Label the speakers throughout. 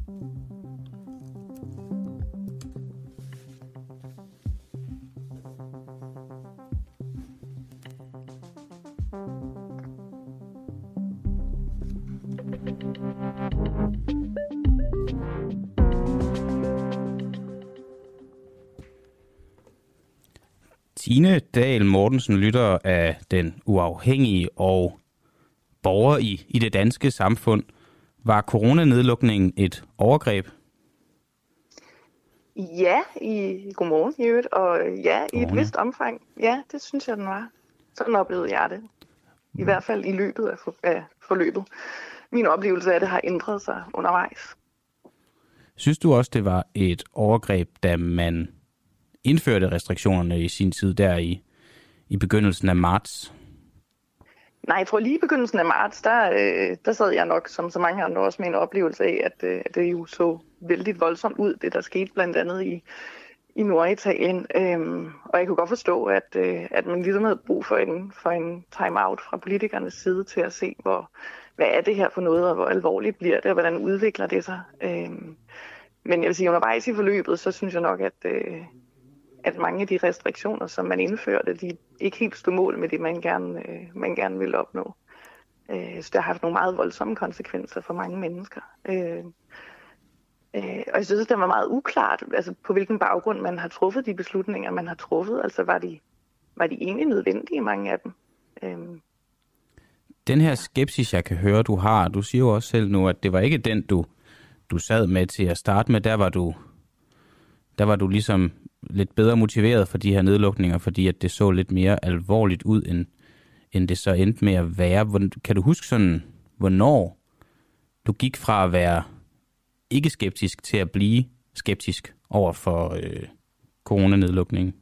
Speaker 1: Tine Dahl Mortensen, lytter af Den Uafhængige og borger i det danske samfund. Var coronanedlukningen et overgreb?
Speaker 2: Ja, godmorgen i øvrigt, og ja, i et vist omfang. Ja, det synes jeg, den var. Sådan oplevede jeg det. I hvert fald i løbet af forløbet. Min oplevelse af det har ændret sig undervejs.
Speaker 1: Synes du også, det var et overgreb, da man indførte restriktionerne i sin tid der i begyndelsen af marts?
Speaker 2: Nej, jeg tror lige i begyndelsen af marts, der sad jeg nok, som så mange andre også med en oplevelse af, at det jo så vældig voldsomt ud, det der skete blandt andet i Norditalien. Og jeg kunne godt forstå, at man ligesom havde brug for en time-out fra politikernes side til at se, hvad er det her for noget, og hvor alvorligt bliver det, og hvordan udvikler det sig. Men jeg vil sige, undervejs i forløbet, så synes jeg nok, at mange af de restriktioner, som man indførte, de ikke helt stod mål med det, man gerne ville opnå. Så det har haft nogle meget voldsomme konsekvenser for mange mennesker. Og jeg synes, det var meget uklart, altså på hvilken baggrund man har truffet de beslutninger, man har truffet. Altså var de egentlig nødvendige, mange af dem?
Speaker 1: Den her skepsis, jeg kan høre, du har, du siger jo også selv nu, at det var ikke den, du sad med til at starte med. Der var du ligesom lidt bedre motiveret for de her nedlukninger, fordi at det så lidt mere alvorligt ud, end det så endte med at være. Kan du huske sådan, hvornår du gik fra at være ikke skeptisk til at blive skeptisk over for coronanedlukningen?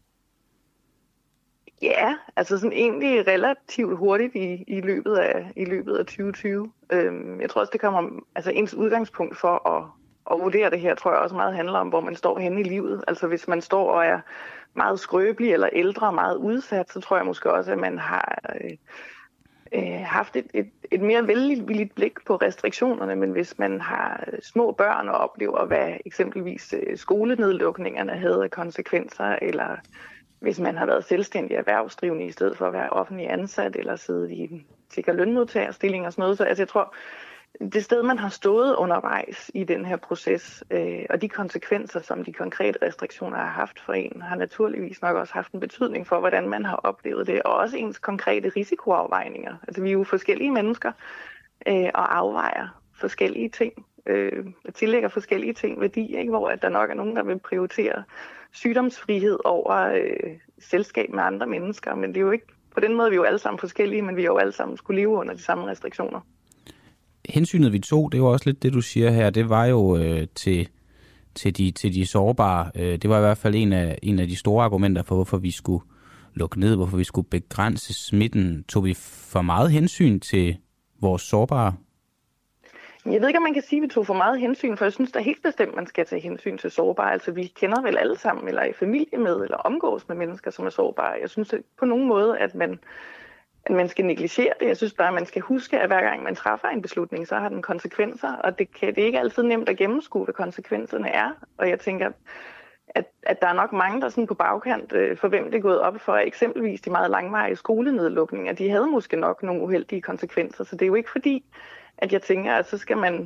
Speaker 2: Ja, altså sådan egentlig relativt hurtigt i løbet af 2020. Jeg tror også, det kommer, altså ens udgangspunkt for at vurdere det her, tror jeg også meget handler om, hvor man står henne i livet. Altså hvis man står og er meget skrøbelig eller ældre og meget udsat, så tror jeg måske også, at man har haft et mere velvilligt blik på restriktionerne, men hvis man har små børn og oplever, hvad eksempelvis skolenedlukningerne havde af konsekvenser, eller hvis man har været selvstændig erhvervsdrivende i stedet for at være offentlig ansat eller siddet i en sikker lønmodtagerstilling og sådan noget. Så altså, jeg tror, det sted, man har stået undervejs i den her proces, og de konsekvenser, som de konkrete restriktioner har haft for en, har naturligvis nok også haft en betydning for, hvordan man har oplevet det, og også ens konkrete risikoafvejninger. Altså, vi er jo forskellige mennesker og afvejer forskellige ting, tillægger forskellige ting værdi, ikke? Hvor at der nok er nogen, der vil prioritere sygdomsfrihed over selskab med andre mennesker, men det er jo ikke på den måde, vi er jo alle sammen forskellige, men vi er jo alle sammen skulle leve under de samme restriktioner.
Speaker 1: Hensynet vi tog, det var også lidt det, du siger her, det var jo til de sårbare. Det var i hvert fald en af de store argumenter for, hvorfor vi skulle lukke ned, hvorfor vi skulle begrænse smitten. Tog vi for meget hensyn til vores sårbare?
Speaker 2: Jeg ved ikke, om man kan sige, at vi tog for meget hensyn, for jeg synes da helt bestemt, man skal tage hensyn til sårbare. Altså vi kender vel alle sammen, eller i familie med, eller omgås med mennesker, som er sårbare. Jeg synes på nogen måde, at man skal negligere det. Jeg synes bare, at man skal huske, at hver gang man træffer en beslutning, så har den konsekvenser, og det er ikke altid nemt at gennemskue, hvad konsekvenserne er. Og jeg tænker, at der er nok mange, der sådan på bagkant, for hvem det er gået op for, eksempelvis de meget langvarige skolenedlukninger, de havde måske nok nogle uheldige konsekvenser. Så det er jo ikke fordi, at jeg tænker, at så skal man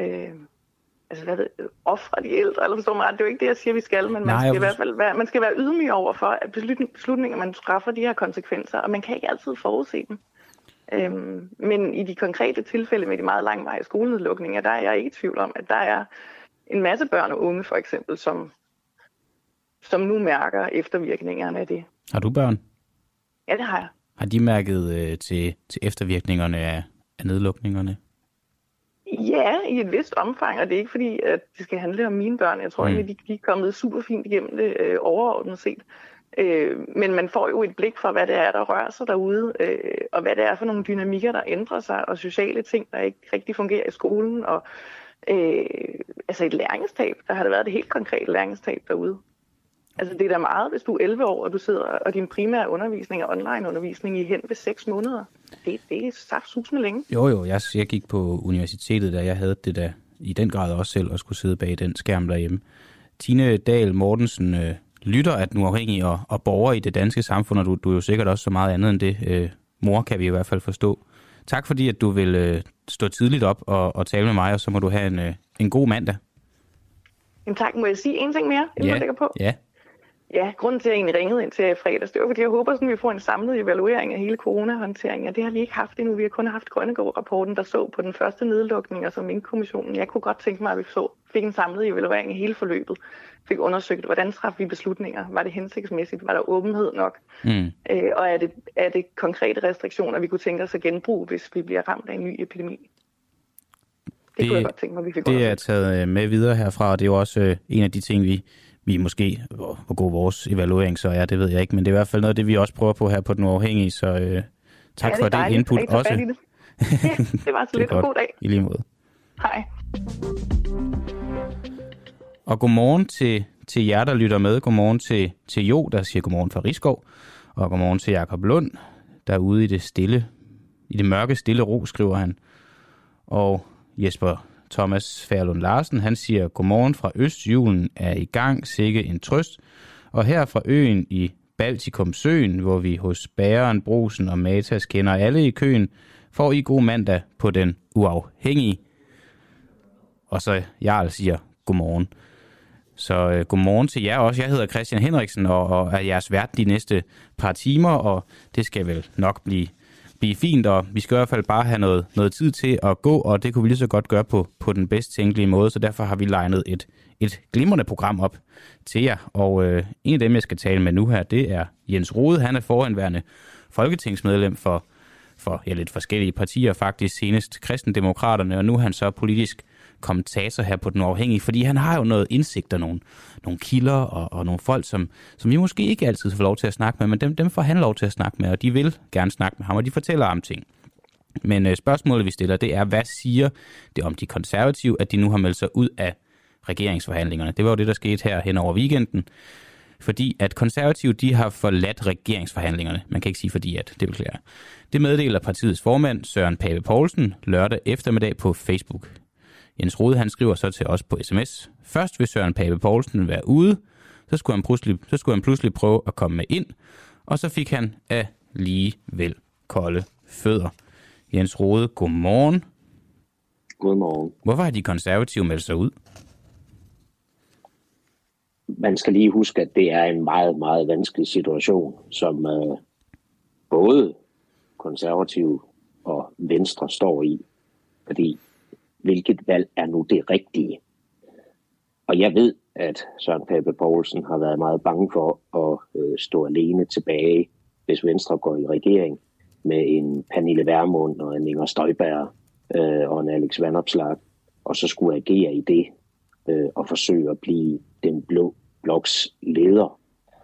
Speaker 2: ofre de ældre, eller forstår mig ret, det er jo ikke det, jeg siger, vi skal, men man skal i hvert fald være ydmyg over for, at beslutninger, man træffer, de her konsekvenser, og man kan ikke altid forudse dem. Men i de konkrete tilfælde med de meget langvarige skolenedlukninger, der er jeg ikke i tvivl om, at der er en masse børn og unge, for eksempel, som nu mærker eftervirkningerne af det.
Speaker 1: Har du børn?
Speaker 2: Ja, det har jeg.
Speaker 1: Har de mærket til eftervirkningerne af nedlukningerne? Ja,
Speaker 2: i et vist omfang, og det er ikke fordi, at det skal handle om mine børn. Jeg tror egentlig, de er kommet super fint igennem det overordnet set. Men man får jo et blik for, hvad det er, der rører sig derude, og hvad det er for nogle dynamikker, der ændrer sig, og sociale ting, der ikke rigtig fungerer i skolen, og altså et læringstab. Der har der været et helt konkret læringstab derude. Altså det er da meget, hvis du er 11 år, og du sidder, og din primære undervisning er online-undervisning i hen ved 6 måneder. Det er saftsusende længe.
Speaker 1: Jo, jeg gik på universitetet, da jeg havde det, i den grad også selv at skulle sidde bag den skærm derhjemme. Tine Dahl Mortensen lytter at Nu Uafhængig og borger i det danske samfund, og du er jo sikkert også så meget andet end det. Mor kan vi i hvert fald forstå. Tak fordi, at du vil stå tidligt op og tale med mig, og så må du have en god mandag.
Speaker 2: Jamen tak, må jeg sige en ting mere, inden man lægger på?
Speaker 1: Ja.
Speaker 2: Ja, grunden til, at jeg egentlig ringede ind til fredags, det var, fordi jeg håber, at vi får en samlet evaluering af hele coronahåndteringen. Det har vi ikke haft endnu. Vi har kun haft Grønnegård-rapporten, der så på den første nedlukning, og som Minkkommissionen. Jeg kunne godt tænke mig, at vi fik en samlet evaluering af hele forløbet. Fik undersøgt, hvordan træffede vi beslutninger? Var det hensigtsmæssigt? Var der åbenhed nok? Og er det konkrete restriktioner, vi kunne tænke os at genbruge, hvis vi bliver ramt af en ny epidemi? Det kunne jeg godt tænke mig, vi fik undersøgt.
Speaker 1: Det er taget med videre herfra, og det er jo også en af de ting, vi måske, hvor god vores evaluering så er, det ved jeg ikke, men det er i hvert fald noget af det, vi også prøver på her på Den Uafhængige, så tak for det input også.
Speaker 2: Ja, det var så lidt en god dag.
Speaker 1: I lige måde.
Speaker 2: Hej.
Speaker 1: Og godmorgen til jer, der lytter med. Godmorgen til Jo, der siger godmorgen fra Risskov, og godmorgen til Jakob Lund, der er ude i det mørke stille ro, skriver han. Og Jesper Thomas Færlund Larsen, han siger, godmorgen fra Østjulen er i gang, sikke en trøst. Og her fra øen i Baltikumsøen, hvor vi hos Bæren, Brugsen og Matas kender alle i køen, får I god mandag på Den Uafhængige. Og så Jarl siger, godmorgen. Så godmorgen til jer også. Jeg hedder Christian Henriksen og er jeres vært de næste par timer, og det skal vel nok blive fint, og vi skal i hvert fald bare have noget tid til at gå, og det kunne vi lige så godt gøre på den bedst tænkelige måde, så derfor har vi legnet et glimrende program op til jer, og en af dem, jeg skal tale med nu her, det er Jens Rohde. Han er forhenværende folketingsmedlem for lidt forskellige partier, faktisk senest Kristendemokraterne, og nu er han så politisk kommentator her på Den Uafhængige, fordi han har jo noget indsigt og nogle kilder og nogle folk, som vi måske ikke altid får lov til at snakke med, men dem får han lov til at snakke med, og de vil gerne snakke med ham, og de fortæller om ting. Men spørgsmålet, vi stiller, det er, hvad siger det om de konservative, at de nu har meldt sig ud af regeringsforhandlingerne? Det var jo det, der skete her hen over weekenden, fordi at konservative, de har forladt regeringsforhandlingerne. Man kan ikke sige fordi at, det beklager. Det meddeler partiets formand, Søren Pape Poulsen, lørdag eftermiddag på Facebook. Jens Rohde, han skriver så til os på sms. Først vil Søren Pape Poulsen være ude, så skulle han pludselig prøve at komme med ind, og så fik han alligevel kolde fødder. Jens Rohde, godmorgen.
Speaker 3: Godmorgen.
Speaker 1: Hvorfor har de konservative meldt sig ud?
Speaker 3: Man skal lige huske, at det er en meget, meget vanskelig situation, som både konservative og Venstre står i. Fordi hvilket valg er nu det rigtige? Og jeg ved, at Søren Pape Poulsen har været meget bange for at stå alene tilbage, hvis Venstre går i regering med en Pernille Vermund og en Inger Støjberg og en Alex Vanopslagh, og så skulle agere i det og forsøge at blive den blå bloks leder.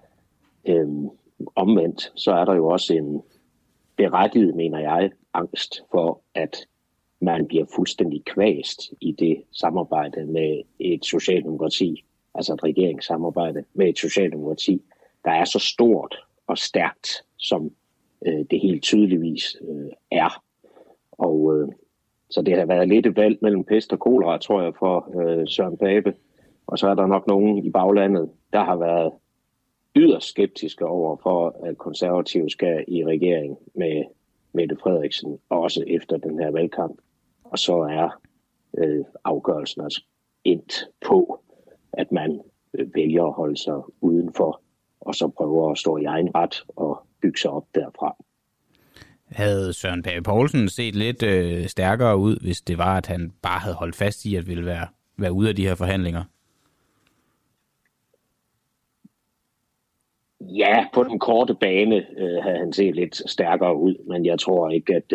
Speaker 3: Omvendt, så er der jo også en berettiget, mener jeg, angst for, at man bliver fuldstændig kvæst i det samarbejde med et socialdemokrati, altså et regeringssamarbejde med et socialdemokrati, der er så stort og stærkt, som det helt tydeligvis er. Og så det har været lidt et valg mellem pest og kolera, tror jeg, for Søren Pape. Og så er der nok nogen i baglandet, der har været yderst skeptiske over for, at konservative skal i regering med Mette Frederiksen, også efter den her valgkamp. Og så er afgørelsen altså endt på, at man vælger at holde sig udenfor, og så prøver at stå i egen ret og bygge sig op derfra.
Speaker 1: Havde Søren Pape Poulsen set lidt stærkere ud, hvis det var, at han bare havde holdt fast i at ville være ude af de her forhandlinger?
Speaker 3: Ja, på den korte bane havde han set lidt stærkere ud, men jeg tror ikke, at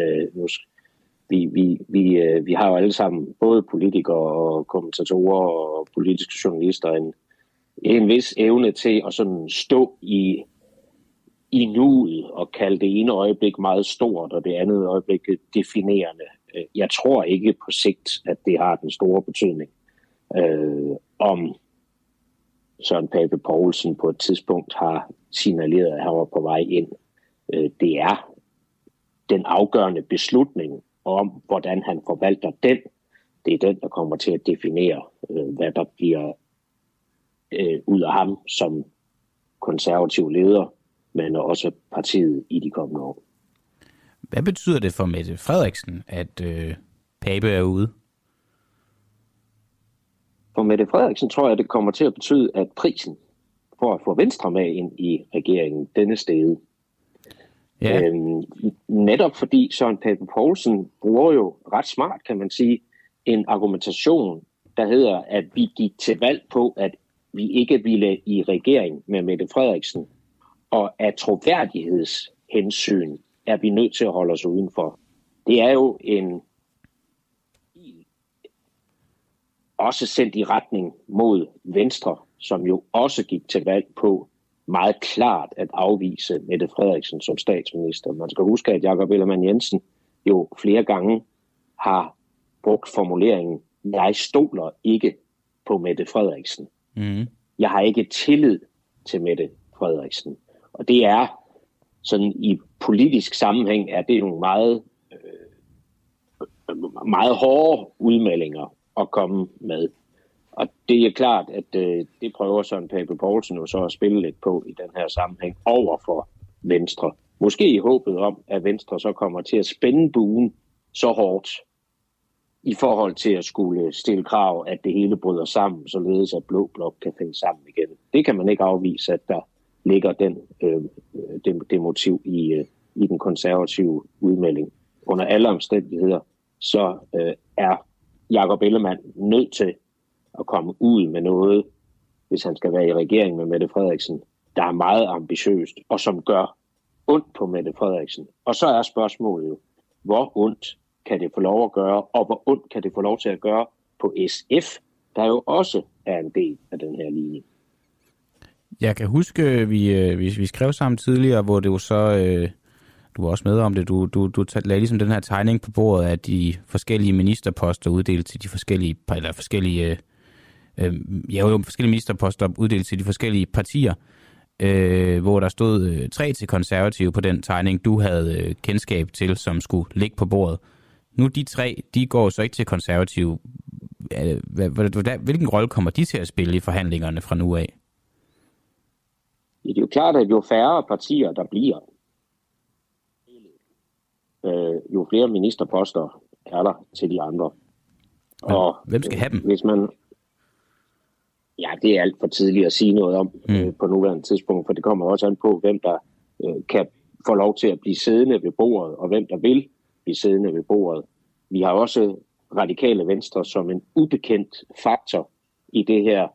Speaker 3: vi har jo alle sammen, både politikere og kommentatorer og politiske journalister, en vis evne til at sådan stå i nuet og kalde det ene øjeblik meget stort, og det andet øjeblik definerende. Jeg tror ikke på sigt, at det har den store betydning, om Søren Pape Poulsen på et tidspunkt har signaleret, at han var på vej ind. Det er den afgørende beslutning om, hvordan han forvalter den. det er den, der kommer til at definere, hvad der bliver ud af ham som konservativ leder, men også partiet i de kommende år.
Speaker 1: Hvad betyder det for Mette Frederiksen, at Pape er ude?
Speaker 3: For Mette Frederiksen tror jeg, det kommer til at betyde, at prisen for at få Venstre med ind i regeringen, denne steget. Ja. Netop fordi Søren Pape Poulsen bruger jo ret smart, kan man sige, en argumentation, der hedder, at vi gik til valg på, at vi ikke ville i regering med Mette Frederiksen, og af troværdighedshensyn er vi nødt til at holde os udenfor. Det er jo også sendt i retning mod Venstre, som jo også gik til valg på meget klart at afvise Mette Frederiksen som statsminister. Man skal huske, at Jakob Ellemann-Jensen jo flere gange har brugt formuleringen, jeg stoler ikke på Mette Frederiksen. Jeg har ikke tillid til Mette Frederiksen. Og det er sådan i politisk sammenhæng, er det nogle meget hårde udmeldinger at komme med. Og det er klart, at det prøver Søren Pape Poulsen jo så at spille lidt på i den her sammenhæng over for Venstre. Måske i håbet om, at Venstre så kommer til at spænde buen så hårdt i forhold til at skulle stille krav, at det hele bryder sammen, således at Blå Blok kan finde sammen igen. Det kan man ikke afvise, at der ligger det motiv i den konservative udmelding. Under alle omstændigheder, så er Jakob Ellemann nødt til at komme ud med noget, hvis han skal være i regering med Mette Frederiksen, der er meget ambitiøst, og som gør ondt på Mette Frederiksen. Og så er spørgsmålet jo, hvor ondt kan det få lov at gøre, og hvor ondt kan det få lov til at gøre på SF, der jo også er en del af den her linje.
Speaker 1: Jeg kan huske, vi skrev sammen tidligere, hvor det jo så, du var også med om det, du lagde ligesom den her tegning på bordet af de forskellige ministerposter uddelt til de forskellige ministerposter uddelt til de forskellige partier, hvor der stod 3 til konservative på den tegning, du havde kendskab til, som skulle ligge på bordet. Nu de 3, de går så ikke til konservative. Hvilken rolle kommer de til at spille i forhandlingerne fra nu af?
Speaker 3: Det er jo klart, at jo færre partier der bliver, jo flere ministerposter er der til de andre.
Speaker 1: Og hvem skal have dem?
Speaker 3: Ja, det er alt for tidligt at sige noget om på nuværende tidspunkt, for det kommer også an på, hvem der kan få lov til at blive siddende ved bordet, og hvem der vil blive siddende ved bordet. Vi har også Radikale Venstre som en ubekendt faktor i det her.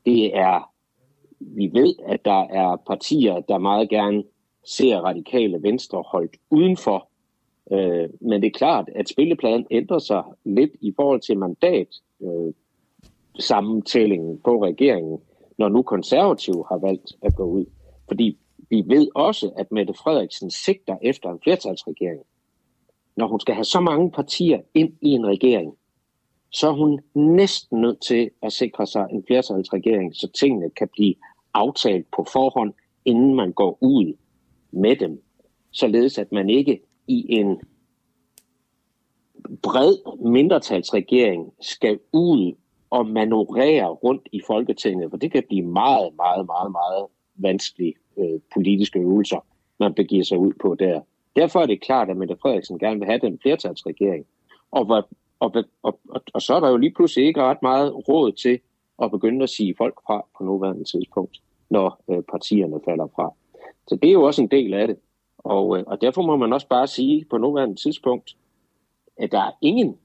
Speaker 3: Vi ved, at der er partier, der meget gerne ser Radikale Venstre holdt udenfor. Men det er klart, at spillepladen ændrer sig lidt i forhold til mandat sammentællingen på regeringen, når nu konservative har valgt at gå ud. Fordi vi ved også, at Mette Frederiksen sigter efter en flertalsregering. Når hun skal have så mange partier ind i en regering, så er hun næsten nødt til at sikre sig en flertalsregering, så tingene kan blive aftalt på forhånd, inden man går ud med dem. Således at man ikke i en bred mindretalsregering skal ud og manøvrere rundt i Folketinget, for det kan blive meget, meget, meget, meget vanskelige politiske øvelser, man begiver sig ud på der. Derfor er det klart, at Mette Frederiksen gerne vil have den flertalsregering. Og så er der jo lige pludselig ikke ret meget råd til at begynde at sige folk fra på nuværende tidspunkt, når partierne falder fra. Så det er jo også en del af det. Og derfor må man også bare sige på nuværende tidspunkt, at der er ingen,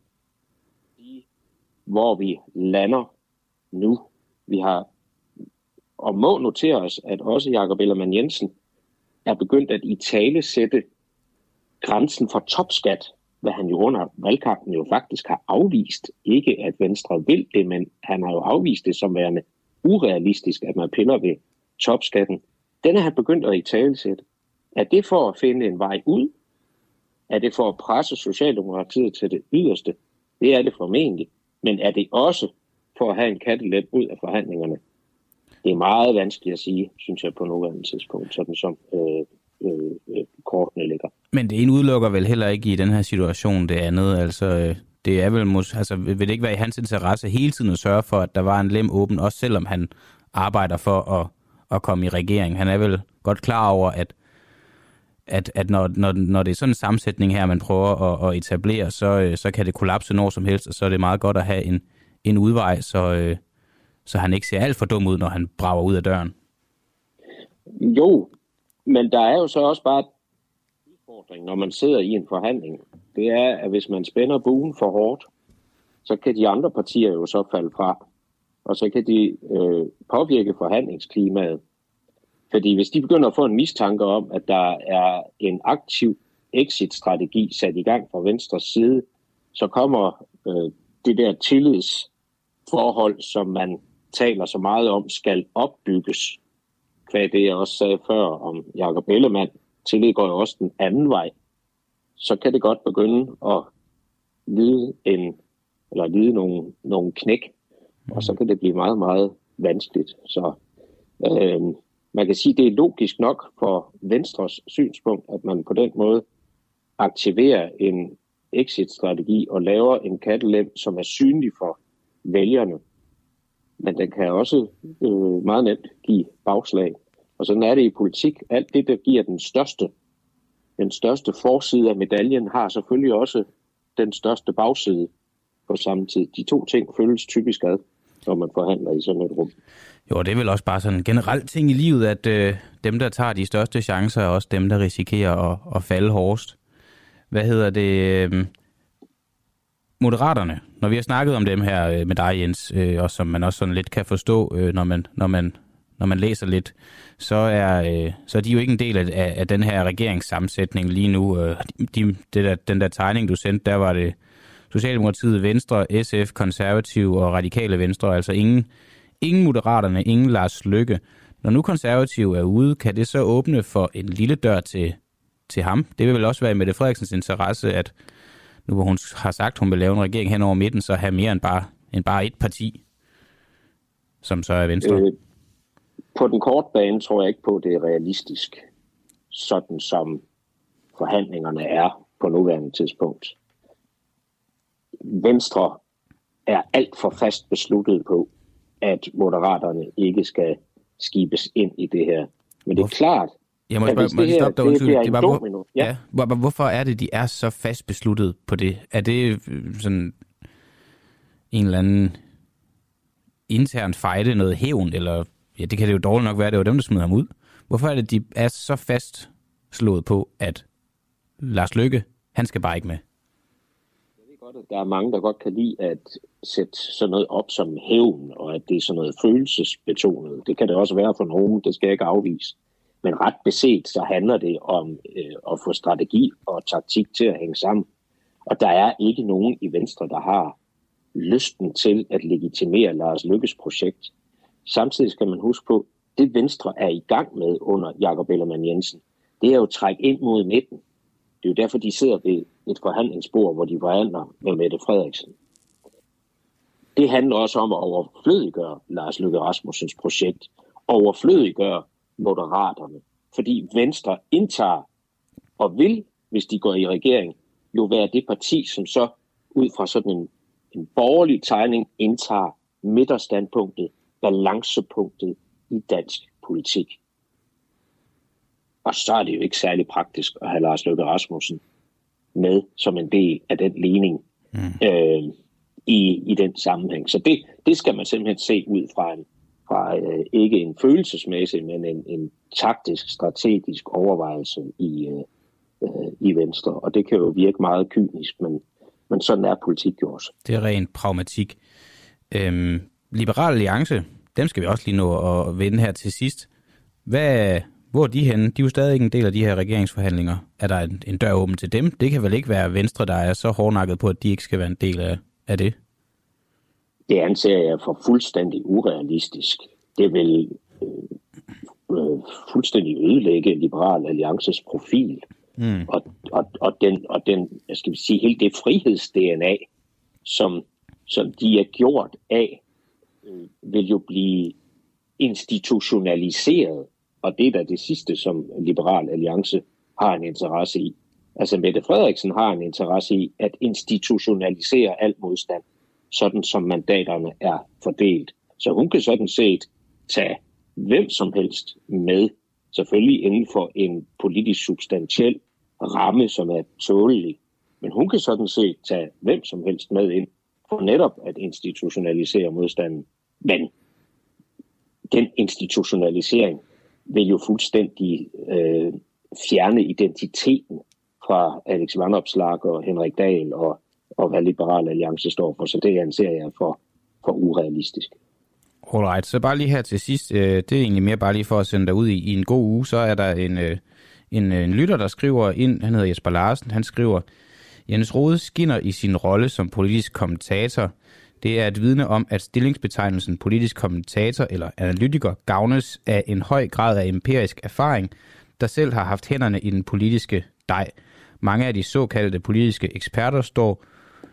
Speaker 3: hvor vi lander nu. Vi har og må notere os, at også Jakob Ellemann-Jensen er begyndt at italesætte grænsen for topskat, hvad han jo under valgkampen jo faktisk har afvist. Ikke at Venstre vil det, men han har jo afvist det som værende urealistisk, at man piller ved topskatten. Den er han begyndt at italesætte. Er det for at finde en vej ud? Er det for at presse Socialdemokratiet til det yderste? Det er det formentlig. Men er det også for at have en kattelet ud af forhandlingerne? Det er meget vanskeligt at sige, synes jeg, på nuværende tidspunkt, sådan som kortene ligger.
Speaker 1: Men det ene udelukker vel heller ikke i den her situation det andet. Altså, det er vel altså, vil det ikke være i hans interesse hele tiden at sørge for, at der var en lem åben, også selvom han arbejder for at komme i regering. Han er vel godt klar over, at når det er sådan en sammensætning her, man prøver at etablere, så kan det kollapse når som helst, og så er det meget godt at have en udvej, så han ikke ser alt for dum ud, når han brager ud af døren.
Speaker 3: Jo, men der er jo så også bare en udfordring, når man sidder i en forhandling. Det er, at hvis man spænder buen for hårdt, så kan de andre partier jo så falde fra, og så kan de påvirke forhandlingsklimaet. Fordi hvis de begynder at få en mistanke om, at der er en aktiv exit-strategi sat i gang fra Venstres side, så kommer det der tillidsforhold, som man taler så meget om, skal opbygges. Hvad det jeg også sagde før om Jakob Ellemann, tillid går jo også den anden vej. Så kan det godt begynde at lide nogle knæk, og så kan det blive meget, meget vanskeligt. Så man kan sige, at det er logisk nok for Venstres synspunkt, at man på den måde aktiverer en exit-strategi og laver en kattelem, som er synlig for vælgerne. Men den kan også meget nemt give bagslag. Og sådan er det i politik. Alt det, der giver den største forside af medaljen, har selvfølgelig også den største bagside på samme tid. De to ting følges typisk ad, når man forhandler i sådan et rum.
Speaker 1: Jo, det er vel også bare sådan en generel ting i livet, at dem, der tager de største chancer, er også dem, der risikerer at falde hårdest. Hvad hedder det? Moderaterne, når vi har snakket om dem her med dig, Jens, og som man også sådan lidt kan forstå, når man læser lidt, så er de jo ikke en del af den her regeringssammensætning lige nu. Den der tegning, du sendte, der var det Socialdemokratiet, Venstre, SF, Konservative og Radikale Venstre, altså ingen Moderaterne, ingen Lars Løkke. Når nu Konservative er ude, kan det så åbne for en lille dør til ham? Det vil vel også være i Mette Frederiksens interesse, at nu hvor hun har sagt, at hun vil lave en regering hen over midten, så have mere end bare et parti, som så er Venstre.
Speaker 3: På den korte bane tror jeg ikke på, at det er realistisk, sådan som forhandlingerne er på nuværende tidspunkt. Venstre er alt for fast besluttet på, at Moderaterne ikke skal skibes ind i det her. Men det er klart,
Speaker 1: jeg må lige stoppe dig. Hvorfor er det, de er så fast besluttet på det? Er det sådan en eller anden intern fejde, noget hævn, eller ja, det kan det jo dårligt nok være, det var dem, der smider ham ud. Hvorfor er det, de er så fastslået på, at Lars Løkke, han skal bare ikke med?
Speaker 3: Jeg ved godt, at der er mange, der godt kan lide at sætte sådan noget op som hævn, og at det er sådan noget følelsesbetonet. Det kan det også være for nogen, det skal jeg ikke afvise. Men ret beset, så handler det om at få strategi og taktik til at hænge sammen. Og der er ikke nogen i Venstre, der har lysten til at legitimere Lars Løkkes projekt. Samtidig skal man huske på, det Venstre er i gang med under Jakob Ellemann Jensen, det er jo træk ind mod midten. Det er jo derfor, de sidder ved et forhandlingsbord, hvor de forhandler med Mette Frederiksen. Det handler også om at overflødiggøre Lars Løkke Rasmussens projekt, overflødiggøre Moderaterne, fordi Venstre indtager og vil, hvis de går i regering, jo være det parti, som så ud fra sådan en borgerlig tegning indtager midterstandpunktet, balancepunktet i dansk politik. Og så er det jo ikke særlig praktisk at have Lars Løkke Rasmussen med som en del af den ligning i den sammenhæng. Så det skal man simpelthen se ud fra ikke en følelsesmæssig, men en taktisk, strategisk overvejelse i Venstre. Og det kan jo virke meget kynisk, men sådan er politik jo også.
Speaker 1: Det er ren pragmatik. Liberal Alliance, dem skal vi også lige nå at vende her til sidst. Hvor er de henne? De er jo stadig ikke en del af de her regeringsforhandlinger. Er der en dør åben til dem? Det kan vel ikke være Venstre, der er så hårdnakket på, at de ikke skal være en del af det?
Speaker 3: Det anser jeg for fuldstændig urealistisk. Det vil fuldstændig ødelægge Liberal Alliances profil. Og den, skal vi sige, hele det friheds-DNA, som de er gjort af, vil jo blive institutionaliseret. Og det er da det sidste, som Liberal Alliance har en interesse i. Altså Mette Frederiksen har en interesse i at institutionalisere al modstand, sådan som mandaterne er fordelt. Så hun kan sådan set tage hvem som helst med, selvfølgelig inden for en politisk substantiel ramme, som er tålelig. Men hun kan sådan set tage hvem som helst med ind for netop at institutionalisere modstanden. Men den institutionalisering vil jo fuldstændig fjerne identiteten fra Alex Vanopslagh og Henrik Dahl og hvad Liberal Alliance står for. Så det anser jeg for urealistisk.
Speaker 1: Alright, så bare lige her til sidst, det er egentlig mere bare lige for at sende dig ud i en god uge, så er der en lytter, der skriver ind, han hedder Jesper Larsen, han skriver, Jens Rohde skinner i sin rolle som politisk kommentator. Det er et vidne om, at stillingsbetegnelsen politisk kommentator eller analytiker gavnes af en høj grad af empirisk erfaring, der selv har haft hænderne i den politiske dej. Mange af de såkaldte politiske eksperter står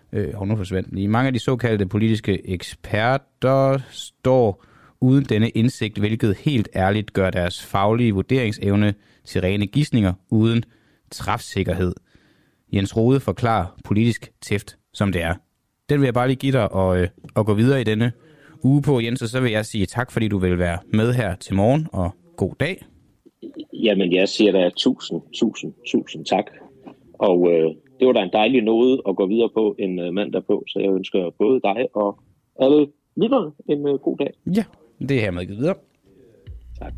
Speaker 1: uden denne indsigt, hvilket helt ærligt gør deres faglige vurderingsevne til rene gisninger uden træfsikkerhed. Jens Rohde forklarer politisk tæft, som det er. Den vil jeg bare lige give dig og gå videre i denne uge på, Jens, og så vil jeg sige tak, fordi du vil være med her til morgen, og god dag.
Speaker 3: Jamen, jeg siger da tusind tak. Og det var da en dejlig noget at gå videre på en mandag på, så jeg ønsker både dig og alle lyttere en god dag.
Speaker 1: Ja, det er hermed givet videre.
Speaker 3: Tak.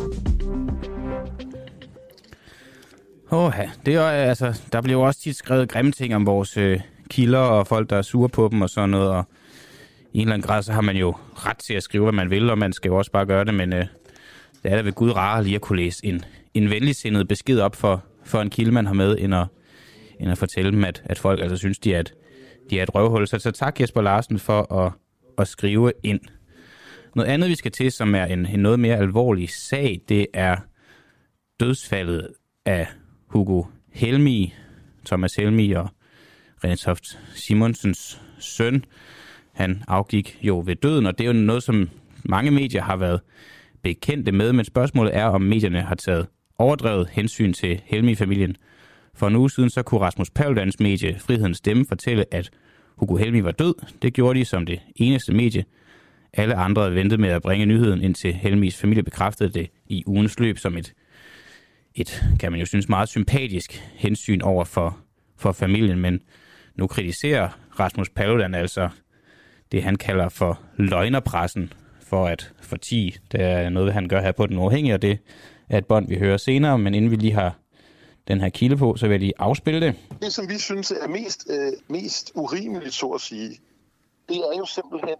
Speaker 1: Det er altså, der bliver jo også tit skrevet grimme ting om vores kilder og folk, der er sure på dem og sådan noget, og i en eller anden grad, så har man jo ret til at skrive, hvad man vil, og man skal jo også bare gøre det, men det er da ved Gud rare lige at kunne læse en venligsindet besked op for en kilde, man har med, end at fortælle dem, at folk altså synes, de er et røvhul. Så tak Jesper Larsen for at skrive ind. Noget andet, vi skal til, som er en noget mere alvorlig sag, det er dødsfaldet af Hugo Helmig, Thomas Helmig og René Toft Simonsens søn. Han afgik jo ved døden, og det er jo noget, som mange medier har været bekendte med, men spørgsmålet er, om medierne har taget overdrevet hensyn til Helmig-familien. For en uge siden så kunne Rasmus Paludans medie Frihedens Stemme fortælle, at Hugo Helmig var død. Det gjorde de som det eneste medie. Alle andre ventede med at bringe nyheden, indtil Helmigs familie bekræftede det i ugens løb som et kan man jo synes, meget sympatisk hensyn over for familien. Men nu kritiserer Rasmus Paludan altså det, han kalder for løgnerpressen for at fortie. Det er noget, han gør her på Den Uafhængige, og det er et bånd, vi hører senere. Men inden vi lige har den her kilde på, så vil jeg lige afspille det.
Speaker 4: Det, som vi synes er mest urimeligt, så at sige, det er jo simpelthen,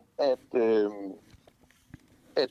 Speaker 4: at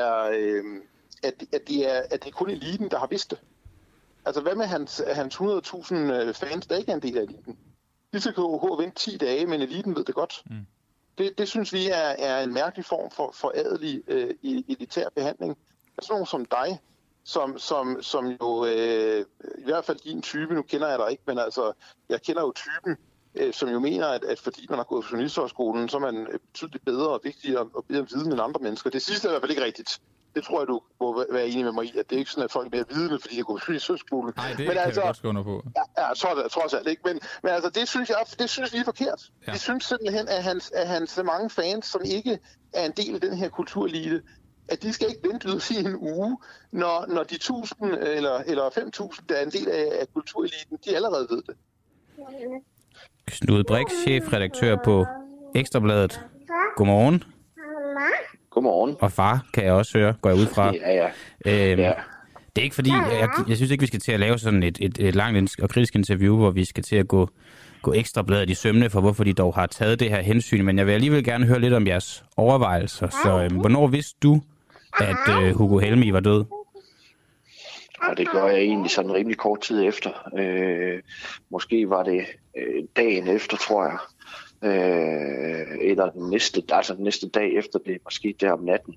Speaker 4: det er kun eliten, der har vidst det. Altså, hvad med hans 100.000 fans, der ikke er en del af eliten? De skal gå vente 10 dage, men eliten ved det godt. Mm. Det synes vi er en mærkelig form for adelig elitær behandling. Altså nogen som dig, som jo i hvert fald din type, nu kender jeg dig ikke, men altså, jeg kender jo typen, som jo mener, at fordi man har gået på journalisthøjskolen, så er man betydeligt bedre og vigtigere og bedre vidende end andre mennesker. Det sidste er i hvert fald ikke rigtigt. Det tror jeg, du må være enig med mig i, at det er ikke sådan, at folk er mere vidende, fordi de går på journalisthøjskolen.
Speaker 5: Nej, det kan jeg godt skrive under på.
Speaker 4: Ja, trods alt ikke. Men altså, det synes vi er forkert. Ja. Vi synes simpelthen, at hans mange fans, som ikke er en del af den her kulturelite, at de skal ikke vente ud i en uge, når de 1.000 eller 5.000, der er en del af kultureliten, de allerede ved det.
Speaker 1: Knud Brix, chefredaktør på Ekstrabladet. Godmorgen.
Speaker 3: Godmorgen.
Speaker 1: Og far, kan jeg også høre, går jeg ud fra.
Speaker 3: Ja.
Speaker 1: Det er ikke fordi, jeg synes ikke, vi skal til at lave sådan et langt og kritisk interview, hvor vi skal til at gå Ekstrabladet i sømne for, hvorfor de dog har taget det her hensyn. Men jeg vil alligevel gerne høre lidt om jeres overvejelser. Så hvornår vidste du, at Hugo Helmig var død?
Speaker 6: Og det gør jeg egentlig sådan rimelig kort tid efter. Måske var det dagen efter, tror jeg. Eller den næste dag efter det, måske der om natten.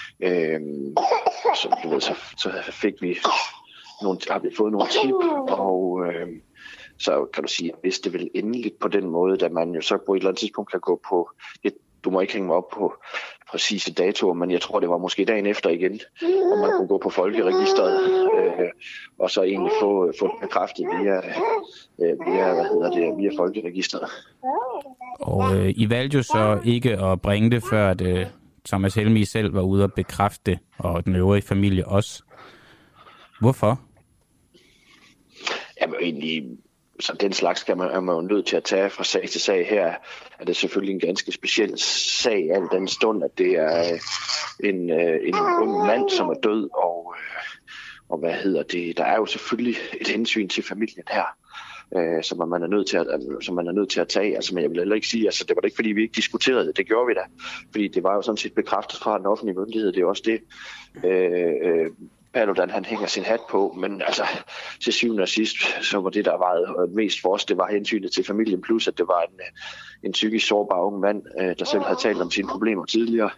Speaker 6: Så du ved, så fik vi har vi fået nogle tip, og så kan du sige, at hvis det vil endeligt på den måde, at man jo så på et eller andet tidspunkt kan gå på, du må ikke hænge mig op på præcise datoer, men jeg tror, det var måske dagen efter igen, hvor man kunne gå på folkeregisteret, og så egentlig få det bekræftet via folkeregisteret.
Speaker 1: Og I valgte jo så ikke at bringe det, før at Thomas Helmig selv var ude og bekræfte det, og den øvrige familie også. Hvorfor?
Speaker 6: Jamen egentlig, så den slags er man jo nødt til at tage fra sag til sag. Her er det selvfølgelig en ganske speciel sag, al den stund, at det er en ung mand, som er død, og der er jo selvfølgelig et hensyn til familien her, som man er nødt til at tage. Altså, men jeg vil heller ikke sige, altså det var det ikke, fordi vi ikke diskuterede det. Det gjorde vi da, fordi det var jo sådan set bekræftet fra den offentlige myndighed. Det er også det, Paludan, han hænger sin hat på, men altså til syvende og sidst, så var det, der var mest for os, det var hensynet til familien, plus at det var en psykisk sårbar ung mand, der selv havde talt om sine problemer tidligere.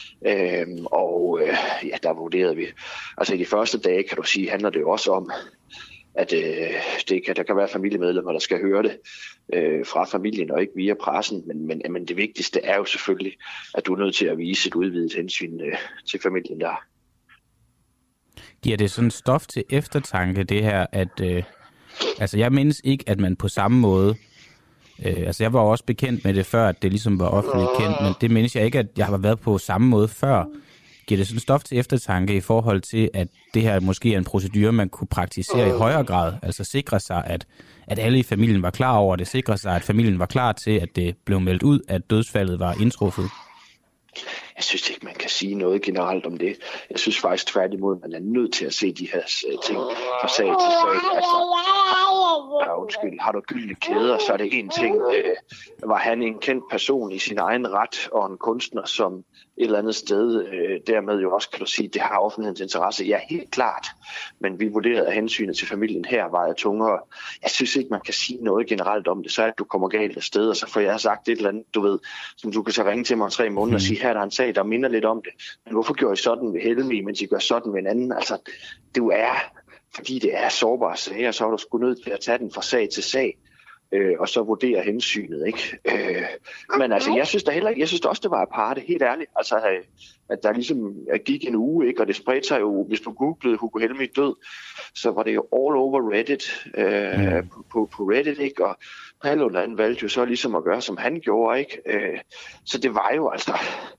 Speaker 6: Der vurderede vi. Altså i de første dage, kan du sige, handler det jo også om, at der kan være familiemedlemmer, der skal høre det fra familien og ikke via pressen, men det vigtigste er jo selvfølgelig, at du er nødt til at vise et udvidet hensyn til familien der.
Speaker 1: Giver det sådan stof til eftertanke, det her, at jeg mindes ikke, at man på samme måde, jeg var også bekendt med det før, at det ligesom var offentligt kendt, men det mindes jeg ikke, at jeg har været på samme måde før. Giver det sådan stof til eftertanke i forhold til, at det her måske er en procedure, man kunne praktisere i højere grad, altså sikre sig, at alle i familien var klar over det, sikre sig, at familien var klar til, at det blev meldt ud, at dødsfaldet var indtruffet?
Speaker 6: Jeg synes ikke, man kan sige noget generelt om det. Jeg synes faktisk tværtimod, man er nødt til at se de her ting fra sag til sag. Altså, har du gyldne kæder, så er det en ting. Var han en kendt person i sin egen ret, og en kunstner, som et eller andet sted, dermed jo også kan du sige, det har offentlighedens interesse. Ja, helt klart. Men vi vurderede, at hensynet til familien her var tungere. Jeg synes ikke, man kan sige noget generelt om det. Så er det, at du kommer galt af sted, og så får jeg sagt et eller andet, du ved, som du kan så ringe til mig om 3 måneder og sige, her er der en sag, der minder lidt om det. Men hvorfor gjorde I sådan ved Helmig, mens I gør sådan ved en anden? Altså, det er, fordi det er sårbare sager, så er du sgu nødt til at tage den fra sag til sag, og så vurdere hensynet, ikke? Men altså, jeg synes også, det var aparte, helt ærligt. Altså, at der ligesom gik en uge, ikke? Og det spredte sig jo, hvis du googlede Hugo Helmig død, så var det jo all over Reddit, på Reddit, ikke? Og Paludan valgte jo så ligesom at gøre, som han gjorde, ikke? Så det var jo altså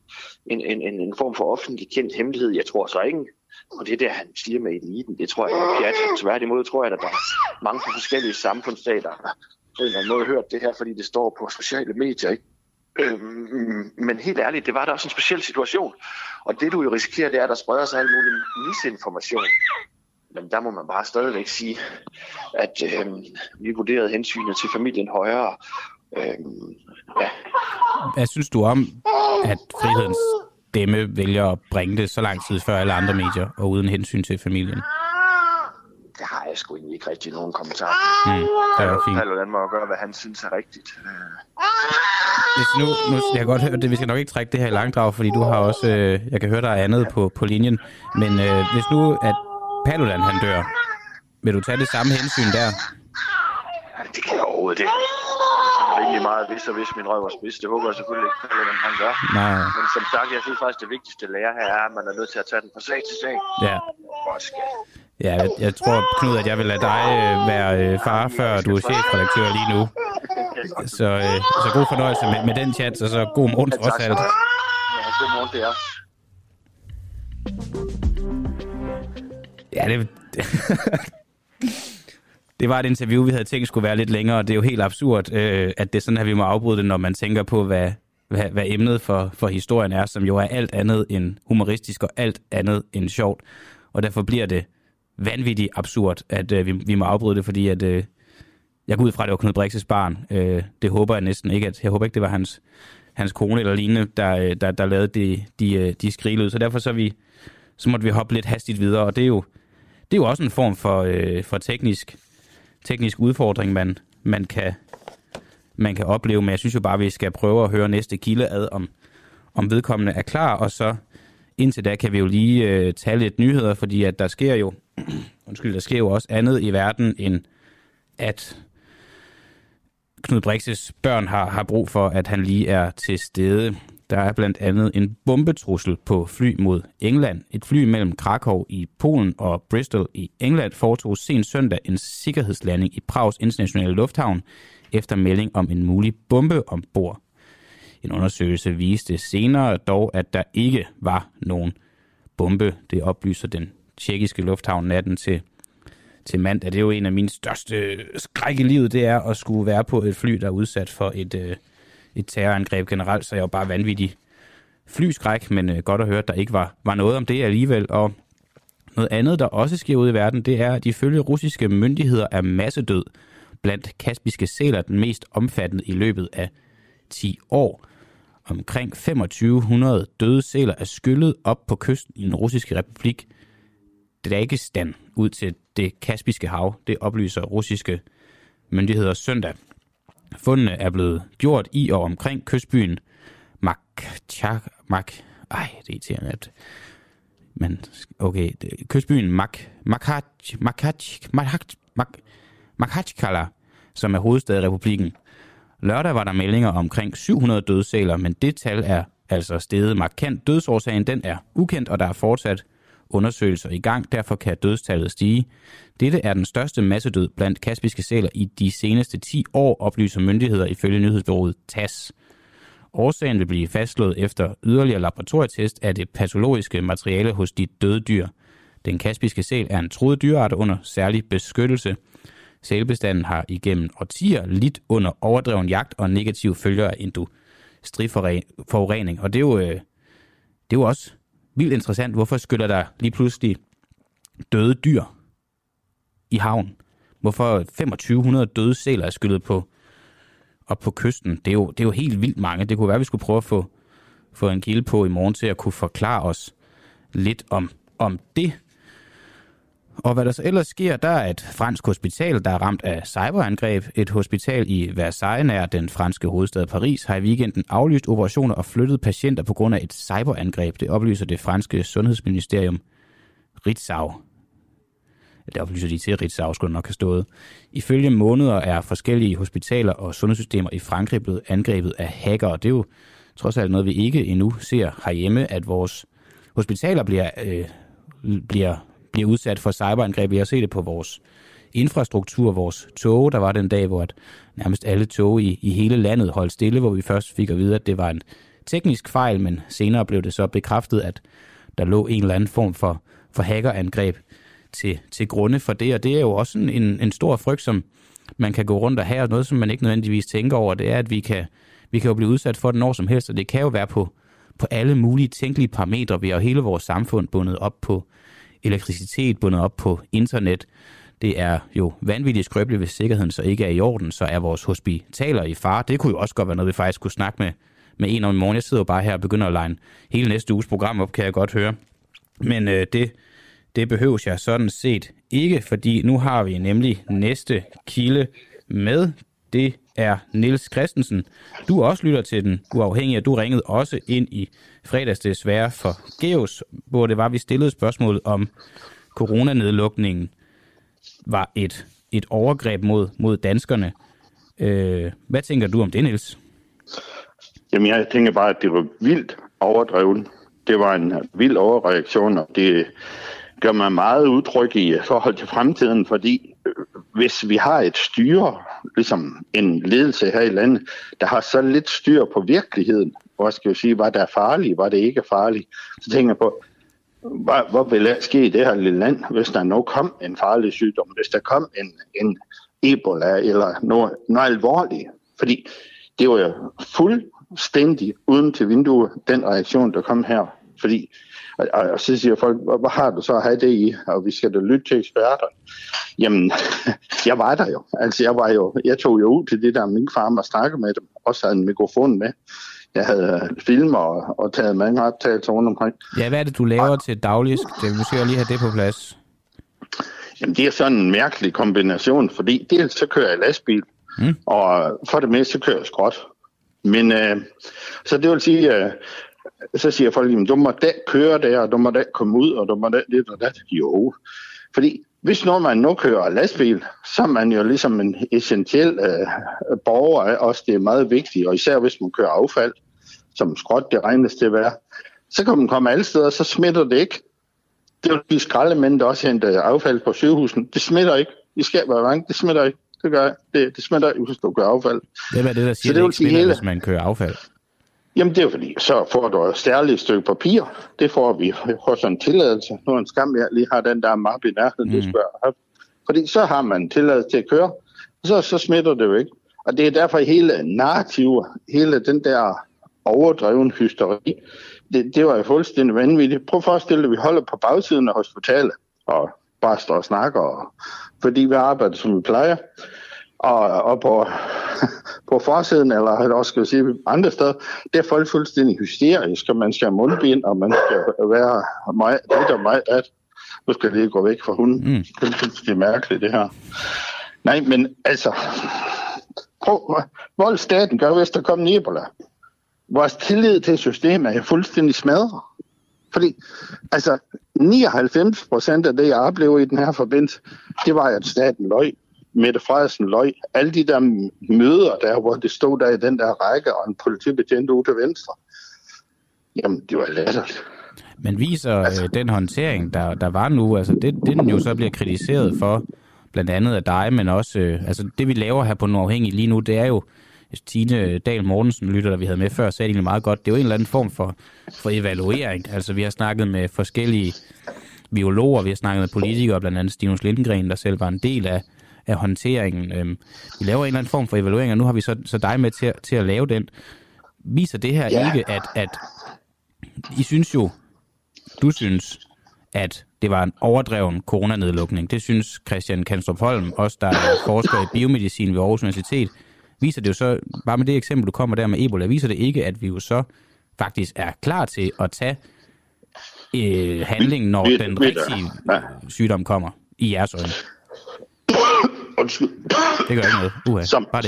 Speaker 6: en form for offentlig kendt hemmelighed. Jeg tror så ikke, og det er det, han siger med eliten, det tror jeg ikke, at tværtimod tror jeg, at der er mange forskellige samfundsstater, der på en eller anden måde hørt det her, fordi det står på sociale medier, ikke? Men helt ærligt, det var da også en speciel situation. Og det du jo risikerer, det er, at der spreder sig al mulig misinformation. Men der må man bare stadigvæk sige, at vi vurderede hensynet til familien højere.
Speaker 1: Hvad synes du om, at Frihedens Stemme vælger at bringe det så lang tid før alle andre medier, og uden hensyn til familien?
Speaker 6: Det har jeg sgu egentlig ikke rigtig nogen kommentar.
Speaker 1: Det er fint.
Speaker 6: Paludan må gøre, hvad han synes er rigtigt.
Speaker 1: Nu, jeg kan godt høre det. Vi skal nok ikke trække det her i langdrag, fordi du har også, jeg kan høre, der er andet på linjen. Men hvis nu, at Paludan han dør, vil du tage det samme hensyn der?
Speaker 6: Ja, det kan jeg overhovedet ikke. Rimelig meget hvis min røv var spids. Det håber jeg selvfølgelig ikke, Paludan han gør.
Speaker 1: Nej.
Speaker 6: Men som sagt, jeg synes faktisk, det vigtigste lære her er, at man er nødt til at tage den fra sag til sag.
Speaker 1: Ja. Ja, jeg tror, Knud, at jeg vil lade dig være far, før du er chefredaktør lige nu. Så god fornøjelse med den chat, og så god morgen trods alt.
Speaker 6: Ja, god morgen, det er.
Speaker 1: Ja, det var et interview, vi havde tænkt skulle være lidt længere, og det er jo helt absurd, at det er sådan, at vi må afbryde det, når man tænker på, hvad emnet for historien er, som jo er alt andet end humoristisk og alt andet end sjovt. Og derfor bliver det vanvittigt absurd, at vi må afbryde det, fordi at jeg går ud fra, at det var Knud Brixes barn. Det håber jeg næsten ikke. Jeg håber ikke, det var hans kone eller lignende, der lavede de skrigelyd. Så derfor så måtte vi hoppe lidt hastigt videre, og det er jo også en form for teknisk udfordring, man kan opleve, men jeg synes jo bare, at vi skal prøve at høre næste kilde ad, om vedkommende er klar, og så indtil da kan vi jo lige tage lidt nyheder, fordi at der sker jo også andet i verden, end at Knud Brixes børn har brug for, at han lige er til stede. Der er blandt andet en bombetrussel på fly mod England. Et fly mellem Krakow i Polen og Bristol i England foretog sent søndag en sikkerhedslanding i Prags internationale lufthavn efter melding om en mulig bombe ombord. En undersøgelse viste senere dog, at der ikke var nogen bombe. Det oplyser den tjekkiske lufthavn natten til mandag. Det er jo en af mine største skræk i livet, det er at skulle være på et fly, der er udsat for et terrorangreb generelt, så jeg er jo bare vanvittig flyskræk, men godt at høre, at der ikke var noget om det alligevel. Og noget andet, der også sker ude i verden, det er, at ifølge russiske myndigheder er massedød blandt kaspiske sæler den mest omfattende i løbet af 10 år. Omkring 2500 døde sæler er skyllet op på kysten i den russiske republik Dagestan ud til det Kaspiske hav. Det oplyser russiske myndigheder søndag. Fundene er blevet gjort i og omkring kystbyen kystbyen Makhachkala, som er hovedstad i republikken. Lørdag var der meldinger om omkring 700 døde sæler, men det tal er altså steget markant. Dødsårsagen den er ukendt, og der er fortsat undersøgelser i gang. Derfor kan dødstallet stige. Dette er den største massedød blandt kaspiske sæler i de seneste 10 år, oplyser myndigheder ifølge nyhedsbureauet TASS. Årsagen vil blive fastslået efter yderligere laboratorietest af det patologiske materiale hos de døde dyr. Den kaspiske sæl er en truet dyreart under særlig beskyttelse. Sælbestanden har igennem årtier lidt under overdreven jagt og negative følger af industriforurening. Og det er jo også vildt interessant, hvorfor skyller der lige pludselig døde dyr i havn? Hvorfor 2500 døde sæler er skyllet op på kysten? Det er jo helt vildt mange. Det kunne være, at vi skulle prøve at få en kilde på i morgen til at kunne forklare os lidt om det. Og hvad der så ellers sker, der er et fransk hospital, der er ramt af cyberangreb. Et hospital i Versailles, nær den franske hovedstad Paris, har i weekenden aflyst operationer og flyttet patienter på grund af et cyberangreb. Det oplyser det franske sundhedsministerium Ritzau. Det oplyser de til Ritzau, skulle nok have stået. Ifølge måneder er forskellige hospitaler og sundhedssystemer i Frankrig blevet angrebet af hackere. Det er jo trods alt noget, vi ikke endnu ser herhjemme, at vores hospitaler bliver udsat for cyberangreb. Vi har set det på vores infrastruktur, vores tog. Der var den dag, hvor nærmest alle tog i hele landet holdt stille, hvor vi først fik at vide, at det var en teknisk fejl, men senere blev det så bekræftet, at der lå en eller anden form for hackerangreb til grunde for det. Og det er jo også en stor frygt, som man kan gå rundt og have, og noget, som man ikke nødvendigvis tænker over, det er, at vi kan jo blive udsat for det når som helst, og det kan jo være på alle mulige tænkelige parametre. Vi har jo hele vores samfund bundet op på elektricitet, bundet op på internet. Det er jo vanvittigt skrøbeligt, hvis sikkerheden så ikke er i orden, så er vores hospitaler i fare. Det kunne jo også godt være noget, vi faktisk kunne snakke med en om i morgen. Jeg sidder jo bare her og begynder at line hele næste uges program op, kan jeg godt høre. Men det behøves jeg sådan set ikke, fordi nu har vi nemlig næste kilde med. Det er Niels Christensen. Du også lytter til Den Uafhængige, og du ringede også ind i fredags desværre for Geos, hvor det var, vi stillede spørgsmålet om coronanedlukningen var et overgreb mod danskerne. Hvad tænker du om det, Niels?
Speaker 5: Jamen, jeg tænker bare, at det var vildt overdrevet. Det var en vild overreaktion, og det gør mig meget utryg i forhold til fremtiden, fordi hvis vi har et styre, ligesom en ledelse her i landet, der har så lidt styr på virkeligheden, hvor skal jeg sige, var der farligt, var det ikke farligt, så tænker jeg på, hvad vil der ske i det her lille land, hvis der nu kom en farlig sygdom, hvis der kom en Ebola eller noget alvorligt, fordi det var jo fuldstændig uden til vinduet, den reaktion, der kom her, fordi og så siger folk, hvad har du så at have det i? Og vi skal da lytte til eksperterne. Jamen, jeg var der jo. Altså, jeg tog jo ud til det der minkfarm og snakkede med dem. Også havde en mikrofon med. Jeg havde filmer og taget mange optagelser rundt omkring. Ja,
Speaker 1: hvad er det, du laver til dagligt? Det vil måske lige have det på plads.
Speaker 5: Jamen, det er sådan en mærkelig kombination, fordi dels så kører jeg lastbil, og for det meste så kører jeg skråt. Men så det vil sige... Så siger folk, at du må da køre der, og du må da komme ud, og du må da lidt og dat. Jo, fordi hvis når man nu kører lastbil, så er man jo ligesom en essentiel borger, også det er meget vigtigt, og især hvis man kører affald, som skrot det regnes til at være, så kan man komme alle steder, så smitter det ikke. Det er jo de skraldemænd, der også henter affald på sygehusen. Det smitter ikke. I Skabervang, det smitter ikke. Det gør det smitter ikke, hvis du gør affald.
Speaker 1: Hvem er det, der siger, det ikke smitter, hvis man kører affald?
Speaker 5: Jamen det er jo fordi, så får du et stærligt stykke papir. Det får vi hos en tilladelse. Nu er en skam, jeg lige har den der mappe i nærheden, det spørger. Fordi så har man tilladelse til at køre, og så smitter det jo ikke. Og det er derfor hele narrativet, hele den der overdreven hysteri, det var jo fuldstændig vanvittigt. Prøv at forestille dig, at vi holder på bagsiden af hospitalet og bare står og snakker, fordi vi arbejder, som vi plejer. Og på forsiden, eller også skal jeg sige andre steder, det er folk fuldstændig hysterisk, og man skal have mundbind, og man skal være meget, lidt og meget at. Nu skal det gå væk fra hunden. Det er mærkeligt, det her. Nej, men altså, hvor staten gør, hvis der kommer en Ebola? Vores tillid til systemet er fuldstændig smadret. Fordi, altså, 99% af det, jeg oplever i den her forbindelse, det var, at staten løg. Mette Frederiksen løg. Alle de der møder der, hvor det stod der i den der række, og en politibetjent ude til venstre. Jamen, det var latterligt.
Speaker 1: Men viser den håndtering, der var nu, altså det den jo så bliver kritiseret for, blandt andet af dig, men også, altså det vi laver her på Den Uafhængige lige nu, det er jo, Tine Dahl Mortensen, lytter, der vi havde med før, sagde egentlig meget godt, det er jo en eller anden form for evaluering. Altså vi har snakket med forskellige biologer, vi har snakket med politikere, blandt andet Stinus Lindgren, der selv var en del af håndteringen. Vi laver en eller anden form for evaluering, og nu har vi så dig med til at lave den. Viser det her ikke, at I synes jo, du synes, at det var en overdreven coronanedlukning. Det synes Christian Kanstrup Holm, også der er forsker i biomedicin ved Aarhus Universitet. Viser det jo så, bare med det eksempel, du kommer der med Ebola, viser det ikke, at vi jo så faktisk er klar til at tage handling, når den rigtige sygdom kommer i jeres øjne?
Speaker 5: Undskyld.
Speaker 1: Det gør ikke noget.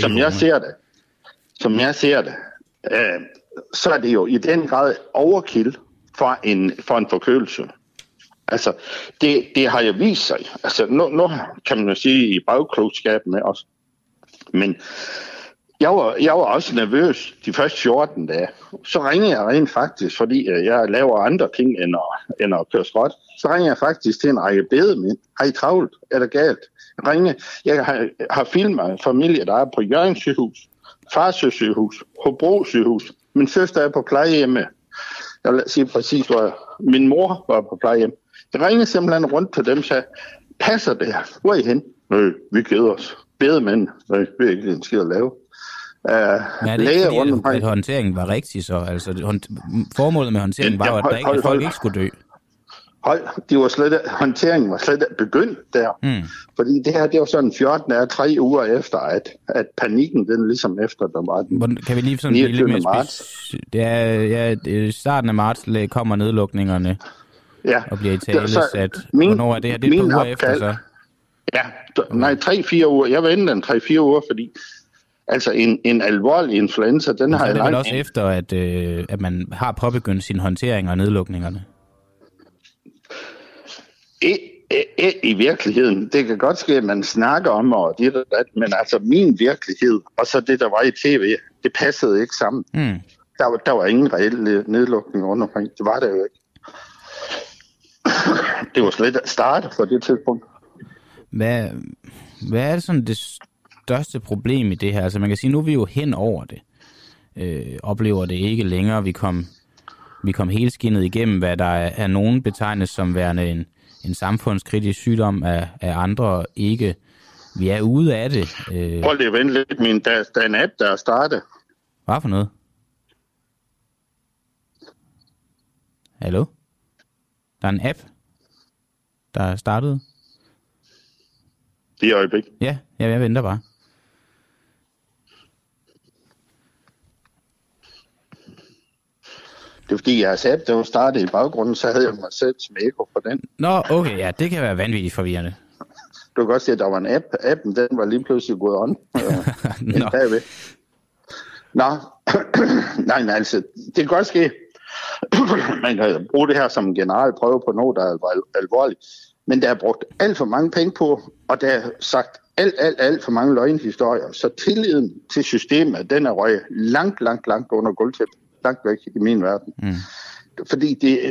Speaker 5: Som jeg ser det, så er det jo i den grad overkill for en forkølelse. Altså, det har jo vist sig. Altså, nu kan man jo sige i bagklogskaben med os. Men jeg var også nervøs de første 14 dage. Så ringede jeg rent faktisk, fordi jeg laver andre ting end at køre skrot. Så ringede jeg faktisk til en række bedemænd. Har I travlt? Er det galt? Jeg har filmet en familie, der er på Hjørring sygehus, Farsø sygehus, Hobro sygehus. Min søster er på plejehjemme. Jeg vil sige præcis, hvor min mor var på plejehjem. Jeg ringede simpelthen rundt til dem og sagde, passer det her? Hvor er I hen? Vi keder os. Bedemænd, vi er ikke en skid at lave.
Speaker 1: Men er det ikke fordi, at håndteringen var rigtig så? Altså, formålet med håndteringen var jo, at folk ikke skulle dø.
Speaker 5: Håndteringen var slet begyndt der. Fordi det her, det var sådan 14 af 3 uger efter, at panikken, den ligesom efter, der var den.
Speaker 1: Kan vi lige sådan en lille mere det er starten af marts kommer nedlukningerne og bliver i tale sat. Hvornår er det her? Det er et par uger efter så?
Speaker 5: Ja, 3-4 uger. Jeg var inden den 3-4 uger, fordi altså en alvorlig influenza, den har jeg langt.
Speaker 1: Det er også efter, at man har påbegyndt sin håndtering og nedlukningerne.
Speaker 5: I virkeligheden, det kan godt ske, at man snakker om og det og det, men altså min virkelighed, og så det, der var i tv, det passede ikke sammen. Der var ingen reel nedlukning rundt omkring. Det var der jo ikke. Det var slet startet på det tidspunkt.
Speaker 1: Hvad er det sådan det største problem i det her? Altså man kan sige, nu er vi jo hen over det. Oplever det ikke længere. Vi kom helt skinnet igennem, hvad der er nogen betegnes som værende en samfundskritisk sygdom af andre ikke. Vi er ude af det.
Speaker 5: Prøv lige at vente lidt. Der er en app, der er startet.
Speaker 1: Hvad for noget? Hallo? Der er en app, der er startet?
Speaker 5: Det er øjeblik.
Speaker 1: Ja, jeg venter bare.
Speaker 5: Det er fordi, jeres app, der var startet i baggrunden, så havde jeg mig selv som ekko på den.
Speaker 1: Nå, okay, ja, det kan være vanvittigt forvirrende.
Speaker 5: Du kan godt se, at der var en app. Appen, den var lige pludselig gået on. Nej, men altså, det kan godt ske. Man kan bruge det her som en generel prøve på noget, der er alvorligt. Men der er brugt alt for mange penge på, og der er sagt alt for mange løgnhistorier. Så tilliden til systemet, den er røget langt under gulvtæppet. langt væk i min verden. Fordi det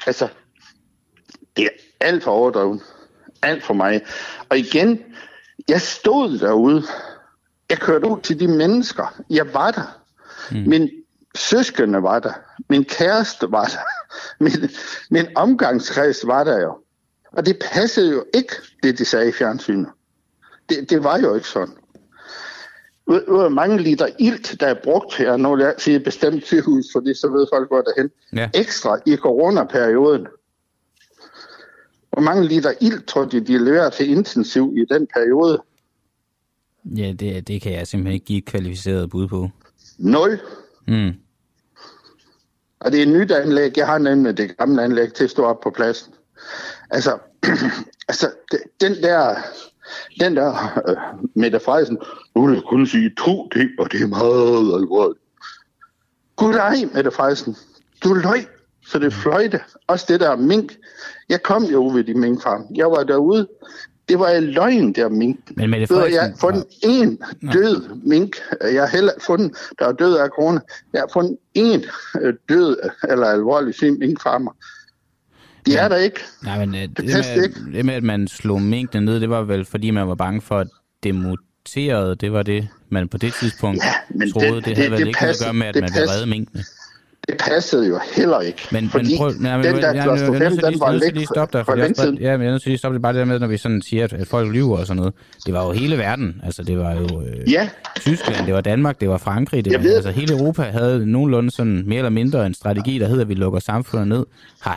Speaker 5: er alt for overdrevet. Alt for mig. Og igen, jeg stod derude. Jeg kørte ud til de mennesker. Jeg var der. Min søskende var der. Min kæreste var der. Min omgangskreds var der jo. Og det passede jo ikke, det de sagde i fjernsynet. Det var jo ikke sådan. Ud af mange liter ilt, der er brugt her, når jeg siger bestemt sygehus, fordi så ved folk, hvor der hen. Ja. Ekstra i coronaperioden. Hvor mange liter ilt, tror de leverer til intensiv i den periode?
Speaker 1: Ja, det kan jeg simpelthen ikke give et kvalificeret bud på.
Speaker 5: 0. Og det er et nyt anlæg. Jeg har nemlig det gamle anlæg til at stå op på pladsen. Altså den der Mette Frederiksen, nu vil jeg kun sige 2 ting, og det er meget alvorligt. Gud nej, Mette Frederiksen. Du løg, så det fløjte. Også det der mink. Jeg kom jo ved de minkfarme. Jeg var derude. Det var en løgn, der mink.
Speaker 1: Men Mette Frederiksen...
Speaker 5: Jeg har fundet en død mink. Jeg har heller fundet, der er død af corona. Jeg har fundet en død eller alvorlig syg minkfarmer. De er der ikke.
Speaker 1: Nej, men det med, at man slog minkene ned, det var vel, fordi man var bange for, at det muterede. Det var det, man på det tidspunkt troede. Det havde vel ikke noget at gøre med, at man ville redde minkene.
Speaker 5: Det passede jo heller ikke.
Speaker 1: Men prøv, den der klosterfem, den var væk fra den tid. Ja, men jeg er nødt til at stoppe det bare det der med, når vi sådan siger, at folk lyver og sådan noget. Det var jo hele verden. Altså, det var jo Tyskland, det var Danmark, det var Frankrig. Det var, altså, hele Europa havde nogenlunde sådan mere eller mindre en strategi, der hedder, at vi lukker samfundet ned.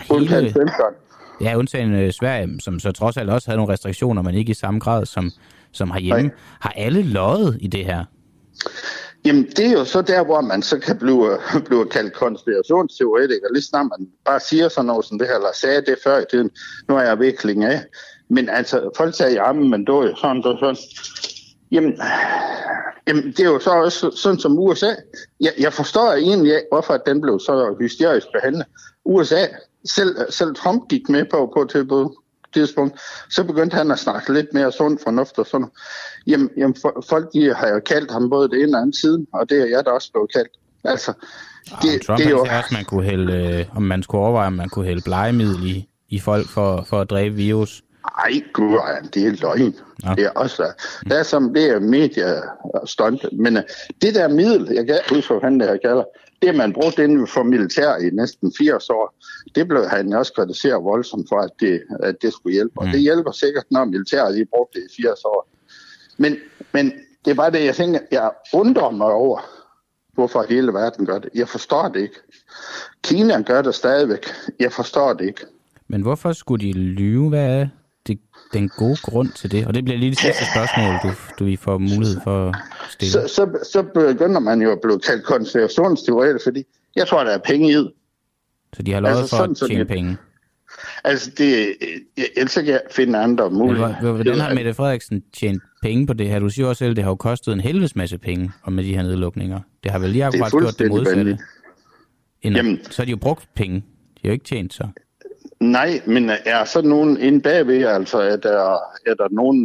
Speaker 1: Undtagen Sverige, som så trods alt også havde nogle restriktioner, men ikke i samme grad som herhjemme. Nej. Har alle løjet i det her?
Speaker 5: Jamen, det er jo så der, hvor man så kan blive kaldt konspirationsteoretiker, lige snart man bare siger sådan noget som det her, eller sagde det før i tiden, nu er jeg vikling af. Men altså, folk sagde, ja, men det var jo sådan. Jamen, det er jo så også sådan som USA. Jeg forstår egentlig, hvorfor den blev så hysterisk behandlet. USA, selv Trump gik med på tidspunkt, så begyndte han at snakke lidt mere sund fornuft og sådan. Jamen folk de har jo kaldt ham både det ene og andet siden, og det er jeg da også blevet kaldt. Altså,
Speaker 1: Trump det er jo også, man kunne hælde, om man skulle overveje, om man kunne hælde blegemiddel i folk for at dræbe virus.
Speaker 5: Ej, gud, det er løgn. Ja. Det er også det er som det er mediestunt, men det der middel, jeg kan huske, hvad han der kalder, det man brugte inden for militær i næsten 80 år, det blev han også kritiseret voldsomt for, at det skulle hjælpe. Og det hjælper sikkert, når militæret de brugte det i 80 år. Men det er bare det, jeg tænker, jeg undrer mig over, hvorfor hele verden gør det. Jeg forstår det ikke. Kina gør det stadigvæk. Jeg forstår det ikke.
Speaker 1: Men hvorfor skulle de lyve? Hvad er den gode grund til det? Og det bliver lige det sidste spørgsmål, du får mulighed for at stille.
Speaker 5: Så begynder man jo at blive kaldt konspirationsteoretiker, fordi jeg tror, der er penge i det.
Speaker 1: Så de har lovet for at tjene penge?
Speaker 5: Altså, ellers kan jeg finde andre muligheder.
Speaker 1: Hvordan har Mette Frederiksen tjent penge på det her? Du siger også selv, at det har jo kostet en helvedes masse penge og med de her nedlukninger. Det har vel lige akkurat gjort det modsatte. Så har de jo brugt penge. De har jo ikke tjent så.
Speaker 5: Nej, men er så nogen inde bagved, altså er der nogen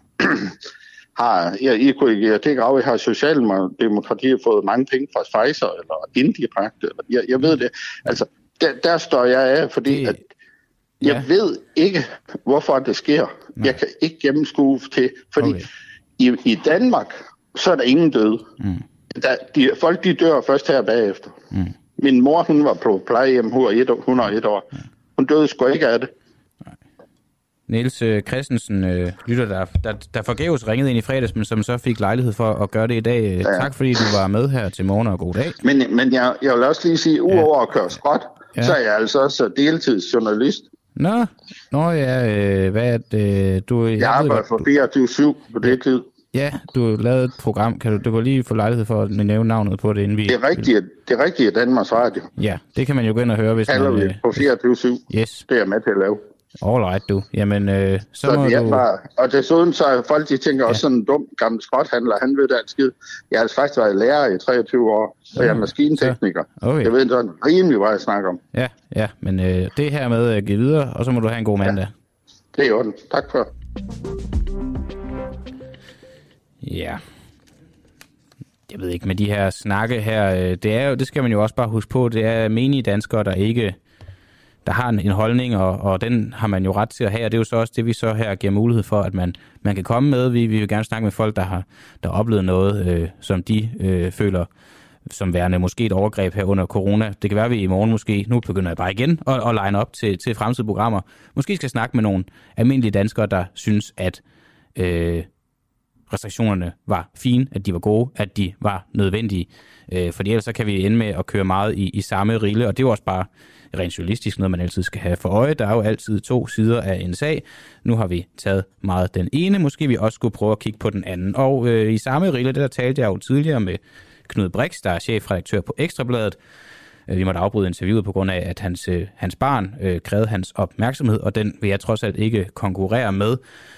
Speaker 5: har Socialdemokratiet fået mange penge fra Pfizer eller indirekte? Jeg ved det. Altså, der står jeg af, fordi at jeg ved ikke, hvorfor det sker. Nej. Jeg kan ikke gennemskue til, fordi i Danmark, så er der ingen døde. Folk de dør først her bagefter. Min mor, hun var på plejehjem, hun var 101 år. Hun døde sgu ikke af det.
Speaker 1: Niels Christensen, lytter der forgæves ringede ind i fredags, men som så fik lejlighed for at gøre det i dag. Ja. Tak fordi du var med her til morgen, og god dag.
Speaker 5: Men jeg vil også lige sige, udover at køre skråt, så er jeg altså også deltidsjournalist.
Speaker 1: Nå ja, hvad er det?
Speaker 5: Jeg arbejder for 24/7 på det tid.
Speaker 1: Ja, du lavede et program. Kan du lige få lejlighed for at nævne navnet på det, inden vi...
Speaker 5: Det rigtige Danmarks Radio.
Speaker 1: Ja, det kan man jo gå ind og høre, hvis man...
Speaker 5: vi på 24/7.
Speaker 1: Yes.
Speaker 5: Det er jeg med til at lave.
Speaker 1: Alright, du. Jamen, så må
Speaker 5: du... Bare, og desuden så er folk, de tænker også sådan en dum gammel skrothandler. Han ved det altid. Jeg har faktisk været lærer i 23 år, og jeg er maskintekniker. Okay. Jeg ved sådan rimelig, hvad jeg snakker om.
Speaker 1: Ja, men det her med at give videre, og så må du have en god mandag.
Speaker 5: Det er i orden. Tak for.
Speaker 1: jeg ved ikke, med de her snakke her, det skal man jo også bare huske på, det er menige danskere, der har en holdning, og den har man jo ret til at have, og det er jo så også det, vi så her giver mulighed for, at man kan komme med. Vi vil gerne snakke med folk, der har oplevet noget, som de føler som værende måske et overgreb her under corona. Det kan være, at vi i morgen måske, nu begynder jeg bare igen at line op til fremtidige programmer, måske skal snakke med nogle almindelige danskere, der synes, at restriktionerne var fine, at de var gode, at de var nødvendige. Fordi ellers så kan vi ende med at køre meget i samme rille, og det er jo også bare rent journalistisk noget, man altid skal have for øje. Der er jo altid 2 sider af en sag. Nu har vi taget meget den ene, måske vi også skulle prøve at kigge på den anden. Og i samme rille, det der talte jeg jo tidligere med Knud Brix, der er chefredaktør på Ekstrabladet. Vi måtte afbryde interviewet på grund af, at hans barn krævede hans opmærksomhed, og den vil jeg trods alt ikke konkurrere med.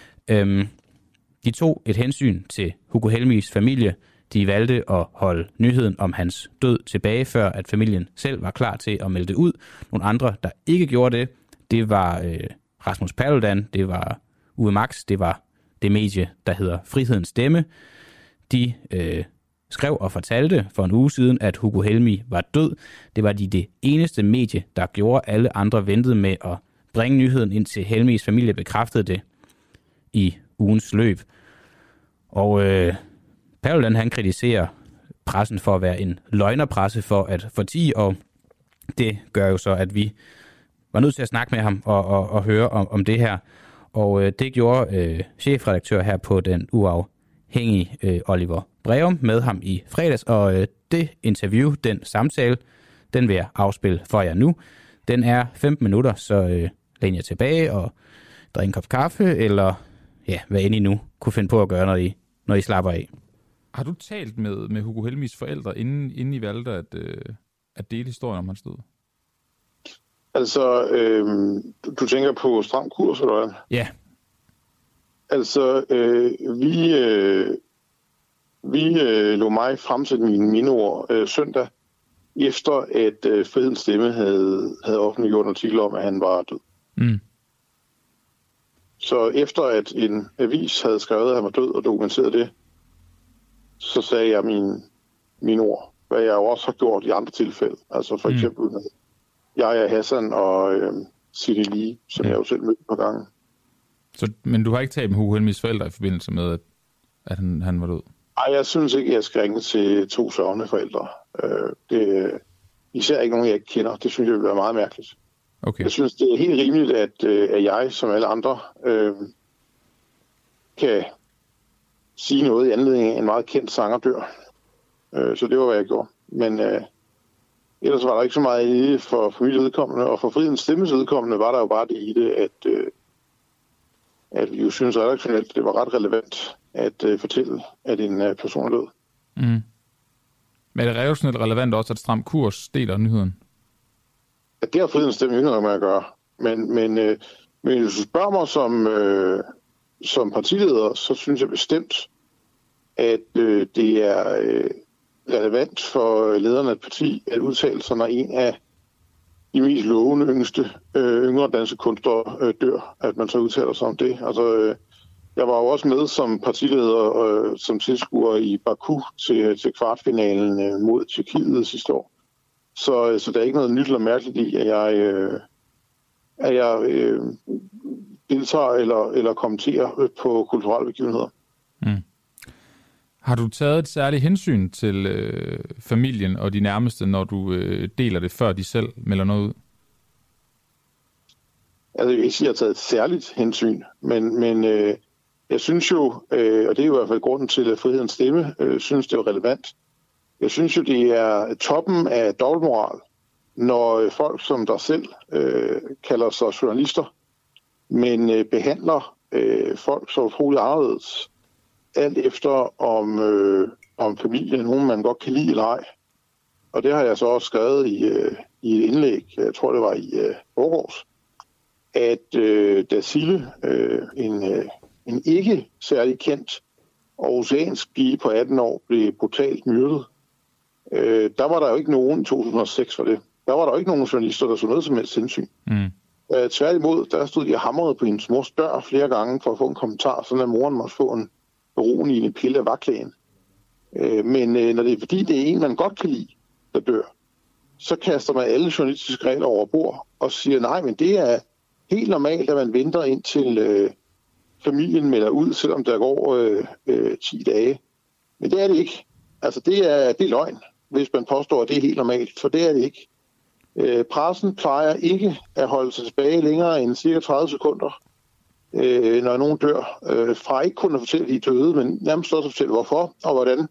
Speaker 1: De tog et hensyn til Hugo Helmigs familie. De valgte at holde nyheden om hans død tilbage, før at familien selv var klar til at melde det ud. Nogle andre, der ikke gjorde det var Rasmus Paludan, det var Uwe Max, det var det medie, der hedder Frihedens Stemme. De skrev og fortalte for en uge siden, at Hugo Helmig var død. Det var det eneste medie, der gjorde. Alle andre ventede med at bringe nyheden ind til Helmigs familie, bekræftede det i ugens løb. Og Paludan, han kritiserer pressen for at være en løgnerpresse for at fortie, og det gør jo så, at vi var nødt til at snakke med ham og høre om det her. Og det gjorde chefredaktør her på Den Uafhængige, Oliver Breum, med ham i fredags, og det interview, den samtale, den vil jeg afspille for jer nu. Den er 15 minutter, så læn jer tilbage og drik en kop kaffe, eller ja, hvad end I nu kunne finde på at gøre, når I slapper af.
Speaker 7: Har du talt med Hugo Helmigs forældre, inden I valgte at dele historien om hans død?
Speaker 4: Altså, du tænker på stram kurs, eller hvad?
Speaker 7: Ja.
Speaker 4: Altså, vi lå mig fremsætte mine mindeord søndag, efter at Frihedens Stemme havde offentliggjort en artikel om, at han var død. Mm. Så efter at en avis havde skrevet, at han var død og dokumenteret det, så sagde jeg mine ord, hvad jeg jo også har gjort i andre tilfælde. Altså for eksempel med Yahya Hassan og Sidi Lee, som jeg jo selv mødte på gangen.
Speaker 7: Men du har ikke talt med Hugo Helmigs forældre i forbindelse med, at han var død?
Speaker 4: Nej, jeg synes ikke, jeg skal ringe til 2 sørgende forældre. Især ikke nogen, jeg ikke kender. Det synes jeg vil være meget mærkeligt. Okay. Jeg synes, det er helt rimeligt, at jeg, som alle andre, kan sige noget i anledning af en meget kendt sanger dør. Så det var, hvad jeg gjorde. Men ellers var der ikke så meget i det for familiens vedkommende, og for Frihedens Stemmes vedkommende var der jo bare det i det, at vi jo synes redaktionelt, det var ret relevant at fortælle, at en person er død.
Speaker 7: Mm. Men er det redaktionelt relevant også, at Stram Kurs deler nyheden?
Speaker 4: Ja, det har Frihedens Stemme ikke noget med at gøre. Men hvis du spørger mig som partileder, så synes jeg bestemt, at det er relevant for lederne af et parti at udtale sig, når en af de mest lovende yngre danske kunstnere dør, at man så udtaler sig om det. Altså, jeg var jo også med som partileder som tilskuer i Baku til kvartfinalen mod Tyrkiet sidste år. Så der er ikke noget nyt eller mærkeligt i, at jeg deltager eller kommenterer på kulturelle begivenheder. Mm.
Speaker 7: Har du taget et særligt hensyn til familien og de nærmeste, når du deler det, før de selv melder noget ud?
Speaker 4: Altså, jeg vil ikke sige, at jeg har taget et særligt hensyn, men jeg synes jo, og det er jo i hvert fald grunden til, at Frihedens Stemme synes, det er relevant. Jeg synes jo, det er toppen af dobbeltmoral, når folk som dig selv kalder sig journalister, men behandler folk så utroligt anderledes, alt efter om familien er nogen, man godt kan lide eller ej. Og det har jeg så også skrevet i et indlæg, jeg tror det var i Aarhus, at da Sille, en ikke særlig kendt aarhusiansk pige på 18 år, blev brutalt myrdet, der var der jo ikke nogen i 2006 for det. Der var der jo ikke nogen journalister, der så noget som helst hensyn. Mm. Tværtimod, der stod de og hamrede på hendes mors dør flere gange for at få en kommentar, sådan at moren måtte få en beroligende pille af vagtlægen. Men når det er fordi, det er en, man godt kan lide, der dør, så kaster man alle journalistiske regler over bord og siger, nej, men det er helt normalt, at man venter indtil familien melder ud, selvom der går 10 dage. Men det er det ikke. Altså, det er løgn, hvis man påstår, at det er helt normalt, for det er det ikke. Pressen plejer ikke at holde sig tilbage længere end cirka 30 sekunder, når nogen dør, fra ikke kun at fortælle, de døde, men nærmest også at fortælle, hvorfor og hvordan,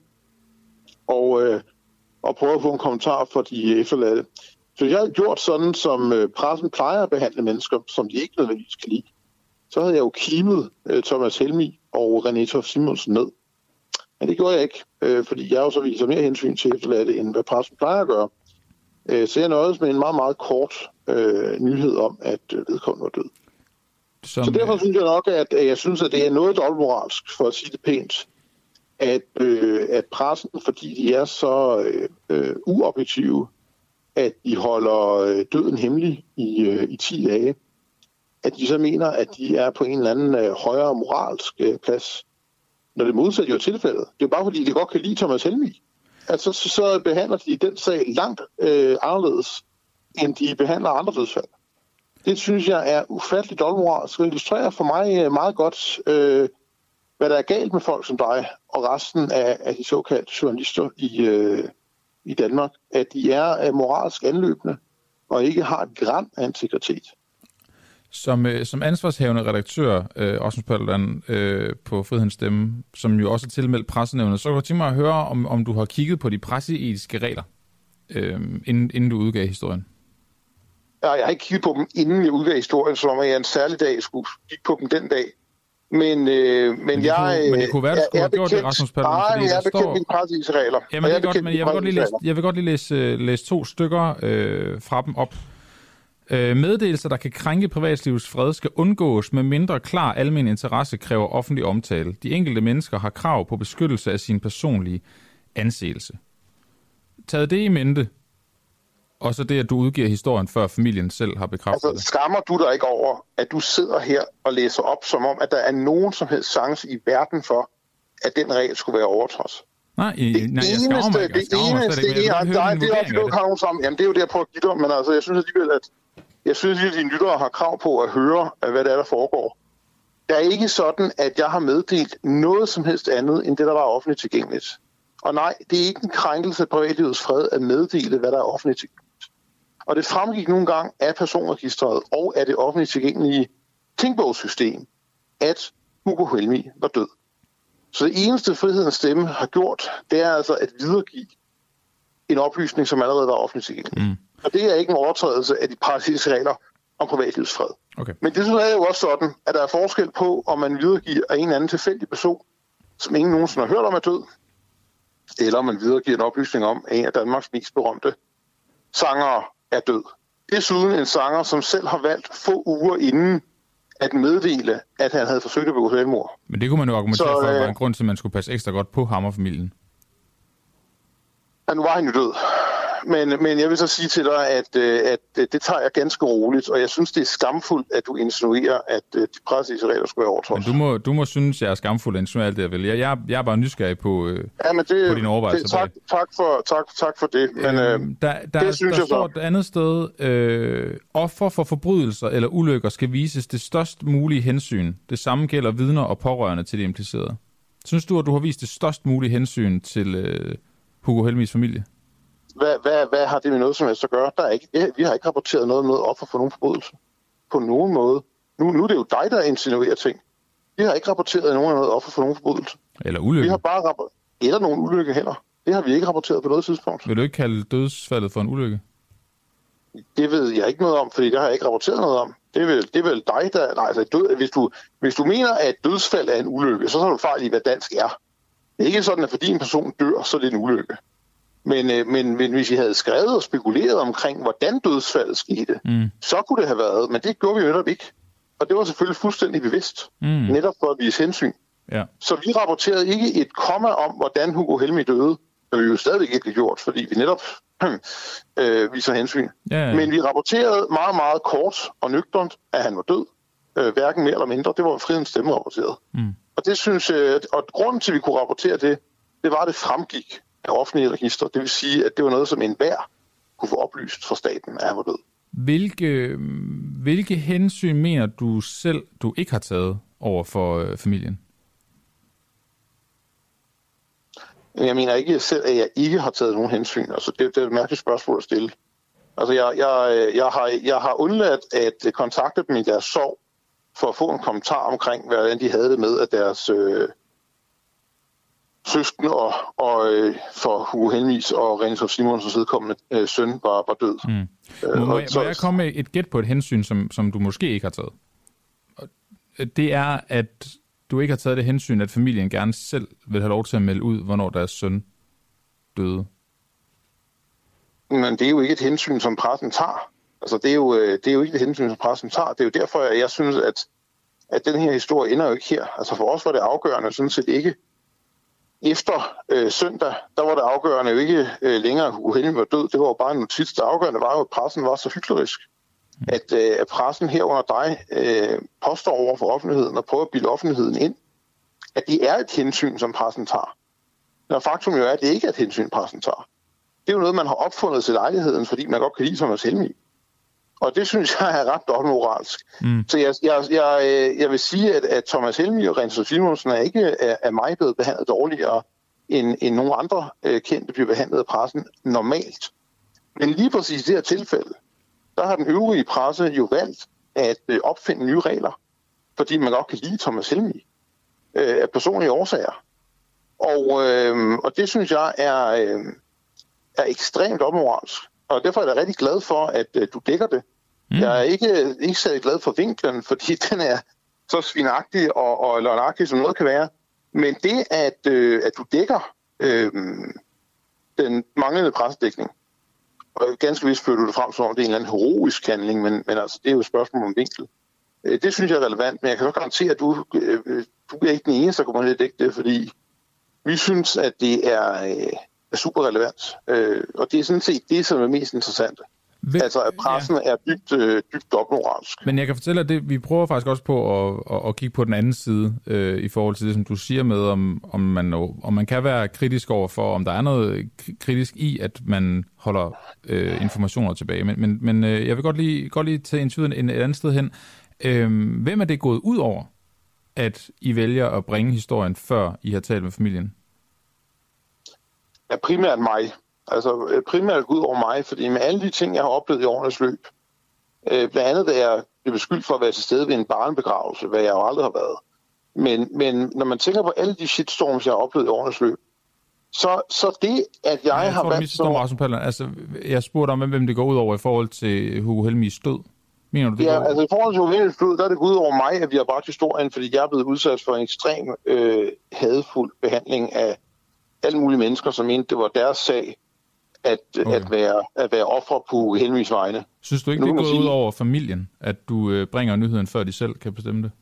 Speaker 4: og prøve at få en kommentar for de efterladte. Så jeg havde gjort sådan, som pressen plejer at behandle mennesker, som de ikke nødvendigvis kan lide. Så havde jeg jo kimet Thomas Helmig og René Toft Simonsen ned. Men det gjorde jeg ikke, fordi jeg også viser mere hensyn til efterladte, end hvad pressen plejer at gøre. Så jeg nøjedes med en meget, meget kort nyhed om, at vedkommende var død. Så derfor synes jeg nok, at jeg synes, at det er noget dobbeltmoralsk, for at sige det pænt, at pressen, fordi de er så uobjektive, at de holder døden hemmelig i 10 dage, at de så mener, at de er på en eller anden højere moralsk plads, når det modsatte jo er tilfældet. Det er jo bare fordi, de godt kan lide Thomas Helmig. Altså, så behandler de den sag langt anderledes, end de behandler andre dødsfald. Det synes jeg er ufatteligt dobbeltmoralsk. Det illustrerer for mig meget godt, hvad der er galt med folk som dig og resten af de såkaldte journalister i Danmark. At de er moralsk anløbende og ikke har et gran af integritet.
Speaker 7: Som ansvarshavende redaktør, Rasmus Paludan, på Frihedens Stemme, som jo også er tilmeldt pressenævnet, så kunne jeg tænke mig at høre, om du har kigget på de presseetiske regler, inden du udgav historien.
Speaker 4: Ja, jeg har ikke kigget på dem, inden jeg udgav historien, som om jeg en særlig dag skulle kigge på dem den dag. Men
Speaker 7: det kunne være, du skulle have gjort det, Rasmus Paludan.
Speaker 4: Nej, jeg er bekendt med de presseetiske regler.
Speaker 7: Jamen, det er godt, men jeg vil godt lige læse 2 stykker fra dem op. Meddelelser, der kan krænke privatlivets fred, skal undgås med mindre klar almen interesse, kræver offentlig omtale. De enkelte mennesker har krav på beskyttelse af sin personlige anseelse. Tag det i mente, og så det, at du udgiver historien, før familien selv har bekræftet det.
Speaker 4: Skammer du dig ikke over, at du sidder her og læser op, som om, at der er nogen som helst chance i verden for, at den regel skulle være overtrådt?
Speaker 7: Nej, jeg skammer mig ikke.
Speaker 4: Det er jo det, jeg prøver at give dig, men altså, jeg synes alligevel, at dine lyttere har krav på at høre, hvad det er, der foregår. Det er ikke sådan, at jeg har meddelt noget som helst andet, end det, der var offentligt tilgængeligt. Og nej, det er ikke en krænkelse af privatlivets fred at meddele, hvad der er offentligt tilgængeligt. Og det fremgik nogle gange af personregistret og af det offentligt tilgængelige tænkbogssystem, at Hugo Helmig var død. Så det eneste Frihedens Stemme har gjort, det er altså at videregive en oplysning, som allerede var offentligt tilgængelig. Og det er ikke en overtrædelse af de presseetiske regler om privatlivets fred. Okay. Men det er jo også sådan, at der er forskel på, om man videregiver en eller anden tilfældig person, som ingen nogensinde har hørt om er død, eller om man videregiver en oplysning om, at en af Danmarks mest berømte sangere er død. Desuden en sanger, som selv har valgt få uger inden at meddele, at han havde forsøgt at begå selvmord.
Speaker 7: Men det kunne man jo argumentere for, at der var en grund til, at man skulle passe ekstra godt på ham og familien.
Speaker 4: Ja, nu var han jo død. Men jeg vil så sige til dig, at det tager jeg ganske roligt, og jeg synes, det er skamfuldt, at du insinuerer, at de presseetiske regler skulle være overtrådt.
Speaker 7: Men du må synes, jeg er skamfuld at insinuere alt det, jeg vil. Jeg er bare nysgerrig på dine overvejelser.
Speaker 4: Tak for det. Men,
Speaker 7: der står et andet sted, offer for forbrydelser eller ulykker skal vises det størst mulige hensyn. Det samme gælder vidner og pårørende til de implicerede. Synes du, at du har vist det størst mulige hensyn til Hugo Helmigs familie?
Speaker 4: Hvad har det med noget som helst at gøre? Vi har ikke rapporteret noget offer for nogen forbrydelse. På nogen måde. Nu er det jo dig, der insinuerer ting. Vi har ikke rapporteret noget offer for nogen forbrydelse.
Speaker 7: Eller ulykke.
Speaker 4: Vi har bare eller nogen ulykke heller. Det har vi ikke rapporteret på noget tidspunkt.
Speaker 7: Vil du ikke kalde dødsfaldet for en ulykke?
Speaker 4: Det ved jeg ikke noget om, fordi det har jeg ikke rapporteret noget om. Det er vel dig, der... Nej, altså, hvis du mener, at dødsfald er en ulykke, så er du fejl i, hvad dansk er. Det er ikke sådan, at fordi en person dør, så er det en ulykke. Men hvis I havde skrevet og spekuleret omkring, hvordan dødsfaldet skete, så kunne det have været. Men det gjorde vi jo netop ikke. Og det var selvfølgelig fuldstændig bevidst. Netop for at vise hensyn. Ja. Så vi rapporterede ikke et komma om, hvordan Hugo Helmig døde. Det vi jo stadigvæk ikke gjort, fordi vi netop viser hensyn. Ja. Men vi rapporterede meget, meget kort og nøgternt, at han var død. Hverken mere eller mindre. Det var Frihedens Stemme rapporteret. Og det synes jeg, og grunden til, at vi kunne rapportere det det var, at det fremgik af offentlige register. Det vil sige, at det var noget, som enhver kunne få oplyst fra staten, at han var død.
Speaker 7: Hvilke hensyn mener du selv, du ikke har taget over for familien?
Speaker 4: Jeg mener ikke selv, at jeg ikke har taget nogen hensyn. Altså, det er et mærkeligt spørgsmål at stille. Altså, jeg har undladt at kontakte dem i deres sorg, for at få en kommentar omkring, hvordan de havde det med, at deres søsken og for Hugo Helmis og René Toft Simonsens vedkommende søn var død.
Speaker 7: Må jeg komme med et gæt på et hensyn, som du måske ikke har taget? Det er, at du ikke har taget det hensyn, at familien gerne selv vil have lov til at melde ud, hvornår deres søn døde.
Speaker 4: Men det er jo ikke et hensyn, som pressen tager. Altså, det er jo ikke et hensyn, som pressen tager. Det er jo derfor, jeg synes, at den her historie ender jo ikke her. Altså, for os var det afgørende, sådan set ikke. Efter søndag, der var det afgørende jo ikke længere, at Hugo Helmi var død. Det var jo bare en notits. Det afgørende var jo, at pressen var så hyklerisk, at pressen herunder dig påstår over for offentligheden og prøver at bilde offentligheden ind, at det er et hensyn, som pressen tager. Når faktum jo er, at det ikke er et hensyn, pressen tager. Det er jo noget, man har opfundet til lejligheden, fordi man godt kan lide Thomas Helmig. Og det synes jeg er ret dobbeltmoralsk. Så jeg vil sige, at Thomas Helmig og René Toft Simonsen er ikke af mig blevet behandlet dårligere, end nogle andre kendte bliver behandlet af pressen normalt. Men lige præcis i det her tilfælde, der har den øvrige presse jo valgt at opfinde nye regler, fordi man godt kan lide Thomas Helmig af personlige årsager. Og det synes jeg er ekstremt omoralsk. Og derfor er jeg rigtig glad for, at du dækker det. Jeg er ikke særlig glad for vinklen, fordi den er så svinagtig og løgnagtig, som noget kan være. Men det, at du dækker den manglende pressedækning, og ganske vist fører du det frem, som om det er en eller anden heroisk handling, men altså, det er jo et spørgsmål om vinkel. Det synes jeg er relevant, men jeg kan også garantere, at du er ikke den eneste, der kommer til at dække det, fordi vi synes, at det er super relevant. Og det er sådan set det, som er mest interessant. Altså, at pressen er dybt dobbeltmoralsk.
Speaker 7: Men jeg kan fortælle, at vi prøver faktisk også på at kigge på den anden side, i forhold til det, som du siger med, om man kan være kritisk over for, om der er noget kritisk i, at man holder informationer tilbage. Men jeg vil godt lige tage interviewen et andet sted hen. Hvem er det gået ud over, at I vælger at bringe historien, før I har talt med familien?
Speaker 4: Ja, primært mig. Altså primært ud over mig, fordi med alle de ting, jeg har oplevet i årenes løb, blandt andet, da jeg blev beskyldt for at være til stede ved en barnebegravelse, hvad jeg jo aldrig har været. Men når man tænker på alle de shitstorms, jeg har oplevet i årenes løb, så det, at jeg har valgt...
Speaker 7: Altså, jeg spurgte om, hvem det går ud over i forhold til Hugo Helmis død. Mener du det?
Speaker 4: Ja, altså i forhold til Hugo Helmis død, der er det gået ud over mig, at vi har bragt historien, fordi jeg er blevet udsat for en ekstrem hadefuld behandling af alle mulige mennesker, som mente, det var deres sag at være ofre på Hugo Helmis vegne.
Speaker 7: Synes du ikke, det er gået ud over familien, at du bringer nyheden, før de selv kan bestemme det?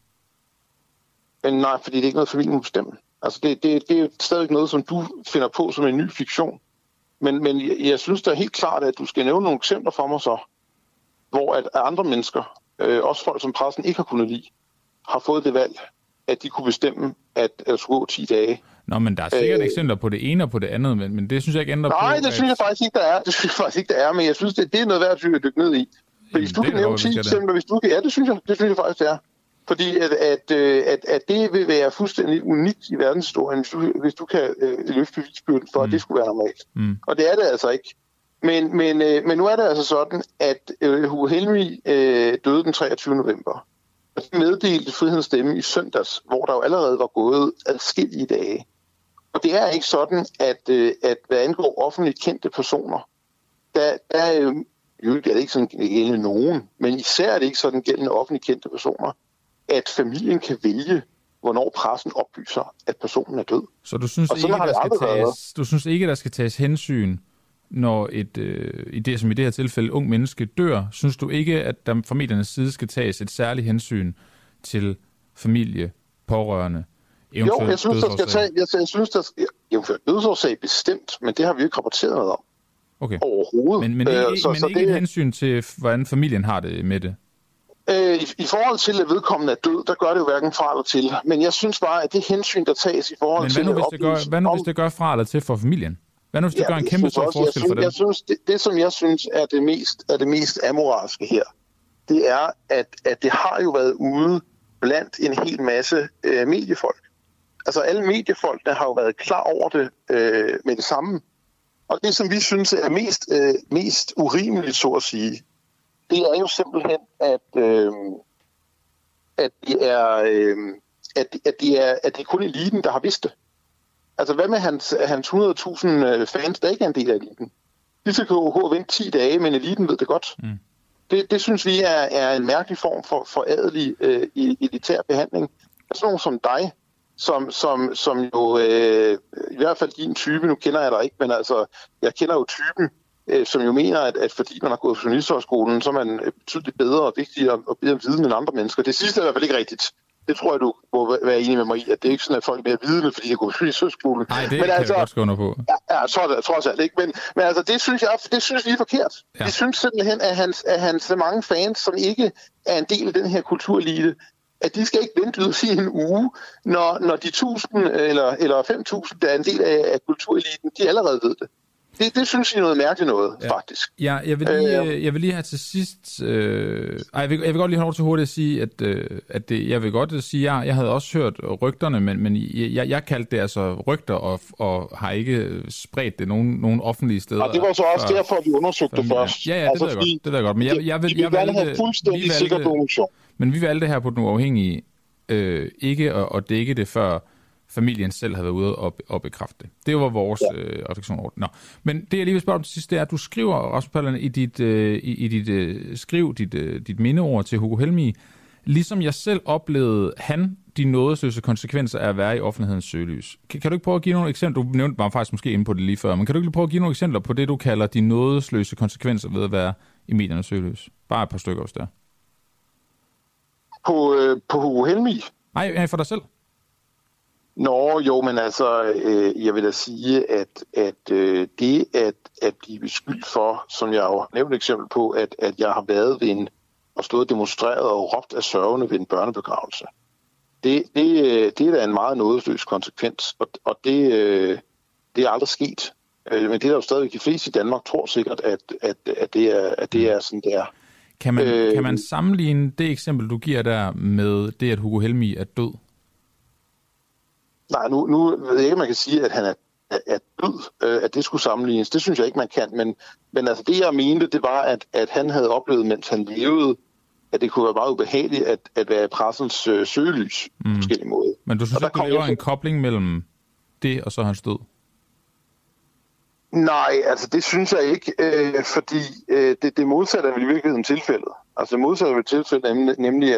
Speaker 4: Nej, fordi det er ikke noget, familien må bestemme. Altså, det er jo stadig noget, som du finder på som en ny fiktion. Men jeg synes da helt klart, at du skal nævne nogle eksempler for mig så, hvor at andre mennesker, også folk, som pressen ikke har kunnet lide, har fået det valg, at de kunne bestemme, at der skulle gå 10 dage.
Speaker 7: Nå, men der er sikkert eksempler på det ene og på det andet, men det synes jeg ikke ændrer på.
Speaker 4: Nej, det synes jeg faktisk ikke, der er. Det synes jeg faktisk ikke, der er, men jeg synes, det er noget værd at dykke ned i. Hvis du kan nævne 10 eksempler, det synes jeg faktisk, det er. Fordi at det vil være fuldstændig unikt i verdenshistorien, hvis du kan løfte bevisbyrden for, at det skulle være normalt. Og det er det altså ikke. Men nu er det altså sådan, at Hugo Helmi døde den 23. november. Og de meddelte Frihedens Stemme i søndags, hvor der jo allerede var gået adskillige dage. Og det er ikke sådan, at hvad angår offentligt kendte personer, der er det ikke sådan gældende nogen, men især er det ikke sådan gældende offentligt kendte personer, at familien kan vælge, hvornår pressen oplyser, at personen er død.
Speaker 7: Så du synes ikke, der skal tages hensyn, når i det her tilfælde ung menneske dør? Synes du ikke, at der fra mediernes side skal tages et særligt hensyn til familie, pårørende, eventuelt dødsårsag? Jo,
Speaker 4: jeg synes, der skal dødsårsag bestemt, men det har vi jo ikke rapporteret noget om.
Speaker 7: Okay.
Speaker 4: Overhovedet.
Speaker 7: Men ikke et hensyn til, hvordan familien har det med det?
Speaker 4: I forhold til, at vedkommende er død, der gør det jo hverken fra eller til. Men jeg synes bare, at det hensyn, der tages i forhold til...
Speaker 7: Hvad nu, hvis det gør fra eller til for familien? Hvad nu, hvis det gør en kæmpe stor forskel for dem?
Speaker 4: Jeg synes, det, som jeg synes er det mest amoralske her, det er, at det har jo været ude blandt en hel masse mediefolk. Altså alle mediefolkene har jo været klar over det med det samme. Og det, som vi synes er mest urimeligt, så at sige, det er jo simpelthen, at det er kun eliten, der har vidst det. Altså hvad med hans 100.000 fans, der ikke er en del af eliten? De skal gå og vente 10 dage, men eliten ved det godt. Mm. Det synes vi er en mærkelig form for adelig elitær behandling. Altså nogen som dig, som jo i hvert fald din type, nu kender jeg dig ikke, men altså jeg kender jo typen, som jo mener, at fordi man har gået på journalisthøjskolen, så er man betydeligt bedre og vigtigere og bedre viden end andre mennesker. Det sidste er i hvert fald ikke rigtigt. Det tror jeg, du må være enig med mig i, at det er ikke sådan, at folk er mere vidende, fordi de går på journalisthøjskolen.
Speaker 7: Nej, det kan jeg godt skrive under på.
Speaker 4: Ja, trods alt ikke. Men altså, det synes vi er forkert. Ja. Vi synes simpelthen, at hans mange fans, som ikke er en del af den her kulturelite, at de skal ikke vente ud i en uge, når de 1000 eller 5000, der er en del af kultureliten, de allerede ved det. Det synes jeg er noget mærkeligt noget, faktisk.
Speaker 7: Ja, jeg vil lige have til sidst... jeg vil godt lige have lov til hurtigt at sige, at jeg vil godt sige, at jeg havde også hørt rygterne, men jeg kaldte det altså rygter, og har ikke spredt det nogen offentlige steder.
Speaker 4: Og det var så også derfor, vi undersøgte det først.
Speaker 7: Ja, det ved jeg godt. Men jeg vil
Speaker 4: gerne have fuldstændig sikker dokumentation.
Speaker 7: Men vi valgte her på Den Uafhængige ikke at dække det, før familien selv havde været ude og bekræfte det. Det var vores refleksion over det. Nå. Men det, jeg lige vil spørge om til sidst, det er, at du skriver, Rasmus Paludan, dit mindeord til Hugo Helmig, ligesom jeg selv oplevede de nådesløse konsekvenser af at være i offentlighedens søgelys. Kan du ikke prøve at give nogle eksempler? Du nævnte mig faktisk måske inde på det lige før, men kan du ikke prøve at give nogle eksempler på det, du kalder de nådesløse konsekvenser ved at være i mediernes søgelys? Bare et par stykker også der.
Speaker 4: På Hugo Helmig?
Speaker 7: Nej, for dig selv.
Speaker 4: Men altså, jeg vil da sige, at det at blive beskyldt for, som jeg jo har nævnt et eksempel på, at jeg har været ved og stået demonstreret og råbt af sørgende ved en børnebegravelse, det er da en meget nådesløs konsekvens, og det er aldrig sket. Men det er der jo stadigvæk de fleste i Danmark tror sikkert, at det er sådan, det er.
Speaker 7: Kan man sammenligne det eksempel, du giver der, med det, at Hugo Helmig er død?
Speaker 4: Nej, nu ved jeg ikke, man kan sige, at han er død, at det skulle sammenlignes. Det synes jeg ikke, man kan. Men altså det, jeg mente, det var, at han havde oplevet, mens han levede, at det kunne være meget ubehageligt at være i pressens søgelys på forskellige måder.
Speaker 7: Men du synes ikke, du laver en kobling mellem det og så hans død?
Speaker 4: Nej, altså det synes jeg ikke, fordi det modsatte er vel i virkeligheden tilfældet. Altså modsatte er vel tilfældet, nemlig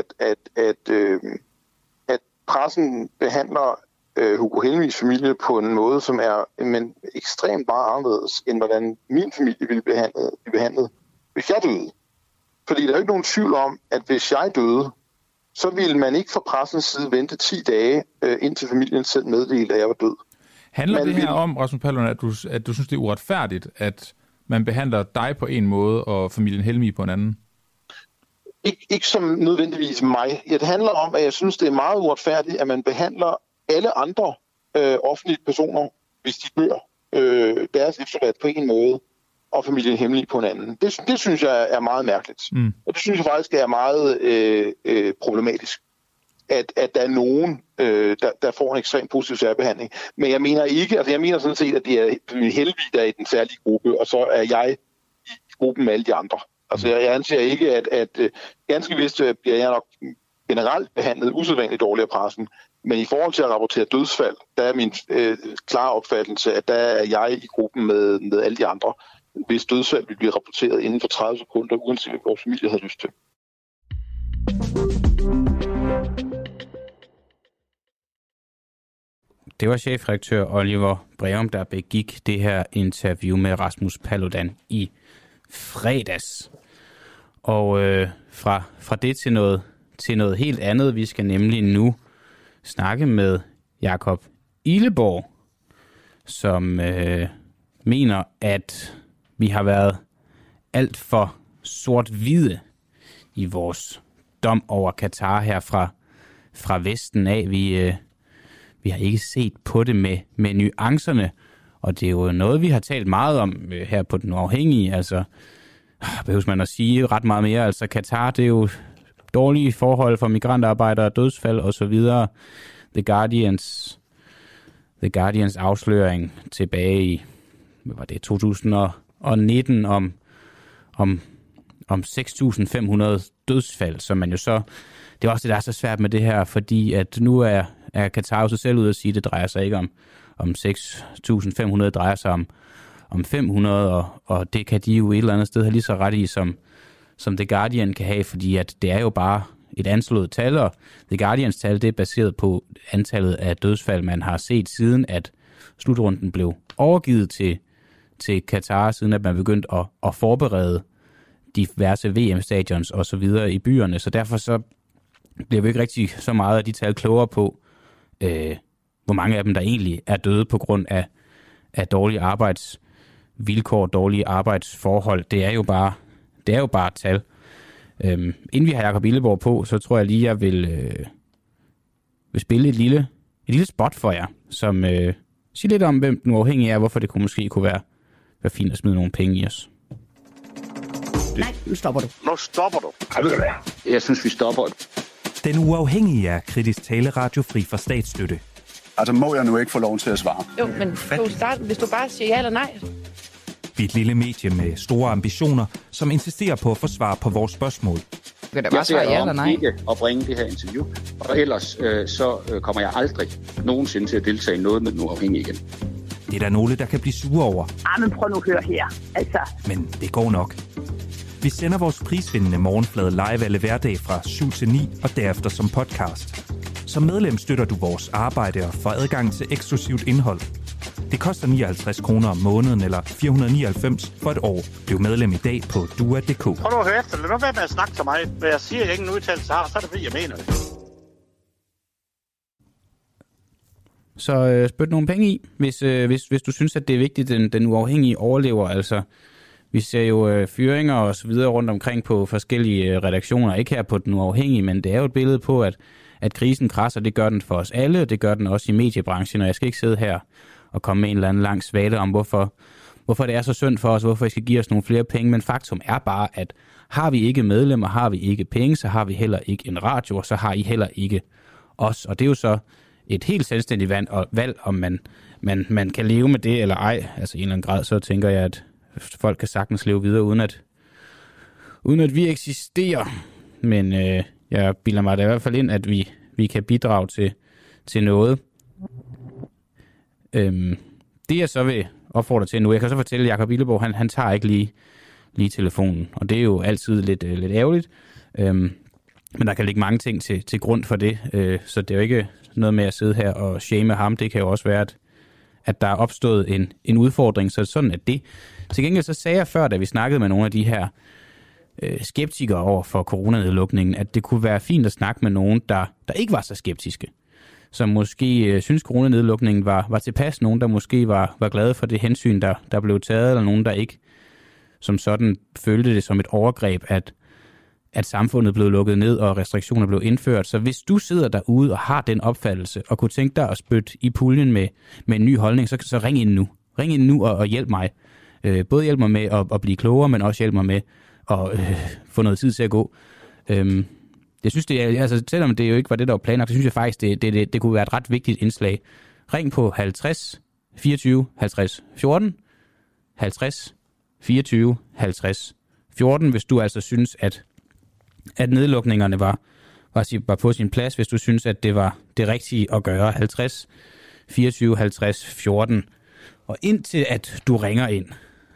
Speaker 4: at pressen behandler Hugo Helmigs familie på en måde, som er ekstremt meget anderledes, end hvordan min familie ville blive behandlet, hvis jeg døde. Fordi der er jo ikke nogen tvivl om, at hvis jeg døde, så ville man ikke fra pressens side vente 10 dage, indtil familien selv meddelte, at jeg var død.
Speaker 7: Handler det her om, Rasmus Paludan, at du synes, det er uretfærdigt, at man behandler dig på en måde, og familien Helmig på en anden?
Speaker 4: Ikke som nødvendigvis mig. Det handler om, at jeg synes, det er meget uretfærdigt, at man behandler alle andre offentlige personer, hvis de dør, deres efterladt på en måde, og familien Helmig på en anden. Det synes jeg er meget mærkeligt. Og det synes jeg faktisk er meget problematisk. At der er nogen, der får en ekstremt positiv særbehandling. Men jeg mener ikke, altså jeg mener sådan set, at det er familien Helmig, der er i den særlige gruppe, og så er jeg i gruppen med alle de andre. Altså jeg anser ikke, at ganske vist bliver jeg nok generelt behandlet usædvanligt dårligt af pressen, men i forhold til at rapportere dødsfald, der er min klare opfattelse, at der er jeg i gruppen med alle de andre, hvis dødsfald vil blive rapporteret inden for 30 sekunder, uanset hvad vores familie havde lyst til.
Speaker 1: Det var chefredaktør Oliver Breum, der begik det her interview med Rasmus Paludan i fredags. Og fra det til noget helt andet. Vi skal nemlig nu snakke med Jakob Illeborg, som mener, at vi har været alt for sort-hvide i vores dom over Katar her fra Vesten af. Vi har ikke set på det med nuancerne, og det er jo noget, vi har talt meget om her på Den Uafhængige. Altså, behøves man at sige ret meget mere. Altså, Katar, det er jo dårlige forhold for migrantarbejdere, dødsfald osv. The Guardians afsløring tilbage i 2019 om 6.500 dødsfald, som man jo så... Det er også det, der er så svært med det her, fordi at nu er Katar jo sig selv ud at sige, at det drejer sig ikke om 6.500, drejer sig om 500, og det kan de jo et eller andet sted have lige så ret i, som The Guardian kan have, fordi at det er jo bare et anslået tal, og The Guardians tal, det er baseret på antallet af dødsfald, man har set siden, at slutrunden blev overgivet til Katar, siden at man begyndte at forberede diverse VM-stadions og så videre i byerne, så derfor så bliver vi ikke rigtig så meget af de tal klogere på, hvor mange af dem, der egentlig er døde på grund af dårlige arbejdsvilkår, dårlige arbejdsforhold. Det er jo bare et tal. Inden vi har Jakob Illeborg på, så tror jeg lige, jeg vil spille et lille spot for jer, som siger lidt om, hvem Den Uafhængige er, hvorfor det måske kunne være fint at smide nogle penge i os.
Speaker 8: Nej, nu stopper du.
Speaker 6: Nu stopper du.
Speaker 3: Jeg synes, vi stopper.
Speaker 8: Den Uafhængige er kritisk taleradio fri for statsstøtte.
Speaker 9: Altså, må jeg nu ikke få lov til at svare?
Speaker 10: Jo, men hvis du bare siger ja eller nej.
Speaker 8: Vi er et lille medie med store ambitioner, som insisterer på at få svar på vores spørgsmål.
Speaker 10: Kan da bare svare ja eller nej?
Speaker 3: Ikke at bringe det her interview, og ellers så kommer jeg aldrig nogensinde til at deltage i noget med Den Uafhængige igen.
Speaker 8: Det er der nogle, der kan blive sure over.
Speaker 11: Men prøv nu at høre her. Altså.
Speaker 8: Men det går nok. Vi sender vores prisvindende morgenflade live alle hverdage fra 7 til 9 og derefter som podcast. Som medlem støtter du vores arbejde og får adgang til eksklusivt indhold. Det koster 59 kroner om måneden eller 499 for et år. Bliv medlem i dag på dua.dk.
Speaker 6: Prøv nu at høre efter. Lad nu være med at snakke til mig. Hvad jeg siger, jeg ikke en udtalelse har, så er det fordi, jeg mener det.
Speaker 1: Så spyt nogle penge i, hvis du synes, at det er vigtigt, at Den Uafhængige overlever. Altså, vi ser jo fyringer og så videre rundt omkring på forskellige redaktioner. Ikke her på Den Uafhængige, men det er jo et billede på, at krisen krasser. Det gør den for os alle, og det gør den også i mediebranchen. Og jeg skal ikke sidde her og komme med en eller anden lang svale om, hvorfor det er så synd for os, hvorfor I skal give os nogle flere penge. Men faktum er bare, at har vi ikke medlemmer, har vi ikke penge, så har vi heller ikke en radio, og så har I heller ikke os. Og det er jo så et helt selvstændigt valg, om man kan leve med det eller ej. Altså i en eller anden grad, så tænker jeg, at folk kan sagtens leve videre, uden at vi eksisterer. Men jeg bilder mig da i hvert fald ind, at vi kan bidrage til noget. Det jeg så vil opfordre til nu, jeg kan så fortælle, at Jakob Illeborg, han tager ikke lige telefonen, og det er jo altid lidt ærgerligt. Men der kan ligge mange ting til grund for det, så det er jo ikke noget med at sidde her og shame ham. Det kan jo også være, at der er opstået en udfordring, så sådan er det. Til gengæld så sagde jeg før, da vi snakkede med nogle af de her skeptikere over for coronanedlukningen, at det kunne være fint at snakke med nogen, der ikke var så skeptiske. Som måske synes coronanedlukningen var tilpas. Nogen, der måske var glade for det hensyn, der blev taget, eller nogen, der ikke som sådan følte det som et overgreb, at samfundet blev lukket ned, og restriktioner blev indført. Så hvis du sidder derude og har den opfattelse, og kunne tænke dig at spytte i puljen med en ny holdning, så ring ind nu. Ring ind nu og hjælp mig. Både hjælp mig med at blive klogere, men også hjælp mig med at få noget tid til at gå. Jeg synes, selvom det jo ikke var det, der var planlagt, så synes jeg faktisk, det kunne være et ret vigtigt indslag. Ring på 50 24 50 14, 50 24 50 14, hvis du altså synes, at nedlukningerne var på sin plads, hvis du synes, at det var det rigtige at gøre. 50 24 50 14. Og indtil at du ringer ind,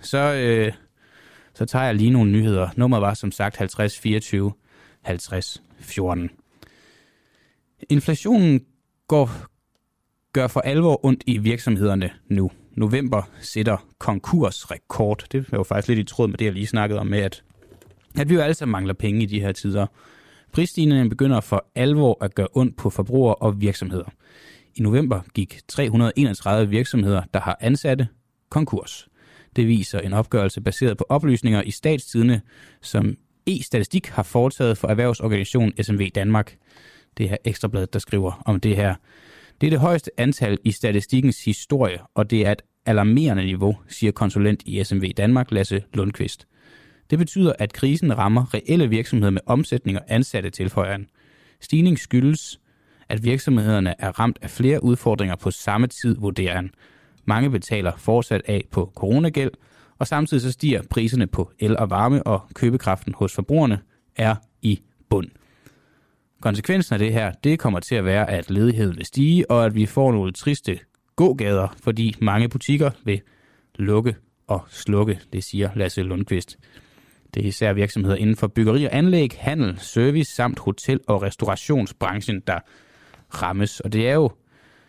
Speaker 1: så tager jeg lige nogle nyheder. Nummeret var som sagt 50 24 50 14. Inflationen gør for alvor ondt i virksomhederne nu. November sætter konkursrekord. Det er jo faktisk lidt i tråd med det, jeg lige snakkede om med, at vi jo alle sammen mangler penge i de her tider. Prisstigningen begynder for alvor at gøre ondt på forbrugere og virksomheder. I november gik 331 virksomheder, der har ansatte, konkurs. Det viser en opgørelse baseret på oplysninger i Statstidende, som E-Statistik har foretaget for erhvervsorganisationen SMV Danmark. Det her Ekstrabladet, der skriver om det her. Det er det højeste antal i statistikkens historie, og det er et alarmerende niveau, siger konsulent i SMV Danmark, Lasse Lundqvist. Det betyder, at krisen rammer reelle virksomheder med omsætning og ansatte, tilføjer han. Stigning skyldes, at virksomhederne er ramt af flere udfordringer på samme tid, vurderer han. Mange betaler fortsat af på coronagæld, og samtidig så stiger priserne på el og varme, og købekraften hos forbrugerne er i bund. Konsekvensen af det her, det kommer til at være, at ledigheden vil stige, og at vi får nogle triste gågader, fordi mange butikker vil lukke og slukke, det siger Lasse Lundqvist. Det er især virksomheder inden for byggeri og anlæg, handel, service samt hotel- og restaurationsbranchen, der rammes. Og det er jo,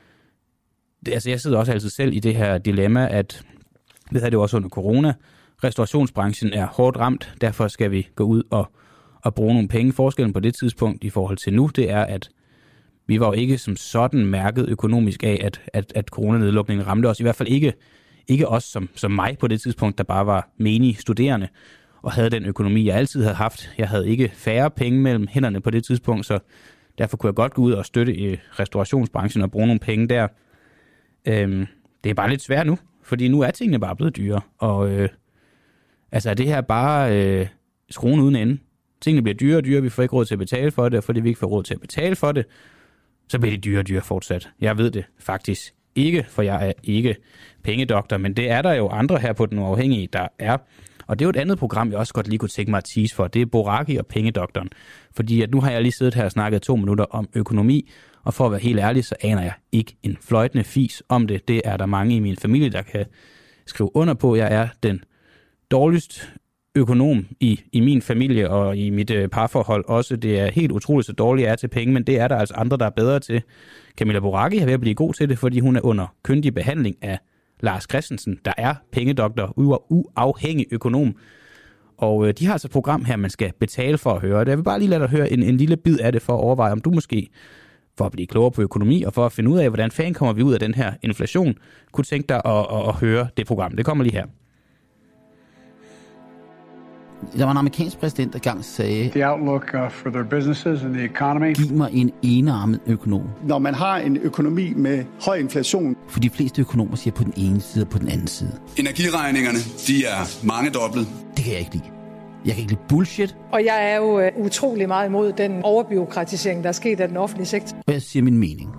Speaker 1: altså jeg sidder også altid selv i det her dilemma, at det her det også under corona. Restaurationsbranchen er hårdt ramt, derfor skal vi gå ud og bruge nogle penge. Forskellen på det tidspunkt i forhold til nu, det er, at vi var jo ikke som sådan mærket økonomisk af, at coronanedlukningen ramte os. I hvert fald ikke os som mig på det tidspunkt, der bare var menige studerende og havde den økonomi, jeg altid havde haft. Jeg havde ikke færre penge mellem hænderne på det tidspunkt, så derfor kunne jeg godt gå ud og støtte i restaurationsbranchen og bruge nogle penge der. Det er bare lidt svært nu, fordi nu er tingene bare blevet dyre. Og altså det her bare skruen uden ende. Tingene bliver dyre og dyre, vi får ikke råd til at betale for det, og fordi vi ikke får råd til at betale for det, så bliver det dyre og dyre fortsat. Jeg ved det faktisk ikke, for jeg er ikke pengedoktor, men det er der jo andre her på Den Uafhængige, der er. Og det er jo et andet program, jeg også godt lige kunne tænke mig at tease for. Det er Boraki og Pengedoktoren. Fordi at nu har jeg lige siddet her og snakket 2 minutter om økonomi, og for at være helt ærlig, så aner jeg ikke en fløjtende fis om det. Det er der mange i min familie, der kan skrive under på. Jeg er den dårligst økonom i min familie og i mit parforhold også. Det er helt utroligt, så dårligt jeg er til penge, men det er der altså andre, der er bedre til. Camilla Boraki er ved at blive god til det, fordi hun er under kyndig behandling af Lars Christensen, der er pengedoktor, uafhængig økonom. Og de har altså et program her, man skal betale for at høre det. Jeg vil bare lige lade dig høre en lille bid af det for at overveje, om du måske, for at blive klogere på økonomi og for at finde ud af, hvordan fanden kommer vi ud af den her inflation, kunne tænke dig at høre det program. Det kommer lige her.
Speaker 12: Der var en amerikansk præsident, der gang sagde,
Speaker 13: The outlook for their businesses and the economy.
Speaker 12: Giv mig en enarmet økonom.
Speaker 9: Når man har en økonomi med høj inflation.
Speaker 12: For de fleste økonomer siger på den ene side og på den anden side.
Speaker 9: Energiregningerne, de er mangedoblet.
Speaker 12: Det kan jeg ikke lide. Jeg kan ikke lide bullshit.
Speaker 14: Og jeg er jo utrolig meget imod den overbureaukratisering, der er sket af den offentlige sektor.
Speaker 12: Og jeg siger min mening.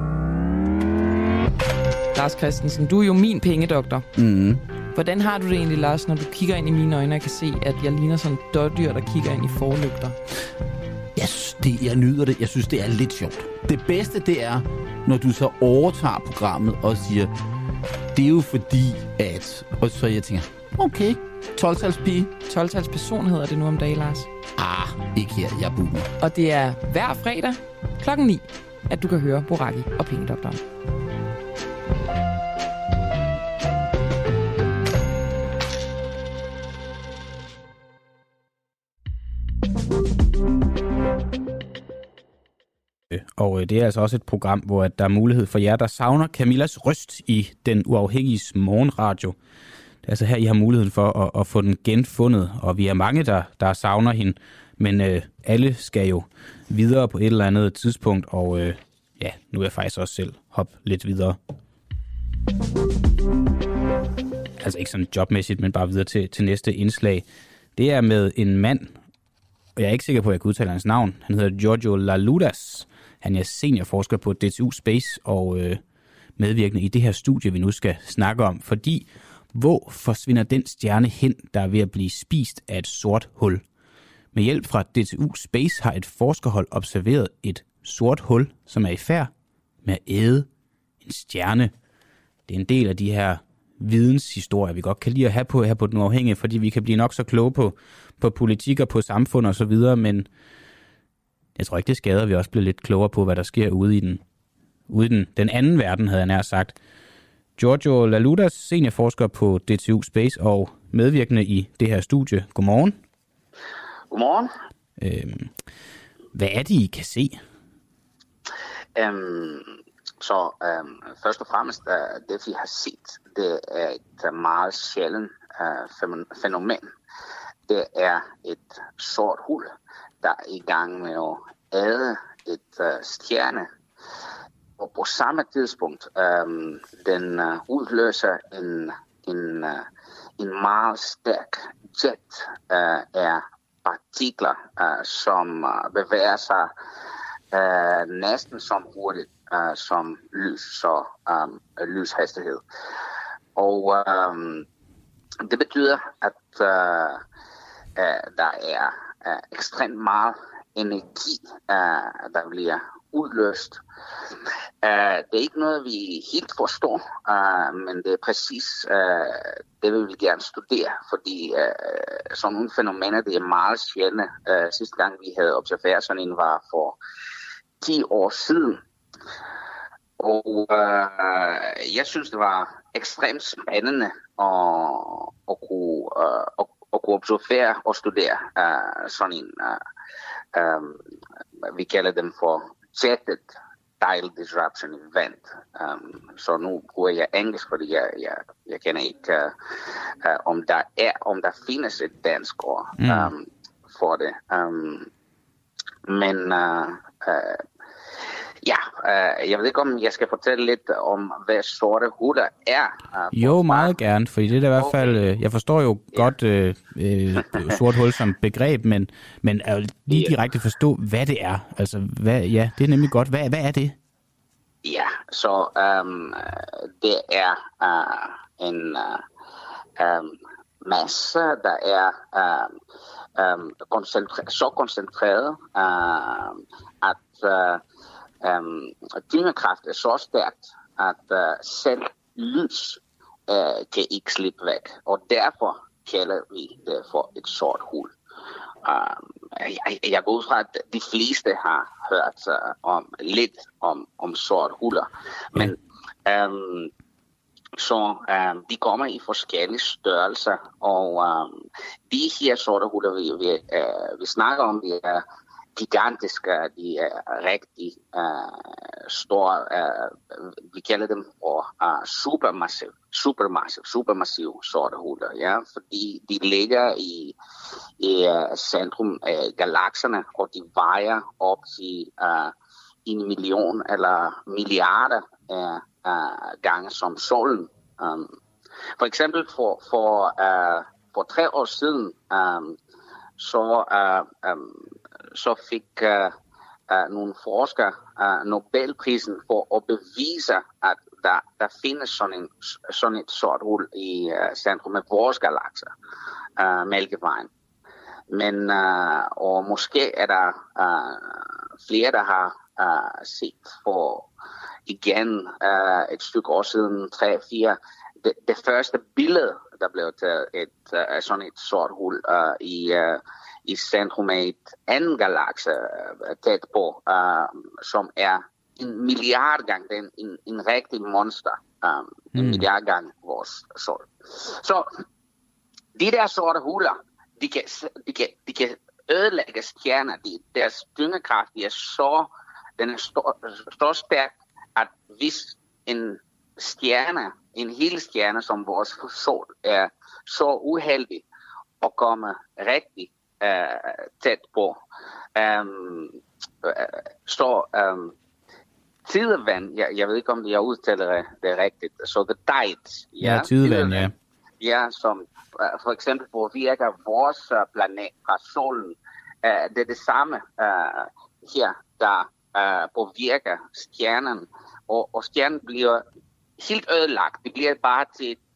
Speaker 10: Lars Christensen, du er jo min pengedoktor.
Speaker 12: Mhm.
Speaker 10: Hvordan har du det egentlig, Lars, når du kigger ind i mine øjne og kan se, at jeg ligner sådan en dårdyr, der kigger ind i forlygter?
Speaker 12: Jeg nyder det. Jeg synes, det er lidt sjovt. Det bedste, det er, når du så overtager programmet og siger, det er jo fordi, at... Og så jeg tænker, okay, 12-talspige.
Speaker 10: 12-talsperson hedder det nu om dagen, Lars.
Speaker 12: Ikke her, jeg boomer.
Speaker 10: Og det er hver fredag klokken 9, at du kan høre Boraki og Pengedoktoren.
Speaker 1: Og det er altså også et program, hvor der er mulighed for jer, der savner Camillas røst i Den Uafhængiges morgenradio. Det er altså her, I har muligheden for at få den genfundet, og vi er mange, der savner hende, men alle skal jo videre på et eller andet tidspunkt, og nu er jeg faktisk også selv hoppe lidt videre. Altså ikke sådan jobmæssigt, men bare videre til næste indslag. Det er med en mand, og jeg er ikke sikker på, at jeg kan udtale hans navn. Han hedder Giorgio Laludas. Han er seniorforsker på DTU Space og medvirkende i det her studie, vi nu skal snakke om. Fordi, hvor forsvinder den stjerne hen, der er ved at blive spist af et sort hul? Med hjælp fra DTU Space har et forskerhold observeret et sort hul, som er i færd med at æde en stjerne. Det er en del af de her videnshistorier, vi godt kan lide at have her på Den Uafhængige, fordi vi kan blive nok så kloge på politik og på samfund og så videre, men jeg tror ikke, det skader, at vi også bliver lidt klogere på, hvad der sker ude i den anden verden, havde jeg nær sagt. Giorgio Laludas, seniorforsker på DTU Space og medvirkende i det her studie. Godmorgen.
Speaker 15: Godmorgen.
Speaker 1: Hvad er det, I kan se?
Speaker 15: Først og fremmest, det vi har set, det er et meget sjældent fænomen. det er et sort hul, der er i gang med at æde et stjerne. Og på samme tidspunkt, den udløser en meget stærk jet af partikler, som bevæger sig næsten som hurtigt som lys, så lyshastighed. Og det betyder, at der er ekstremt meget energi, der bliver udløst. Det er ikke noget, vi helt forstår, men det er præcis det, vi vil gerne studere, fordi sådan nogle fænomener, det er meget sjældne. Sidste gang, vi havde observeret sådan en, var for 10 år siden. Og jeg synes, det var ekstremt spændende at kunne observere og studere sådan en, vi kalder dem for jetted tidal disruption event. Så nu bruger jeg engelsk, fordi jeg kender ikke, om der findes et dansk ord for det. Men jeg ved ikke, om jeg skal fortælle lidt om, hvad sorte huller er.
Speaker 1: Jo, meget gerne, fordi det er i hvert fald, jeg forstår jo godt sort hul som begreb, men lige direkte forstå, hvad det er. Altså, det er nemlig godt. Hvad er det?
Speaker 15: Ja, så det er en masse, der er så koncentreret, at tyngdekraft er så stærkt, at selv lys kan ikke slippe væk. Og derfor kalder vi det for et sort hul. Jeg går ud fra, at de fleste har hørt lidt om sort huller. Men de kommer i forskellige størrelser, og de her sorte huller, vi snakker om, de er gigantiske, de er rigtig store, vi kalder dem for supermassive sorte huller, ja, fordi de ligger i centrum af galakserne, og de vejer op til 1 million eller milliarder gange som solen. For eksempel for 3 år siden, så fik nogle forskere Nobelprisen for at bevise, at der findes sådan et sort hul i centrum af vores galakser, Mælkevejen. Men og måske er der flere, der har set for igen et stykke år siden, 3-4, det første billede, der blev taget sådan et sort hul i centrum af et andet galakse tæt på, som er 1 milliard gange, det er en rigtig monster, 1 milliard gange vores sol. Så de der sorte huller, de kan ødelægge stjerner. Deres tyngdekraft er så stærk, at hvis en hel stjerne som vores sol er så uheldig at komme rigtig tæt på, tidevand, jeg ved ikke om jeg udtaler det rigtigt, så the tide.
Speaker 1: Ja, tidevand, ja.
Speaker 15: Ja, som for eksempel påvirker vores planet fra solen. Det er det samme her, der påvirker stjernen, og stjernen bliver helt ødelagt. Det bliver bare til et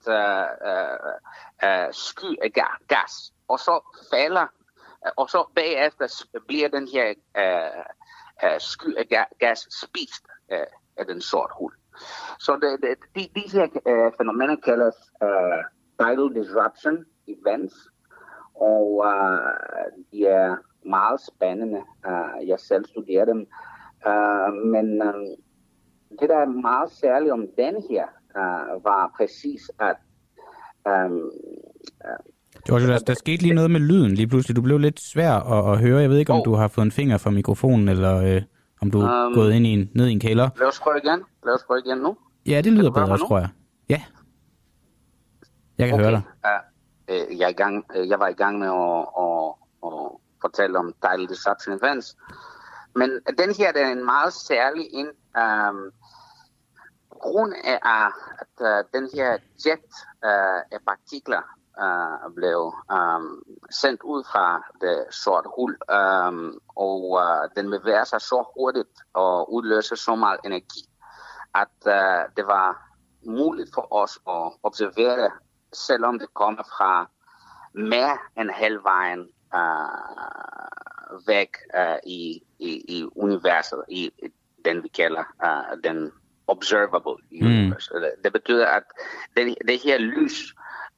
Speaker 15: sky af gas, og så falder, og så bagefter bliver den her sky af gas spist af den sort hul. Så de her fænomener kaldes tidal disruption events, og de er meget spændende. Jeg selv studerer dem, men det, der er meget særligt om den her, var præcis, at
Speaker 1: George, der skete lige noget med lyden lige pludselig. Du blev lidt svær at høre. Jeg ved ikke, om du har fået en finger fra mikrofonen, eller om du er gået ned i en kælder.
Speaker 15: Lad os prøve igen nu.
Speaker 1: Ja, det lyder bedre, tror jeg. Ja. Jeg kan høre dig.
Speaker 15: jeg var i gang med at fortælle om tidal disruption events. Men den her er en meget særlig grund af, at den her jet af partikler blev sendt ud fra det sorte hul, og den bevæger sig så hurtigt og udløser så meget energi, at det var muligt for os at observere det, selvom det kommer fra mere end halvvejen væk i universet, i den vi kalder den observable universe. Det betyder, at det her lys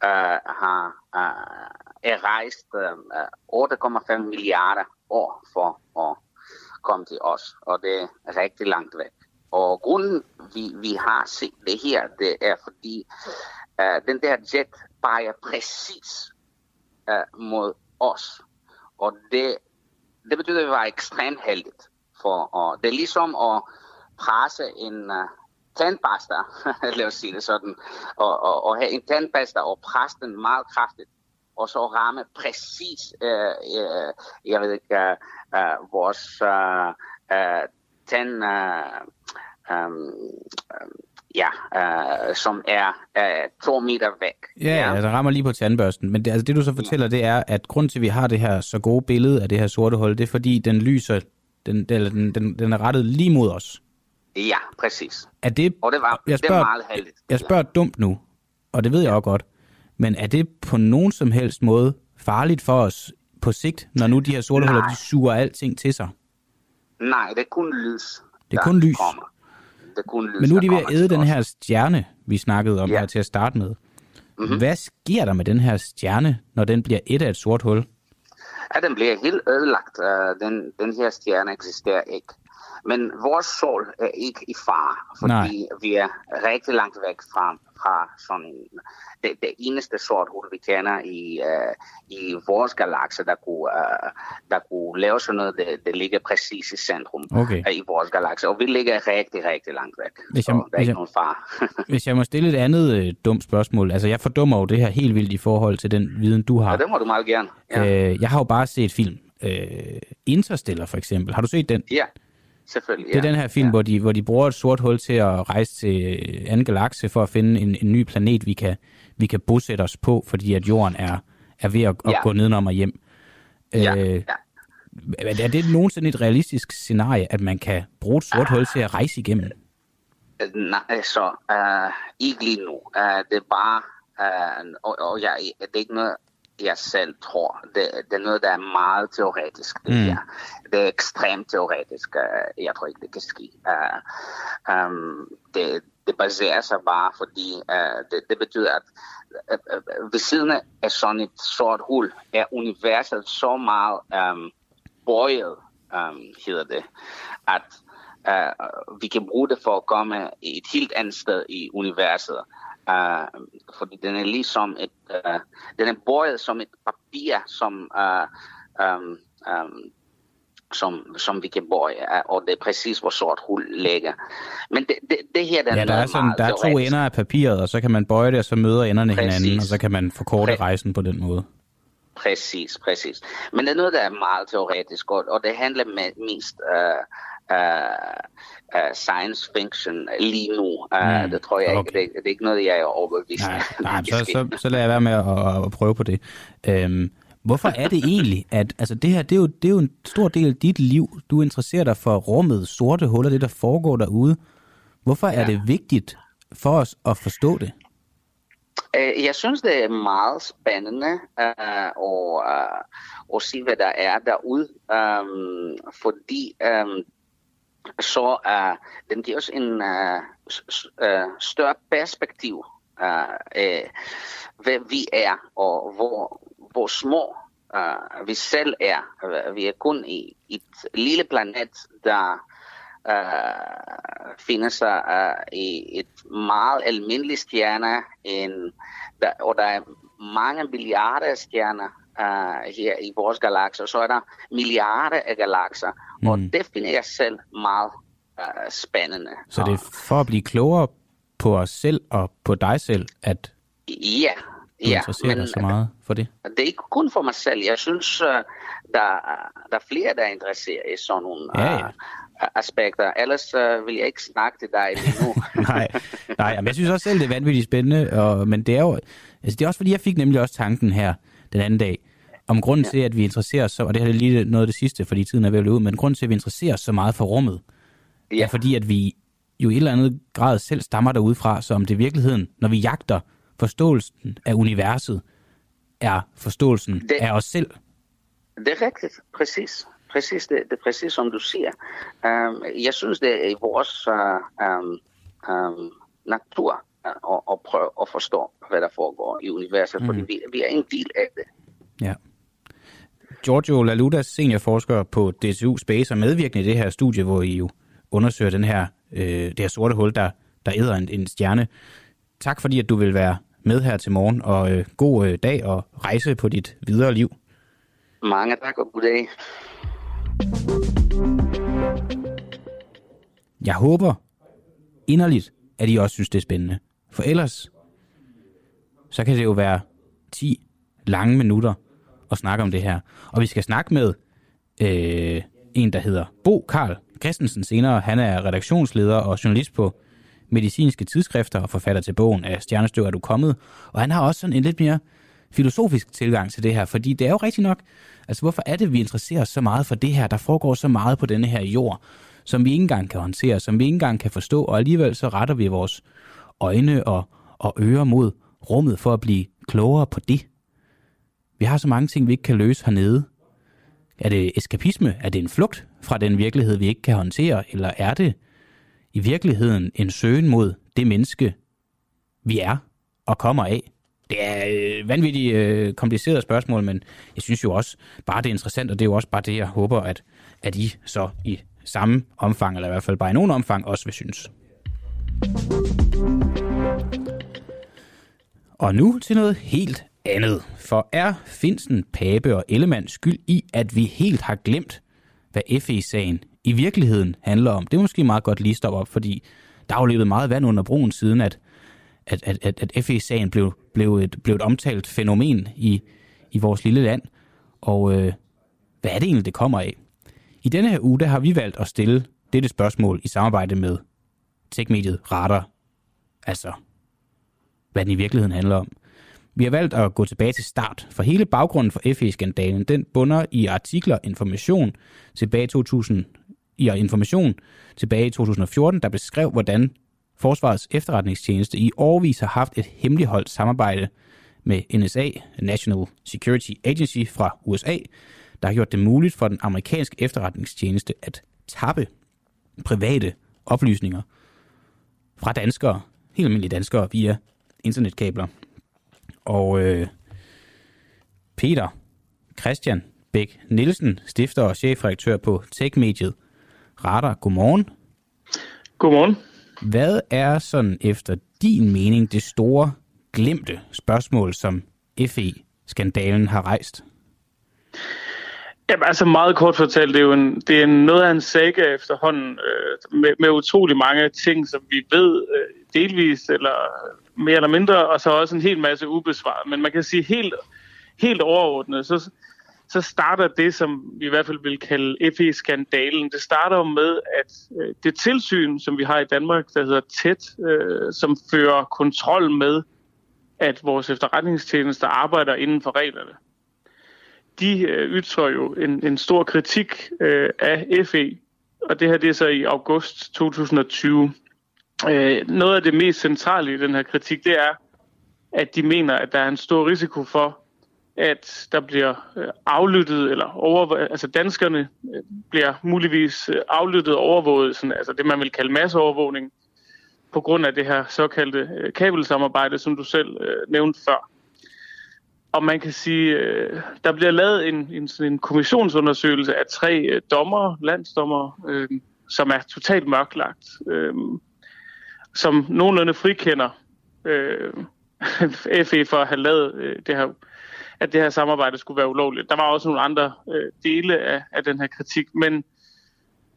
Speaker 15: er rejst 8,5 milliarder år for at komme til os, og det er rigtig langt væk. Og grunden vi har set det her, det er fordi den der jet peger præcis mod os. Og det betyder, at vi var ekstremt heldigt. Det er ligesom at presse en tandpasta, lad os sige det sådan, og have en tandpasta og presse den meget kraftigt, og så ramme præcis, jeg ved ikke, vores tand, som er 2 meter væk.
Speaker 1: Ja, der rammer lige på tandbørsten. Men det du så fortæller, det er, at grund til, at vi har det her så gode billede af det her sorte hul, det er, fordi den lyser, den er rettet lige mod os.
Speaker 15: Ja, præcis.
Speaker 1: Er det,
Speaker 15: og det er meget heldigt.
Speaker 1: Jeg spørger dumt nu, og det ved jeg også godt, men er det på nogen som helst måde farligt for os på sigt, når nu de her sorte huller, de suger alting til sig?
Speaker 15: Nej, det er kun lys.
Speaker 1: Det er kun lys. Men nu er de ved at æde den her stjerne, vi snakkede om her til at starte med. Mm-hmm. Hvad sker der med den her stjerne, når den bliver et af et sort hul?
Speaker 15: Ja, den bliver helt ødelagt. Den her stjerne eksisterer ikke. Men vores sol er ikke i fare, fordi vi er rigtig langt væk fra sådan en... Det eneste sort hul, vi kender i vores galakse, der kunne lave sådan noget, det ligger præcis i centrum i vores galakse. Og vi ligger rigtig, rigtig langt væk. Så der er ikke nogen fare.
Speaker 1: Hvis jeg må stille et andet dumt spørgsmål. Altså, jeg fordummer jo det her helt vildt i forhold til den viden, du har.
Speaker 15: Ja, det må du meget gerne. Ja.
Speaker 1: Jeg har jo bare set film. Interstellar for eksempel. Har du set den?
Speaker 15: Ja. Selvfølgelig,
Speaker 1: det er den her film, hvor de bruger et sort hul til at rejse til anden galakse for at finde en ny planet, vi kan bosætte os på, fordi at jorden er ved at gå nedenom og hjem. Er det nogensinde et realistisk scenarie, at man kan bruge et sort hul til at rejse igennem?
Speaker 15: Nej, så ikke lige nu. Det er bare, det er ikke noget, jeg selv tror. Det er noget, der er meget teoretisk. Det er ekstremt teoretisk. Jeg tror ikke, det kan ske. Det baserer sig bare, fordi det betyder, at ved siden af sådan et sort hul er universet så meget bøjet, hedder det, at vi kan bruge det for at komme et helt andet sted i universet. Fordi den er ligesom den er bøjet som et papir, som vi kan bøje, og det er præcis hvor sort hul ligger. Men det her
Speaker 1: der er 2 ender af papiret, og så kan man bøje det, og så møder enderne hinanden, og så kan man forkorte rejsen på den måde.
Speaker 15: Præcis. Men det er noget, der er meget teoretisk, og det handler mest science fiction lige nu. Det tror jeg ikke. Det er ikke noget, jeg er overbevist.
Speaker 1: Nej, så lader jeg være med at prøve på det. Hvorfor er det egentlig, at altså det her, det er jo en stor del af dit liv. Du interesserer dig for rummet, sorte huller, det der foregår derude. Hvorfor er det vigtigt for os at forstå det?
Speaker 15: Jeg synes, det er meget spændende at se, hvad der er derude. Fordi så den giver os en større perspektiv af, hvad vi er, og hvor små vi selv er. Vi er kun i et lille planet, der finder sig i et meget almindeligt stjerne, og der er mange milliarder stjerner her i vores galakse, og så er der milliarder af galakser, og det finder jeg selv meget spændende.
Speaker 1: Så det er for at blive klogere på os selv og på dig selv, at... interesserer dig så meget for det?
Speaker 15: Det er ikke kun for mig selv. Jeg synes, der er flere, der er interesseret i sådan nogle aspekter. Ellers vil jeg ikke snakke til dig lige nu.
Speaker 1: Nej, men jeg synes også selv, det er vanvittigt spændende. Men det er jo, altså det er også fordi, jeg fik nemlig også tanken her den anden dag, om grunden til, at vi interesserer os så, og det her er lige noget af det sidste, fordi tiden er ved at løbe ud, men grunden til, at vi interesserer os så meget for rummet, er fordi, at vi jo i et eller andet grad selv stammer derudefra, så om det i virkeligheden, når vi jagter forståelsen af universet, er forståelsen af os selv.
Speaker 15: Det er rigtigt, præcis. Det er præcis som du siger. Jeg synes, det er i vores natur at prøve at forstå, hvad der foregår i universet, fordi vi er en del af det.
Speaker 1: Ja. Giorgio Laludas, seniorforsker på DTU Space, er medvirkende i det her studie, hvor I jo undersøger det her sorte hul, der æder en stjerne. Tak fordi, at du vil være med her til morgen, og god dag og rejse på dit videre liv.
Speaker 15: Mange tak og god dag.
Speaker 1: Jeg håber inderligt, at I også synes, det er spændende. For ellers, så kan det jo være 10 lange minutter at snakke om det her. Og vi skal snakke med en, der hedder Bo Carl Christensen senere. Han er redaktionsleder og journalist på medicinske tidsskrifter og forfatter til bogen Af stjernestøv er du kommet. Og han har også sådan en lidt mere filosofisk tilgang til det her, fordi det er jo rigtigt nok, altså hvorfor er det, vi interesserer os så meget for det her? Der foregår så meget på denne her jord, som vi ikke engang kan håndtere, som vi ikke engang kan forstå, og alligevel så retter vi vores øjne og ører mod rummet for at blive klogere på det. Vi har så mange ting, vi ikke kan løse hernede. Er det eskapisme? Er det en flugt fra den virkelighed, vi ikke kan håndtere? Eller er det i virkeligheden en søgen mod det menneske, vi er og kommer af? Det er et vanvittigt kompliceret spørgsmål, men jeg synes jo også bare, det er interessant, og det er jo også bare det, jeg håber, at I så i samme omfang, eller i hvert fald bare i nogen omfang, også vil synes. Og nu til noget helt andet. For er Findsen, Pape og Ellemann skyld i, at vi helt har glemt, hvad FE-sagen i virkeligheden handler om? Det er måske meget godt lige stoppe op, fordi der er jo løbet meget vand under broen siden, at FE-sagen blev et omtalt fænomen i vores lille land. Og hvad er det egentlig, det kommer af? I denne her uge, der har vi valgt at stille dette spørgsmål i samarbejde med techmediet Radar. Altså, hvad den i virkeligheden handler om. Vi har valgt at gå tilbage til start, for hele baggrunden for FE-skandalen, den bunder i artikler Information tilbage i 2014, der beskrev, hvordan Forsvarets efterretningstjeneste i årevis har haft et hemmeligholdt samarbejde med NSA, National Security Agency fra USA, der har gjort det muligt for den amerikanske efterretningstjeneste at tappe private oplysninger fra danskere, helt almindelige danskere, via internetkabler. Og Peter Christian Bæk Nielsen, stifter og chefredaktør på techmediet Radar. Godmorgen.
Speaker 16: Godmorgen.
Speaker 1: Hvad er sådan efter din mening det store glemte spørgsmål, som FE-skandalen har rejst?
Speaker 16: Jamen, altså meget kort fortalt, det er noget af en saga efterhånden, med utrolig mange ting, som vi ved delvis eller mere eller mindre, og så også en hel masse ubesvaret. Men man kan sige helt overordnet, så starter det, som vi i hvert fald vil kalde FE-skandalen. Det starter jo med, at det tilsyn, som vi har i Danmark, der hedder TET, som fører kontrol med, at vores efterretningstjenester arbejder inden for reglerne. De ytrer jo en stor kritik af FE, og det her det er så i august 2020. Noget af det mest centrale i den her kritik, det er, at de mener, at der er en stor risiko for, at der bliver aflyttet, altså danskerne bliver muligvis aflyttet og overvåget, sådan, altså det man vil kalde masseovervågning, på grund af det her såkaldte kabelsamarbejde, som du selv nævnte før. Og man kan sige, der bliver lavet en kommissionsundersøgelse af 3 dommere, landsdommere, som er totalt mørklagt, som nogenlunde frikender FE for at have lavet det her, at det her samarbejde skulle være ulovligt. Der var også nogle andre dele af den her kritik, men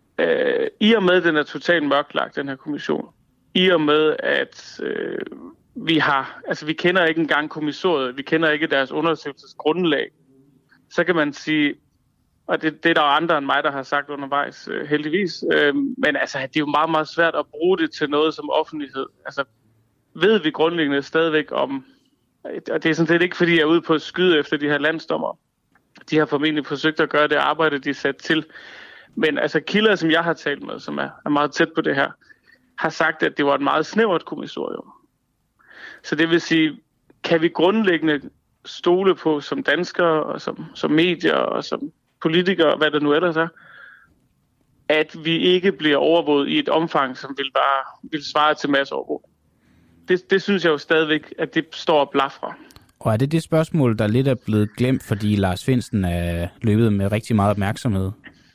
Speaker 16: i og med, at den er totalt mørklagt, den her kommission, i og med, at vi kender ikke engang kommissoriet, vi kender ikke deres undersøgelsesgrundlag. Så kan man sige, og det er der andre end mig, der har sagt undervejs, heldigvis, men altså, det er jo meget, meget svært at bruge det til noget som offentlighed. Altså, ved vi grundlæggende stadigvæk om, og det er sådan set ikke, fordi jeg er ude på at skyde efter de her landsdommer. De har formentlig forsøgt at gøre det arbejde, de er sat til. Men altså, kilder, som jeg har talt med, som er meget tæt på det her, har sagt, at det var et meget snævert kommissorium. Så det vil sige, kan vi grundlæggende stole på som danskere, og som medier, og som politikere, og hvad der nu ellers er, at vi ikke bliver overvåget i et omfang, som vil svare til masseovervågning. Det synes jeg jo stadigvæk, at det står og blafrer.
Speaker 1: Og er det spørgsmål, der lidt er blevet glemt, fordi Lars Findsen er løbet med rigtig meget opmærksomhed?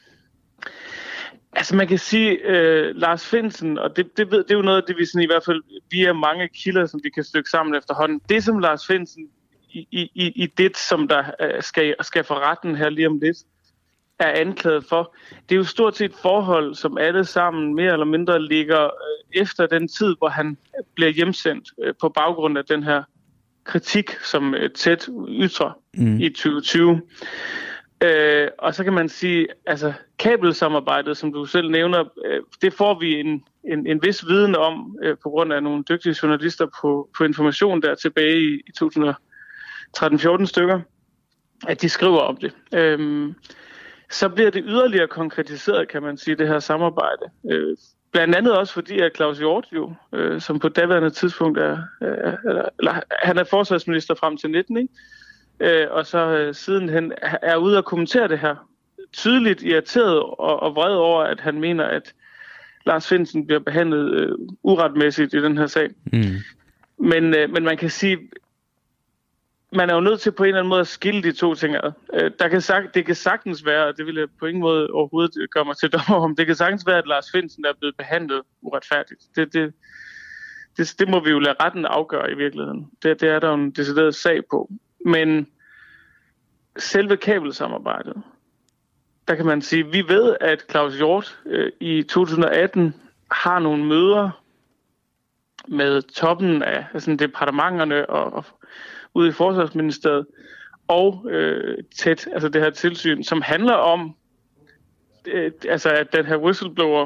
Speaker 16: Altså man kan sige, Lars Findsen, og det er jo noget af det, vi sådan i hvert fald via mange kilder, som vi kan stykke sammen efterhånden. Det som Lars Findsen i det, som der skal for retten her lige om lidt, er anklaget for, det er jo stort set forhold, som alle sammen mere eller mindre ligger efter den tid, hvor han bliver hjemsendt på baggrund af den her kritik, som tæt ytrer i 2020. Og så kan man sige, altså kabelsamarbejdet, som du selv nævner, det får vi en vis viden om på grund af nogle dygtige journalister på Information der tilbage i 2013-14 stykker, at de skriver om det. Så bliver det yderligere konkretiseret, kan man sige, det her samarbejde. Blandt andet også fordi, at Claus Hjort jo, som på daværende tidspunkt han er forsvarsminister frem til 19, ikke? Og så sidenhen er ude at kommentere det her. Tydeligt irriteret og vred over, at han mener, at Lars Findsen bliver behandlet uretmæssigt i den her sag. Men man kan sige, man er jo nødt til på en eller anden måde at skille de to ting ad. Det kan sagtens være, og det vil jeg på ingen måde overhovedet gøre mig til dommer om, det kan sagtens være, at Lars Findsen er blevet behandlet uretfærdigt. Det må vi jo lade retten afgøre i virkeligheden. Det er der jo en decideret sag på. Men selve kabelsamarbejdet, der kan man sige, vi ved, at Claus Hjort i 2018 har nogle møder med toppen af altså departementerne og ude i Forsvarsministeriet og tæt, altså det her tilsyn, som handler om, altså at den her whistleblower,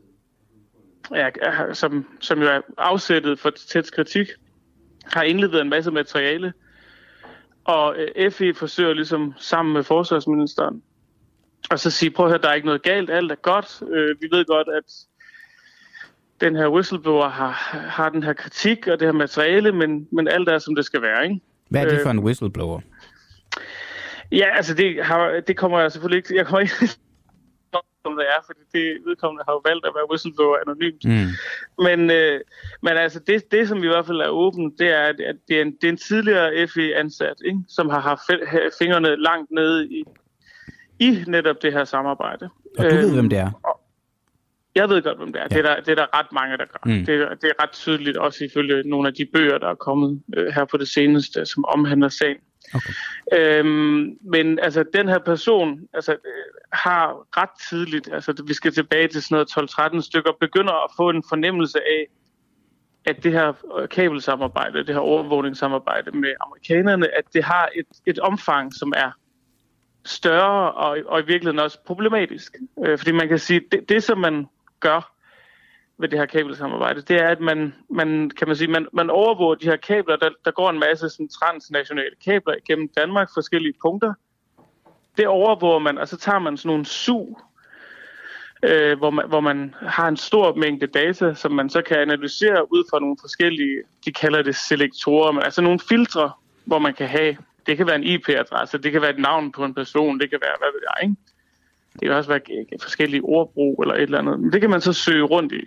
Speaker 16: som jo er afsættet for tæt kritik, har indleveret en masse materiale, og FE forsøger ligesom sammen med forsvarsministeren og så sige, prøv at høre, der er ikke noget galt, alt er godt. Vi ved godt, at den her whistleblower har den her kritik og det her materiale, men alt er, som det skal være, ikke?
Speaker 1: Hvad er det for en whistleblower?
Speaker 16: Ja, altså det kommer jeg selvfølgelig ikke... Jeg kommer ikke som det er, fordi det vedkommende har jo valgt at være whistleblower anonymt. Men altså det, som i hvert fald er åbent, det er, at det er en tidligere FE-ansat, ikke? Som har haft fingrene langt nede i netop det her samarbejde.
Speaker 1: Og du ved, hvem det er?
Speaker 16: Jeg ved godt, hvem det er. Ja. Det er der ret mange, der gør. Det er ret tydeligt, også ifølge nogle af de bøger, der er kommet her på det seneste, som omhandler sagen. Okay. Men altså, den her person har ret tidligt, altså vi skal tilbage til sådan noget 12-13 stykker, begynder at få en fornemmelse af, at det her kabelsamarbejde, det her overvågningssamarbejde med amerikanerne, at det har et omfang, som er større og i virkeligheden også problematisk. Fordi man kan sige, det som man gør ved det her kabelsamarbejde, det er, at man overvåger de her kabler, der går en masse sådan transnationale kabler igennem Danmark, forskellige punkter. Det overvåger man, og så tager man sådan nogle sug, hvor man har en stor mængde data, som man så kan analysere ud fra nogle forskellige, de kalder det selektorer, men altså nogle filtre, hvor man kan have, det kan være en IP-adresse, det kan være et navn på en person, det kan være, hvad ved jeg, ikke? Det kan også være forskellige ordbrug eller et eller andet, men det kan man så søge rundt i.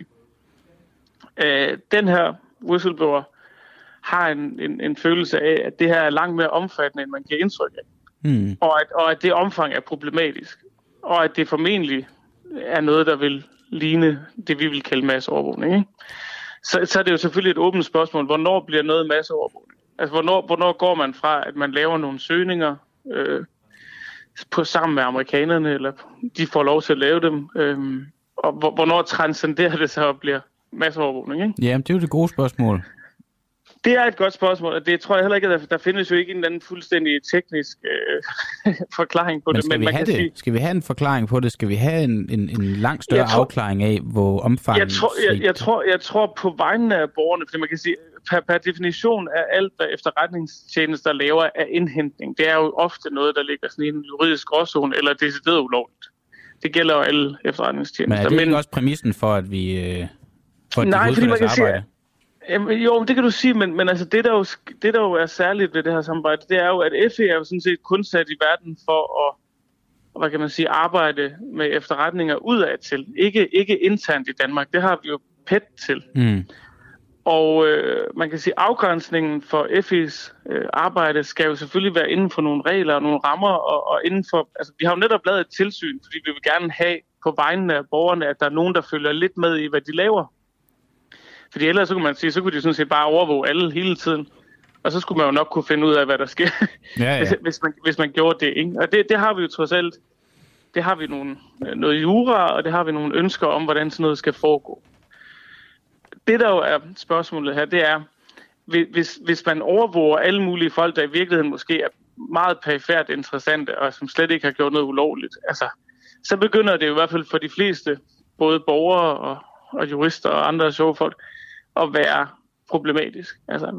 Speaker 16: Den her whistleblower har en følelse af, at det her er langt mere omfattende, end man giver indtryk af. Og at det omfang er problematisk. Og at det formentlig er noget, der vil ligne det, vi vil kalde masseovervågning. Ikke? Så er det jo selvfølgelig et åbent spørgsmål. Hvornår bliver noget masseovervågning? Altså, hvornår går man fra, at man laver nogle søgninger sammen med amerikanerne, eller de får lov til at lave dem, og hvornår transcenderer det sig og bliver masseovervågning, ikke?
Speaker 1: Ja, det er jo det gode spørgsmål.
Speaker 16: Det er et godt spørgsmål, og det tror jeg heller ikke, at der findes jo ikke en eller anden fuldstændig teknisk forklaring på det.
Speaker 1: Men skal vi have en forklaring på det? Skal vi have en langt større afklaring af, hvor omfanget...
Speaker 16: Jeg tror på vegne af borgerne, fordi man kan sige, per definition er alt, hvad efterretningstjenester laver af indhentning. Det er jo ofte noget, der ligger sådan i en juridisk gråzone, eller decideret ulovligt. Det gælder jo alle efterretningstjenester.
Speaker 1: Men er det ikke også præmissen for, at vi...
Speaker 16: Nej, fordi man kan sige... Jo, det kan du sige, men altså det der jo er særligt ved det her samarbejde, det er jo, at FE er jo sådan set kun sat i verden for at, hvad kan man sige, arbejde med efterretninger udad til. Ikke internt i Danmark. Det har vi jo PET til. Og man kan sige, afgrænsningen for FE's arbejde skal jo selvfølgelig være inden for nogle regler og nogle rammer, og inden for, altså vi har jo netop lavet et tilsyn, fordi vi vil gerne have på vegne af borgerne, at der er nogen, der følger lidt med i, hvad de laver. Fordi ellers så kunne man sige, så kunne de sådan set bare overvåge alle hele tiden. Og så skulle man jo nok kunne finde ud af, hvad der sker, hvis man gjorde det. Ikke? Og det har vi jo trods alt, det har vi noget jura, og det har vi nogle ønsker om, hvordan sådan noget skal foregå. Det der jo er spørgsmålet her, det er, hvis man overvåger alle mulige folk, der i virkeligheden måske er meget perifært interessante, og som slet ikke har gjort noget ulovligt, altså, så begynder det jo i hvert fald for de fleste, både borgere og jurister og andre sjove folk, at være problematisk. Altså,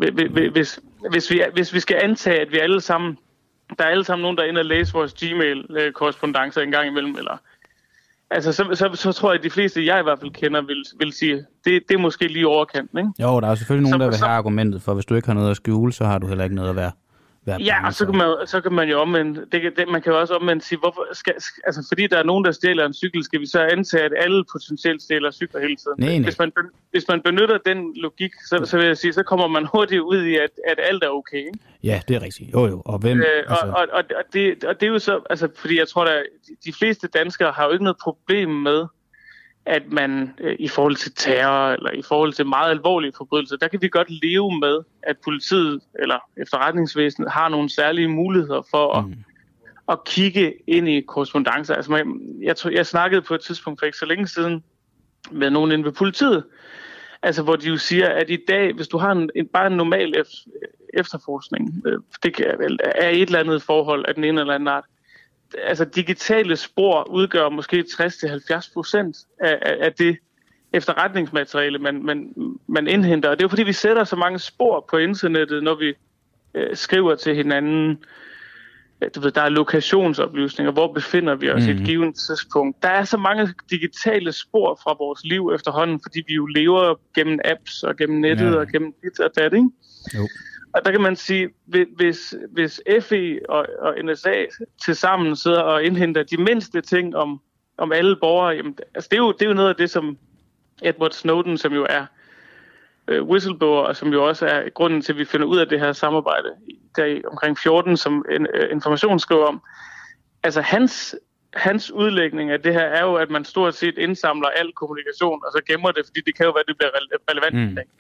Speaker 16: hvis vi skal antage, at vi alle sammen, der er alle sammen nogen, der er inde og læse vores Gmail-korrespondancer en gang imellem, eller altså, så tror jeg, at de fleste, jeg i hvert fald kender, vil sige, det er måske lige overkanten, ikke?
Speaker 1: Jo, der er selvfølgelig nogen, der vil have argumentet for, hvis du ikke har noget at skjule, så har du heller ikke noget at være
Speaker 16: ja, og så kan man jo omvendt, man kan jo også omvendt sige, altså fordi der er nogen, der stjæler en cykel, skal vi så antage, at alle potentielt stjæler cykler hele tiden.
Speaker 1: Nej.
Speaker 16: Hvis man benytter den logik, så vil jeg sige, så kommer man hurtigt ud i, at alt er okay, ikke?
Speaker 1: Ja, det er rigtigt. Jo. Og hvem?
Speaker 16: Og det er jo så, altså fordi jeg tror, at de fleste danskere har jo ikke noget problem med, at man i forhold til terror eller i forhold til meget alvorlige forbrydelser, der kan vi godt leve med, at politiet eller efterretningsvæsenet har nogle særlige muligheder for at kigge ind i korrespondancer. Altså jeg snakkede på et tidspunkt for ikke så længe siden med nogen inde ved politiet, altså hvor de jo siger, at i dag, hvis du har bare en normal efterforskning, det er et eller andet forhold af den ene eller anden art, altså digitale spor udgør måske 60-70% af det efterretningsmateriale, man indhenter. Og det er jo fordi, vi sætter så mange spor på internettet, når vi skriver til hinanden. Du ved, der er lokationsoplysninger, hvor befinder vi os i et givet tidspunkt. Der er så mange digitale spor fra vores liv efterhånden, fordi vi jo lever gennem apps og gennem nettet og gennem dit og dat, ikke? Jo. Og der kan man sige, hvis FE og NSA tilsammen sidder og indhenter de mindste ting om alle borgere, jamen, altså det er jo noget af det, som Edward Snowden, som jo er whistleblower, og som jo også er grunden til, at vi finder ud af det her samarbejde der omkring 14, som Information skriver om. Altså hans udlægning af det her er jo, at man stort set indsamler al kommunikation, og så gemmer det, fordi det kan jo være, at det bliver relevant i dag.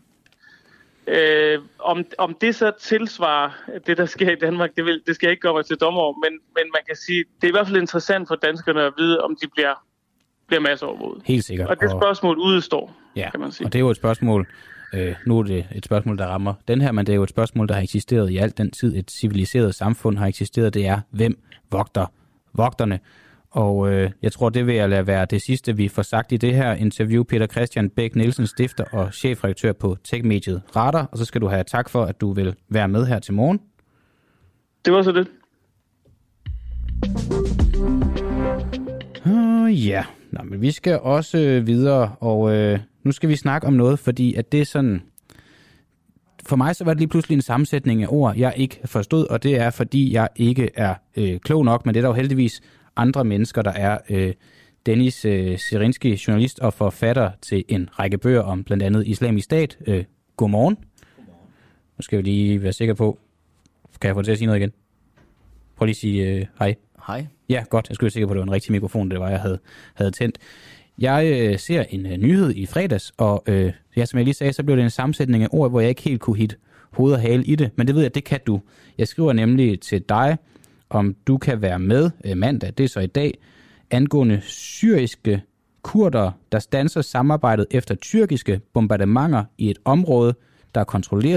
Speaker 16: Om det så tilsvarer det, der sker i Danmark, det skal jeg ikke gøre mig til dommer over, men man kan sige, det er i hvert fald interessant for danskerne at vide, om de bliver masseovervåget.
Speaker 1: Helt sikkert.
Speaker 16: Og det spørgsmål udestår, kan man sige.
Speaker 1: Og det er jo et spørgsmål, nu er det et spørgsmål, der rammer den her, men det er jo et spørgsmål, der har eksisteret i al den tid, et civiliseret samfund har eksisteret, det er, hvem vogter vogterne? Og jeg tror, det vil jeg lade være det sidste, vi får sagt i det her interview. Peter Christian Bech Nielsen, stifter og chefredaktør på tech-mediet Radar. Og så skal du have tak for, at du vil være med her til morgen.
Speaker 16: Det var så det.
Speaker 1: Ja, men vi skal også videre, og nu skal vi snakke om noget, fordi at det er sådan... For mig så var det lige pludselig en sammensætning af ord, jeg ikke forstod, og det er, fordi jeg ikke er klog nok, men det er der jo heldigvis andre mennesker, der er. Dennis Serinski, journalist og forfatter til en række bøger om blandt andet Islamisk Stat. Godmorgen. Nu skal vi lige være sikre på. Kan jeg få det til at sige noget igen? Prøv lige at sige hej.
Speaker 17: Hej.
Speaker 1: Ja, godt. Jeg skulle være sikker på, at det var en rigtig mikrofon, det var, jeg havde tændt. Jeg ser en nyhed i fredags, og som jeg lige sagde, så blev det en sammensætning af ord, hvor jeg ikke helt kunne hitte hoved og hale i det. Men det ved jeg, det kan du. Jeg skriver nemlig til dig, om du kan være med mandag, det er så i dag, angående syriske kurdere, der standser samarbejdet efter tyrkiske bombardementer i et område, der er kontrolleret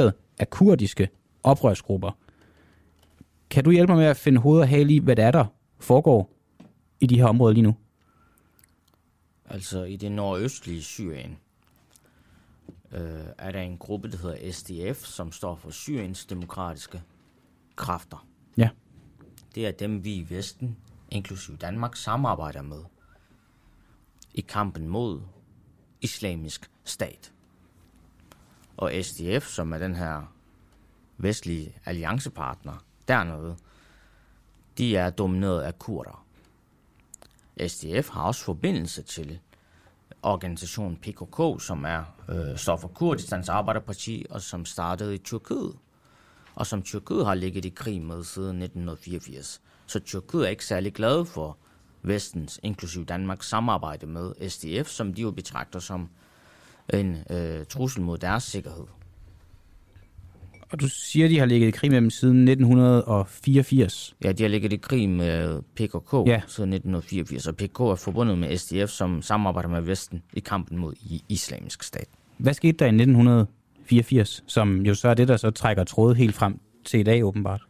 Speaker 1: af kurdiske oprørsgrupper. Kan du hjælpe mig med at finde hoved og hale i, hvad det er, der foregår i de her områder lige nu?
Speaker 17: Altså i det nordøstlige Syrien er der en gruppe, der hedder SDF, som står for Syriens demokratiske kræfter.
Speaker 1: Ja.
Speaker 17: Det er dem, vi i Vesten, inklusive Danmark, samarbejder med i kampen mod islamisk stat. Og SDF, som er den her vestlige alliancepartner dernede, de er domineret af kurder. SDF har også forbindelse til organisationen PKK, som står for Kurdistans Arbejderparti, og som startede i Tyrkiet. Og som Tyrkiet har ligget i krig med siden 1984. Så Tyrkiet er ikke særlig glad for Vestens, inklusive Danmarks, samarbejde med SDF, som de jo betragter som en trussel mod deres sikkerhed.
Speaker 1: Og du siger, de har ligget i krig med dem siden 1984?
Speaker 17: Ja, de har ligget i krig med PKK siden 1984, og PKK er forbundet med SDF, som samarbejder med Vesten i kampen mod islamisk stat.
Speaker 1: Hvad skete der i 1984, som jo så er det, der så trækker trådet helt frem til i dag, åbenbart?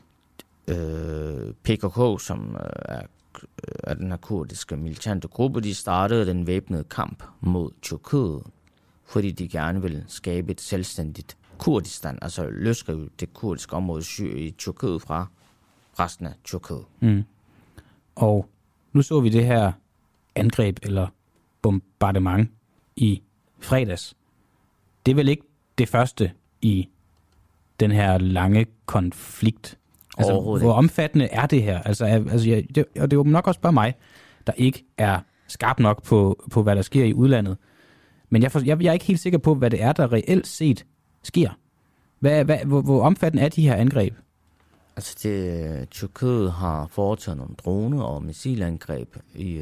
Speaker 17: PKK, som er den her kurdiske militante gruppe, de startede den væbnede kamp mod Tyrkiet, fordi de gerne ville skabe et selvstændigt Kurdistan, altså løsrive det kurdiske område i Tyrkiet fra resten af Tyrkiet.
Speaker 1: Mm. Og nu så vi det her angreb eller bombardement i fredags. Det er vel ikke det første i den her lange konflikt? Altså, hvor omfattende er det her? Og det er jo nok også bare mig, der ikke er skarp nok på hvad der sker i udlandet. Men jeg er ikke helt sikker på, hvad det er, der reelt set sker. Hvor omfattende er de her angreb?
Speaker 17: Altså, Tyrkiet har foretaget nogle drone- og missilangreb i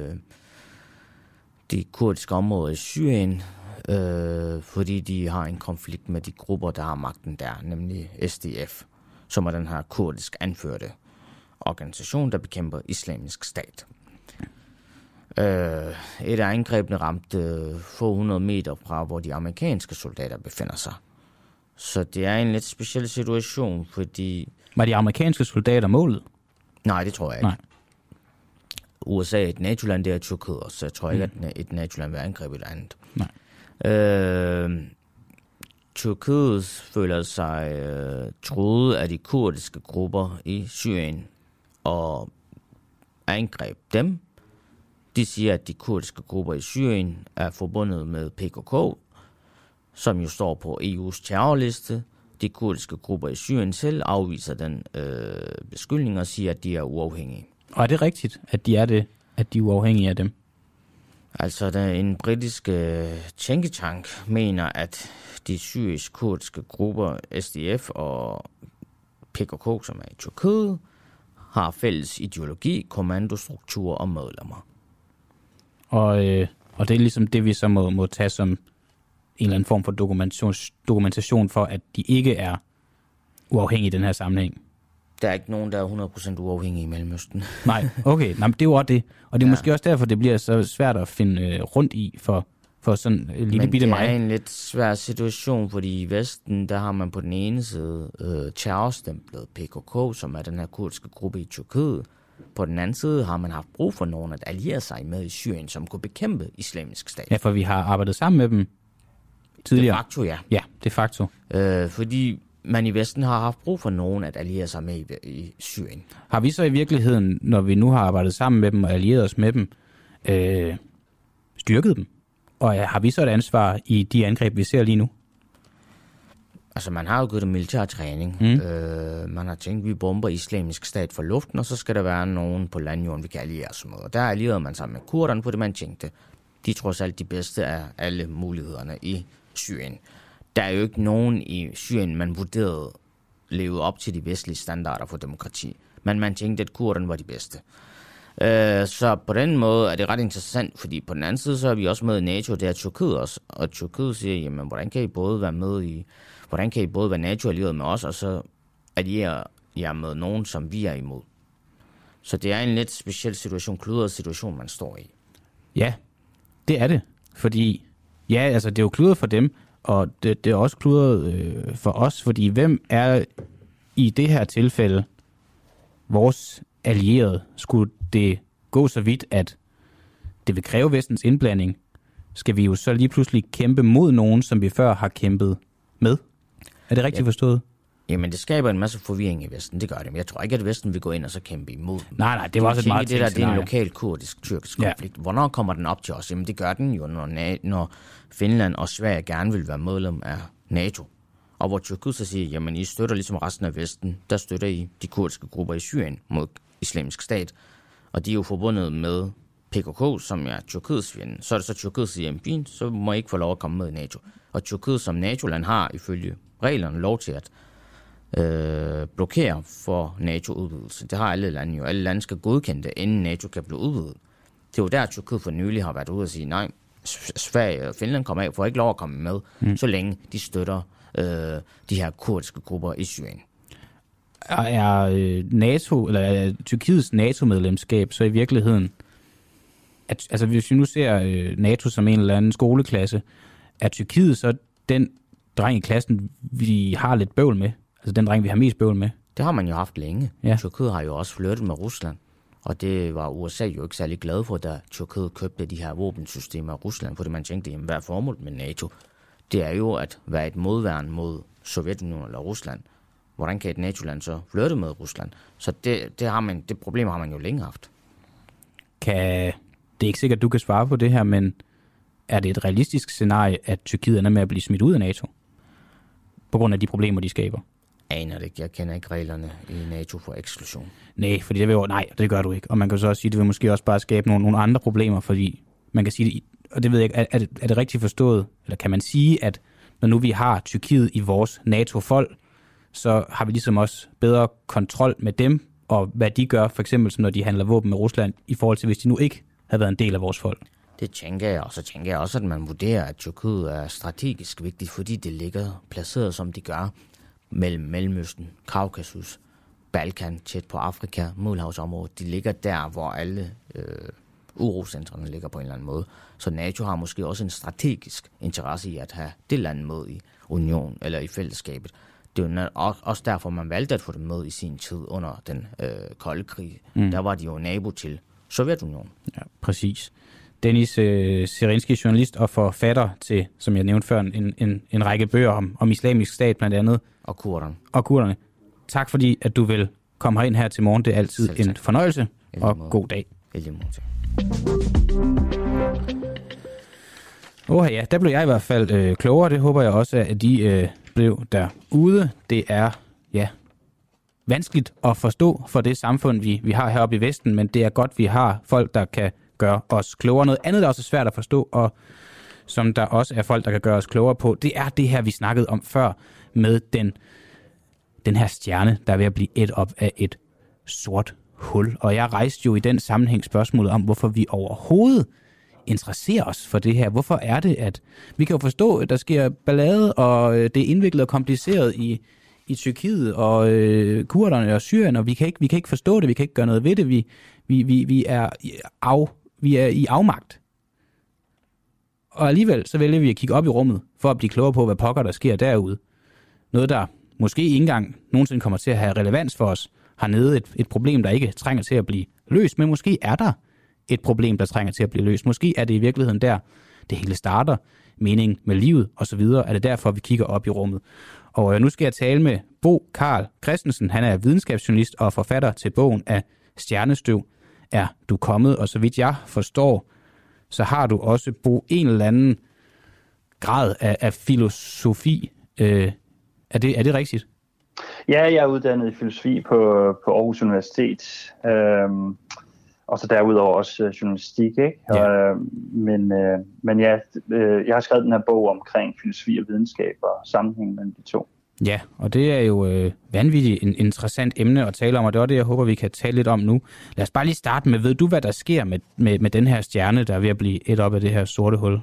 Speaker 17: de kurdiske områder i Syrien, fordi de har en konflikt med de grupper, der har magten der, nemlig SDF, som er den her kurdisk anførte organisation, der bekæmper islamisk stat. Et af angrebene ramte få 100 meter fra, hvor de amerikanske soldater befinder sig. Så det er en lidt speciel situation, fordi...
Speaker 1: Var de amerikanske soldater målet?
Speaker 17: Nej, det tror jeg ikke. Nej. USA er et NATO-land, det er Tyrkiet også, så jeg tror ikke, at et NATO-land vil angribe et andet.
Speaker 1: Nej.
Speaker 17: Tyrkiet føler sig truet af de kurdiske grupper i Syrien og angreb dem. De siger, at de kurdiske grupper i Syrien er forbundet med PKK, som jo står på EU's terrorliste. De kurdiske grupper i Syrien selv afviser den beskyldning og siger, at de er uafhængige.
Speaker 1: Og er det rigtigt, at de er det, at de er uafhængige af dem?
Speaker 17: Altså, en britisk tænketank mener, at de syrisk-kurdiske grupper SDF og PKK, som er i Tyrkiet, har fælles ideologi, kommandostruktur og medlemmer.
Speaker 1: Og det er ligesom det, vi så må tage som en eller anden form for dokumentation for, at de ikke er uafhængige i den her sammenhæng.
Speaker 17: Der er ikke nogen, der er 100% uafhængige i Mellemøsten.
Speaker 1: Nej, okay. Nå, det er jo også det. Og det er måske også derfor, det bliver så svært at finde rundt i for sådan en lille bitte mig.
Speaker 17: Men det er en lidt svær situation, fordi i Vesten, der har man på den ene side terrorstemplet PKK, som er den her kurdiske gruppe i Tyrkiet. På den anden side har man haft brug for nogen at alliere sig med i Syrien, som kunne bekæmpe islamisk stat.
Speaker 1: Ja, for vi har arbejdet sammen med dem tidligere.
Speaker 17: De facto, ja.
Speaker 1: Ja, de facto.
Speaker 17: Fordi man i Vesten har haft brug for nogen at alliere sig med i Syrien.
Speaker 1: Har vi så i virkeligheden, når vi nu har arbejdet sammen med dem og allieret os med dem, styrket dem? Og har vi så et ansvar i de angreb, vi ser lige nu?
Speaker 17: Altså, man har jo givet dem militær træning. Man har tænkt, at vi bomber islamisk stat fra luften, og så skal der være nogen på landjorden, vi kan alliere os med. Og der allierede man sig med kurderne, fordi man tænkte, de er trods alt de bedste af alle mulighederne i Syrien. Der er jo ikke nogen i Syrien, man vurderede levede op til de vestlige standarder for demokrati. Men man tænkte, at kurderne var de bedste. Så på den måde er det ret interessant, fordi på den anden side, så er vi også med i NATO, det er Tyrkiet også. Og Tyrkiet siger, jamen, hvordan kan I både være NATO-allieret med os, og så alliere jer med nogen, som vi er imod. Så det er en lidt speciel situation, kludret situation, man står i.
Speaker 1: Ja, det er det. Fordi, ja, altså det er jo kludret for dem, og det er også kludret for os, fordi hvem er i det her tilfælde vores allierede? Skulle det gå så vidt, at det vil kræve Vestens indblanding, skal vi jo så lige pludselig kæmpe mod nogen, som vi før har kæmpet med. Er det rigtigt forstået?
Speaker 17: Jamen, det skaber en masse forvirring i Vesten, det gør det. Men jeg tror ikke, at Vesten vil gå ind og så kæmpe imod dem.
Speaker 1: Nej, det var også et meget
Speaker 17: det er en lokal kurdisk-tyrkisk konflikt. Hvornår kommer den op til os? Jamen, det gør den jo, når Finland og Sverige gerne vil være medlem af NATO. Og hvor Tyrkiet så siger, jamen, I støtter ligesom resten af Vesten, der støtter I de kurdiske grupper i Syrien mod Islamisk Stat. Og de er jo forbundet med PKK, som er Tyrkiets fjende. Så er det så Tyrkiet siger, jamen, så må I ikke få lov at komme med i NATO. Og Tyrkiet som NATO-land har ifølge reglerne lov til at blokere for NATO-udvidelse. Det har alle lande jo. Alle lande skal godkende det, inden NATO kan blive udvidet. Det er jo der, Tyrkiet for nylig har været ude og sige, nej, Sverige og Finland kommer af, får ikke lov at komme med, så længe de støtter de her kurdiske grupper i Syrien.
Speaker 1: Er NATO, eller Tyrkiets NATO-medlemskab så i virkeligheden, altså hvis vi nu ser NATO som en eller anden skoleklasse, er Tyrkiet så den dreng i klassen, vi har lidt bøvl med? Altså den dreng, vi har mest bøvl med?
Speaker 17: Det har man jo haft længe.
Speaker 1: Ja.
Speaker 17: Tyrkiet har jo også flirtet med Rusland. Og det var USA jo ikke særlig glad for, da Tyrkiet købte de her våbensystemer af Rusland, fordi man tænkte, jamen, hvad er formålet med NATO? Det er jo at være et modværn mod Sovjetunionen eller Rusland. Hvordan kan et NATO-land så flirte med Rusland? Så det problem har man jo længe haft.
Speaker 1: Det er ikke sikkert, du kan svare på det her, men er det et realistisk scenarie, at Tyrkiet ender med at blive smidt ud af NATO? På grund af de problemer, de skaber?
Speaker 17: Aner det ikke. Jeg kender ikke reglerne i NATO for eksklusion.
Speaker 1: Nej, fordi det gør du ikke. Og man kan så også sige, at det vil måske også bare skabe nogle andre problemer, fordi man kan sige det, og det ved jeg ikke, er det rigtigt forstået? Eller kan man sige, at når nu vi har Tyrkiet i vores NATO-folk, så har vi ligesom også bedre kontrol med dem, og hvad de gør, for eksempel når de handler våben med Rusland, i forhold til hvis de nu ikke havde været en del af vores folk?
Speaker 17: Det tænker jeg, og så tænker jeg også, at man vurderer, at Tyrkiet er strategisk vigtigt, fordi det ligger placeret, som de gør, mellem Mellemøsten, Kaukasus, Balkan, tæt på Afrika, Middelhavsområdet. De ligger der, hvor alle urocentrene ligger på en eller anden måde. Så NATO har måske også en strategisk interesse i at have det land med i union eller i fællesskabet. Det er jo også derfor, man valgte at få dem med i sin tid under den kolde krig. Der var de jo nabo til Sovjetunionen.
Speaker 1: Ja, præcis. Dennis Serinski, journalist og forfatter til, som jeg nævnte før, en række bøger om Islamisk Stat blandt andet.
Speaker 17: Og kurderne.
Speaker 1: Tak fordi, at du vil komme herind her til morgen. Det er altid en fornøjelse, og god dag. Ja, der blev jeg i hvert fald klogere. Det håber jeg også, at de blev derude. Det er, vanskeligt at forstå for det samfund, vi har heroppe i Vesten, men det er godt, vi har folk, der kan gøre os klogere. Noget andet, der også er svært at forstå, og som der også er folk, der kan gøre os klogere på, det er det her, vi snakkede om før, med den her stjerne, der er ved at blive ædt op af et sort hul. Og jeg rejste jo i den sammenhæng spørgsmålet om, hvorfor vi overhovedet interesserer os for det her. Hvorfor er det, at vi kan jo forstå, at der sker ballade, og det er indviklet og kompliceret i Tyrkiet og kurderne og Syrien, og vi kan ikke forstå det, vi kan ikke gøre noget ved det. Vi er i afmagt. Og alligevel så vælger vi at kigge op i rummet for at blive klogere på, hvad pokker der sker derude. Noget, der måske ikke engang nogensinde kommer til at have relevans for os hernede. Et problem, der ikke trænger til at blive løst, men måske er der et problem, der trænger til at blive løst. Måske er det i virkeligheden der, det hele starter, mening med livet osv. Er det derfor, vi kigger op i rummet. Og nu skal jeg tale med Bo Carl Christensen. Han er videnskabsjournalist og forfatter til bogen Af stjernestøv er du kommet. Og så vidt jeg forstår, så har du også, Bo, en eller anden grad af filosofi. Er det rigtigt?
Speaker 18: Ja, jeg er uddannet i filosofi på Aarhus Universitet. Og så derudover også journalistik, ikke?
Speaker 1: Ja.
Speaker 18: Men ja, jeg har skrevet den her bog omkring filosofi og videnskab og sammenhæng mellem de to.
Speaker 1: Ja, og det er jo vanvittigt en interessant emne at tale om, og det er det, jeg håber, vi kan tale lidt om nu. Lad os bare lige starte med, ved du, hvad der sker med den her stjerne, der er ved at blive ædt op af det her sorte hul?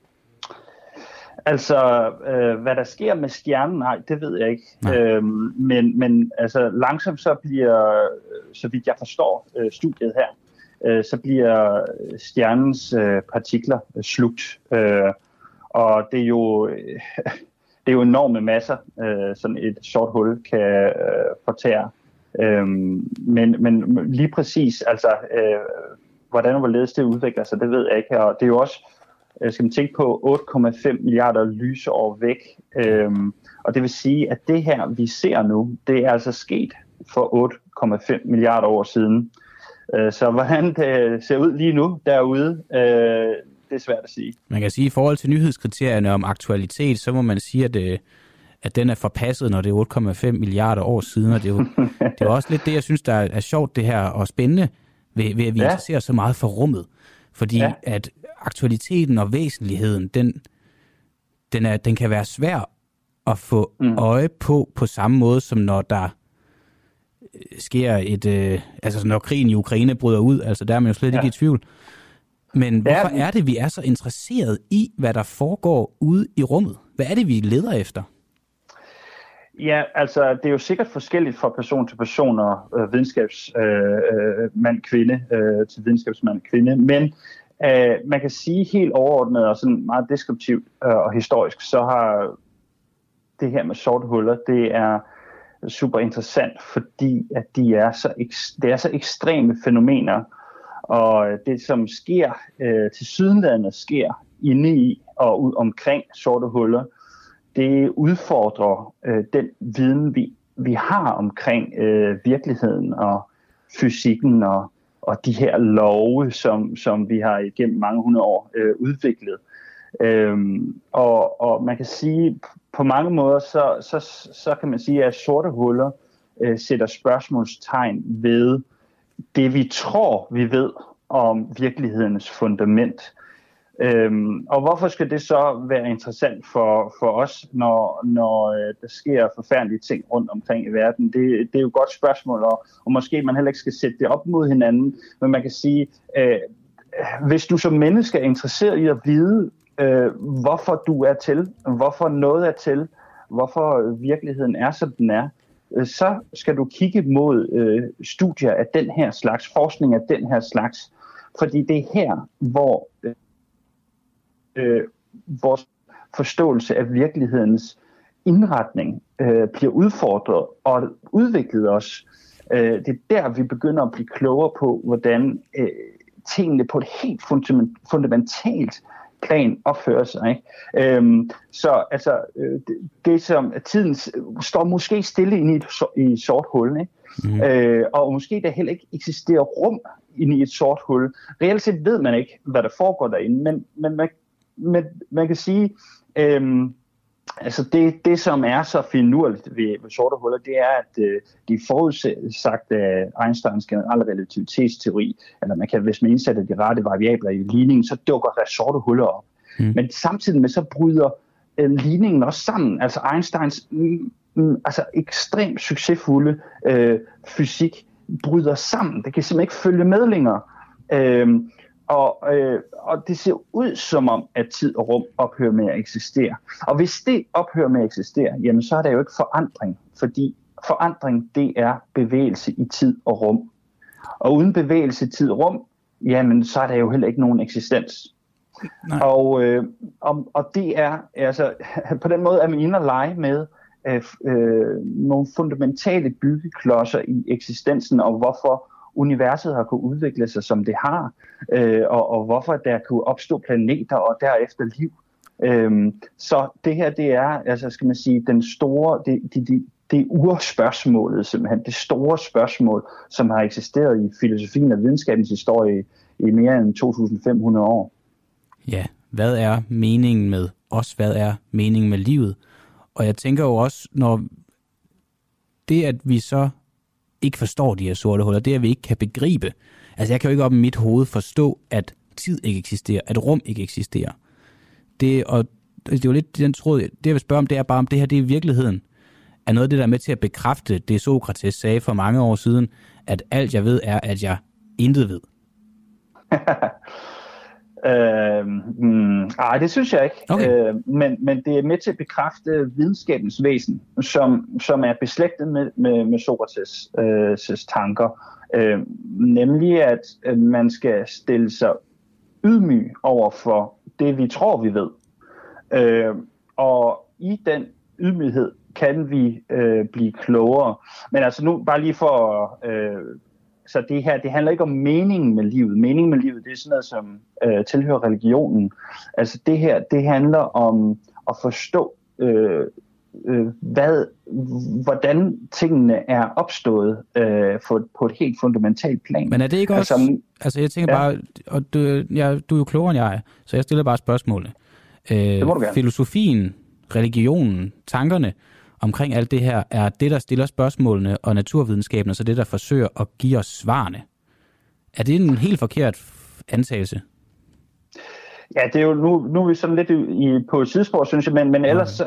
Speaker 18: Altså, hvad der sker med stjernen, nej, det ved jeg ikke. Men altså, langsomt så bliver, så vidt jeg forstår studiet her, så bliver stjernens partikler slugt. Og det er jo enorme masser, sådan et sort hul kan fortære. Men lige præcis, altså, hvordan og hvorledes det udvikler sig, det ved jeg ikke. Og det er jo også, skal man tænke på, 8,5 milliarder lysår væk. Og det vil sige, at det her, vi ser nu, det er altså sket for 8,5 milliarder år siden. Så hvordan det ser ud lige nu derude, det er svært at sige.
Speaker 1: Man kan sige, at i forhold til nyhedskriterierne om aktualitet, så må man sige, at den er forpasset, når det er 8,5 milliarder år siden. Og det er jo også lidt det, jeg synes, der er sjovt det her og spændende ved at vi interesserer så meget for rummet. Fordi at aktualiteten og væsentligheden, den kan være svær at få øje på samme måde, som når der sker altså når krigen i Ukraine bryder ud, altså der er man jo slet ikke i tvivl. Men hvorfor er det, vi er så interesseret i, hvad der foregår ude i rummet? Hvad er det, vi leder efter?
Speaker 18: Ja, altså det er jo sikkert forskelligt fra person til person og videnskabsmand-kvinde til videnskabsmand-kvinde, men man kan sige helt overordnet og sådan meget deskriptivt og historisk, så har det her med sorte huller, det er super interessant, fordi at det er så ekstreme fænomener, og det som sker tilsyneladende sker inde i og ud omkring sorte huller, det udfordrer den viden, vi har omkring virkeligheden og fysikken og de her love, som vi har igennem mange hundrede år udviklet. Og man kan sige, på mange måder, så kan man sige, at sorte huller sætter spørgsmålstegn ved det, vi tror, vi ved om virkelighedens fundament. Og hvorfor skal det så være interessant for os, når der sker forfærdelige ting rundt omkring i verden? Det er jo et godt spørgsmål, og måske man heller ikke skal sætte det op mod hinanden, men man kan sige, hvis du som menneske er interesseret i at vide, hvorfor du er til, hvorfor noget er til, hvorfor virkeligheden er, som den er, så skal du kigge mod studier af den her slags, forskning af den her slags, fordi det er her, hvor vores forståelse af virkelighedens indretning bliver udfordret og udviklet os. Det er der, vi begynder at blive klogere på, hvordan tingene på et helt fundamentalt plan opfører sig. Så altså, det som tiden står måske stille inde i et sort hul, ikke? Og måske der heller ikke eksisterer rum inde i et sort hul. Reelt set ved man ikke, hvad der foregår derinde, men man kan sige, altså det som er så finurligt ved sorte huller, det er, at de forudsagt af Einsteins generelle relativitetsteori, eller man kan, hvis man indsætter de rette variabler i ligningen, så dukker der sorte huller op. Men samtidig med, så bryder ligningen også sammen. Altså Einsteins altså ekstremt succesfulde fysik bryder sammen. Det kan simpelthen ikke følge med længere. Og det ser ud som om, at tid og rum ophører med at eksistere. Og hvis det ophører med at eksistere, jamen så er der jo ikke forandring, fordi forandring, det er bevægelse i tid og rum. Og uden bevægelse i tid og rum, jamen så er der jo heller ikke nogen eksistens. Og det er, altså på den måde er man inde og lege med nogle fundamentale byggeklodser i eksistensen, og hvorfor universet har kunnet udvikle sig, som det har, og hvorfor der kunne opstå planeter og derefter liv. Så det her, det er, altså skal man sige, den store, det urspørgsmålet simpelthen, det store spørgsmål, som har eksisteret i filosofien og videnskabens historie i mere end 2.500 år.
Speaker 1: Ja, hvad er meningen med os? Hvad er meningen med livet? Og jeg tænker jo også, når det, at vi så ikke forstår de her sorte huller, det at vi ikke kan begribe. Altså jeg kan jo ikke op i mit hoved forstå, at tid ikke eksisterer, at rum ikke eksisterer. Det er jo lidt den tråd, det jeg vil spørge om, det er bare, om det her, det er i virkeligheden, er noget af det, der er med til at bekræfte det, Sokrates sagde for mange år siden, at alt jeg ved er, at jeg intet ved.
Speaker 18: Det synes jeg ikke. Okay. Men det er med til at bekræfte videnskabens væsen, som er beslægtet med Sokrates' tanker. Nemlig, at man skal stille sig ydmyg over for det, vi tror, vi ved. Og i den ydmyghed kan vi blive klogere. Men altså nu bare lige for... så det her, det handler ikke om meningen med livet. Meningen med livet, det er sådan noget, som tilhører religionen. Altså det her, det handler om at forstå, hvordan tingene er opstået på et helt fundamentalt plan.
Speaker 1: Men er det ikke også... Altså jeg tænker bare, og du er jo klogere end jeg er, så jeg stiller bare spørgsmålene.
Speaker 18: Det må du gerne.
Speaker 1: Filosofien, religionen, tankerne omkring alt det her, er det, der stiller spørgsmålene, og naturvidenskaben, så det, der forsøger at give os svarene. Er det en helt forkert antagelse?
Speaker 18: Ja, det er jo nu er vi sådan lidt på et sidespor, synes jeg, men ellers,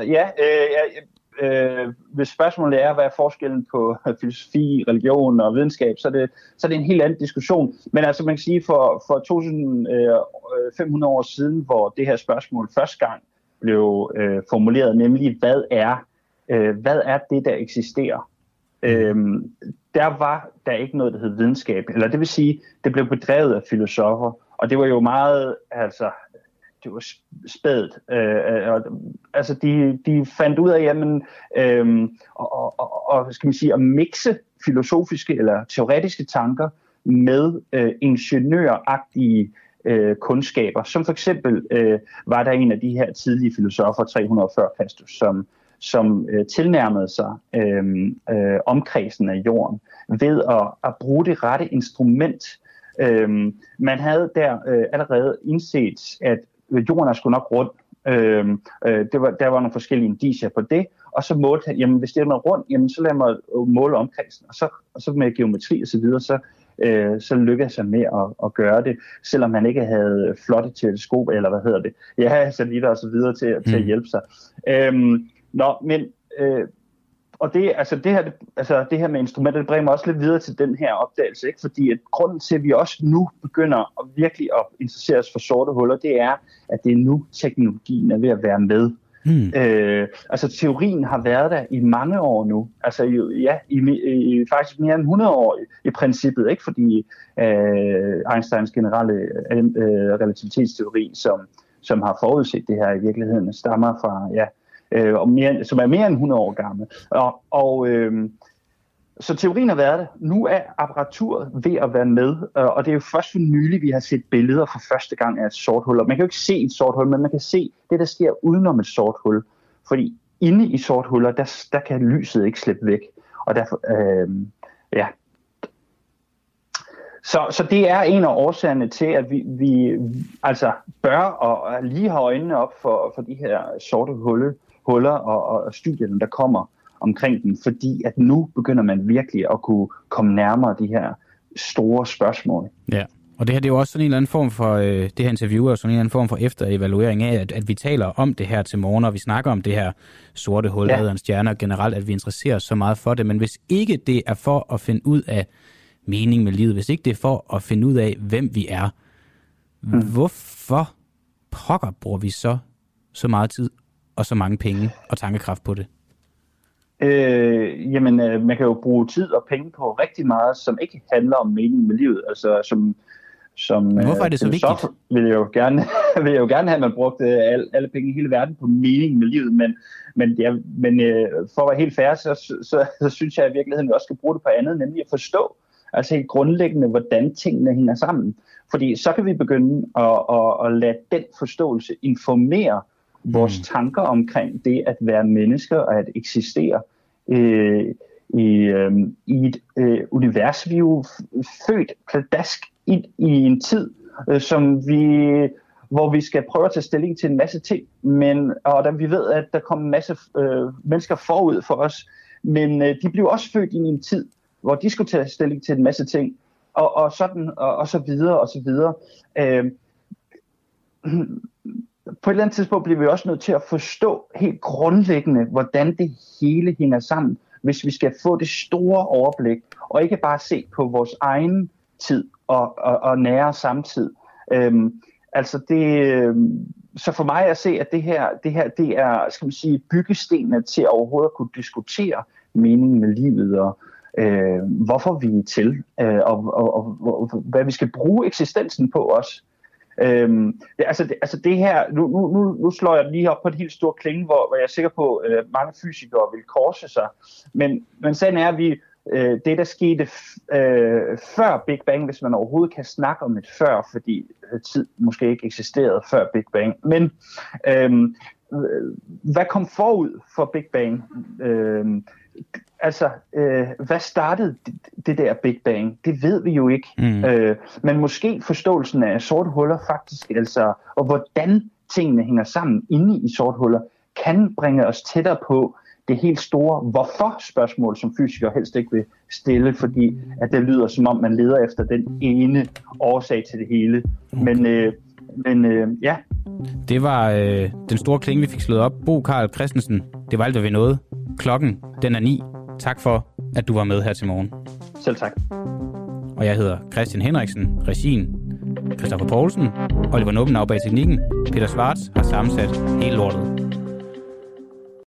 Speaker 18: hvis spørgsmålet er, hvad er forskellen på filosofi, religion og videnskab, så er det en helt anden diskussion. Men altså man kan sige, for 2500 år siden, hvor det her spørgsmål første gang blev formuleret, nemlig hvad er det, der eksisterer? Der var der ikke noget, der hed videnskab. Eller det vil sige, det blev bedrevet af filosofer, og det var jo meget, altså, det var spædt. Altså, de fandt ud af, jamen, skal man sige, at mixe filosofiske eller teoretiske tanker med ingeniøragtige kundskaber. Som for eksempel var der en af de her tidlige filosofer, 300 før Kristus, som tilnærmede sig omkredsen af jorden ved at bruge det rette instrument. Man havde der allerede indset, at jorden er sgu nok rund. Der var nogle forskellige indicier på det, og så målte han, jamen hvis det er rundt, jamen så lad mig måle omkredsen, og så med geometri og så videre, så lykkedes han med at gøre det, selvom han ikke havde flotte teleskop, eller hvad hedder det, satellitter og så videre til at hjælpe sig. Og det her med instrumenter, det bringer mig også lidt videre til den her opdagelse, ikke? Fordi at grunden til, at vi også nu begynder at virkelig at interessere os for sorte huller, det er, at det er nu teknologien er ved at være med. Altså teorien har været der i mange år nu, altså i faktisk mere end 100 år i princippet, ikke? Fordi Einsteins generelle relativitetsteori, som har forudset det her i virkeligheden, stammer fra, som er mere end 100 år gammel. Så teorien har været det. Nu er apparaturet ved at være med, og det er jo først for nylig, vi har set billeder for første gang af et sort hul. Man kan jo ikke se et sort hul, men man kan se det, der sker udenom et sort hul. Fordi inde i sort huller, der kan lyset ikke slippe væk. Og derfor, Så det er en af årsagerne til, at vi altså bør og lige have øjnene op for de her sorte huller og studierne, der kommer omkring dem, fordi at nu begynder man virkelig at kunne komme nærmere de her store spørgsmål.
Speaker 1: Ja, og det her det er jo også sådan en eller anden form for, det her interview er sådan en eller anden form for efterevaluering af, at vi taler om det her til morgen, og vi snakker om det her sorte hul, der hedder en stjerne, og generelt, at vi interesserer os så meget for det, men hvis ikke det er for at finde ud af mening med livet, hvis ikke det er for at finde ud af, hvem vi er, hvorfor pokker bruger vi så meget tid og så mange penge og tankekraft på det?
Speaker 18: Man kan jo bruge tid og penge på rigtig meget, som ikke handler om mening med livet. Altså, som
Speaker 1: hvorfor er det så vigtigt?
Speaker 18: Vil jeg jo gerne have, at man brugte alle penge i hele verden på mening med livet, men for at være helt fair, så synes jeg, at i virkeligheden vi også skal bruge det på andet, nemlig at forstå, altså helt grundlæggende, hvordan tingene hænger sammen. Fordi så kan vi begynde at lade den forståelse informere vores tanker omkring det at være mennesker og at eksistere i et univers. Vi er jo født pladask i en tid, hvor vi skal prøve at tage stilling til en masse ting, og da vi ved, at der kommer en masse mennesker forud for os, men de blev også født i en tid, hvor de skulle tage stilling til en masse ting, og så videre og så videre. På et eller andet tidspunkt bliver vi også nødt til at forstå helt grundlæggende, hvordan det hele hænger sammen, hvis vi skal få det store overblik, og ikke bare se på vores egen tid og nære samtid. Så for mig at se, at det her det er, skal man sige, byggestenene til overhovedet at kunne diskutere meningen med livet og hvorfor vi er til, og hvad vi skal bruge eksistensen på os. Det her, nu slår jeg lige op på et helt stort klinge, hvor jeg er sikker på, at mange fysikere vil korse sig. Men sagen er, at det, der skete før Big Bang, hvis man overhovedet kan snakke om et før, fordi tid måske ikke eksisterede før Big Bang. Men hvad kom forud for Big Bang? Hvad startede det der Big Bang? Det ved vi jo ikke. Men måske forståelsen af sorte huller faktisk, og hvordan tingene hænger sammen inde i sorte huller, kan bringe os tættere på det helt store hvorfor-spørgsmål, som fysikere helst ikke vil stille, fordi at det lyder som om, man leder efter den ene årsag til det hele. Men ja.
Speaker 1: Det var den store klinge, vi fik slået op. Bo Carl Christensen, det var alt, hvad vi nåede. Klokken, den er 9. Tak for, at du var med her til morgen.
Speaker 18: Selv tak.
Speaker 1: Og jeg hedder Christian Henriksen, regien, Christoffer Poulsen, Oliver Nubbenau bag teknikken, Peter Schwartz har sammensat hele lortet.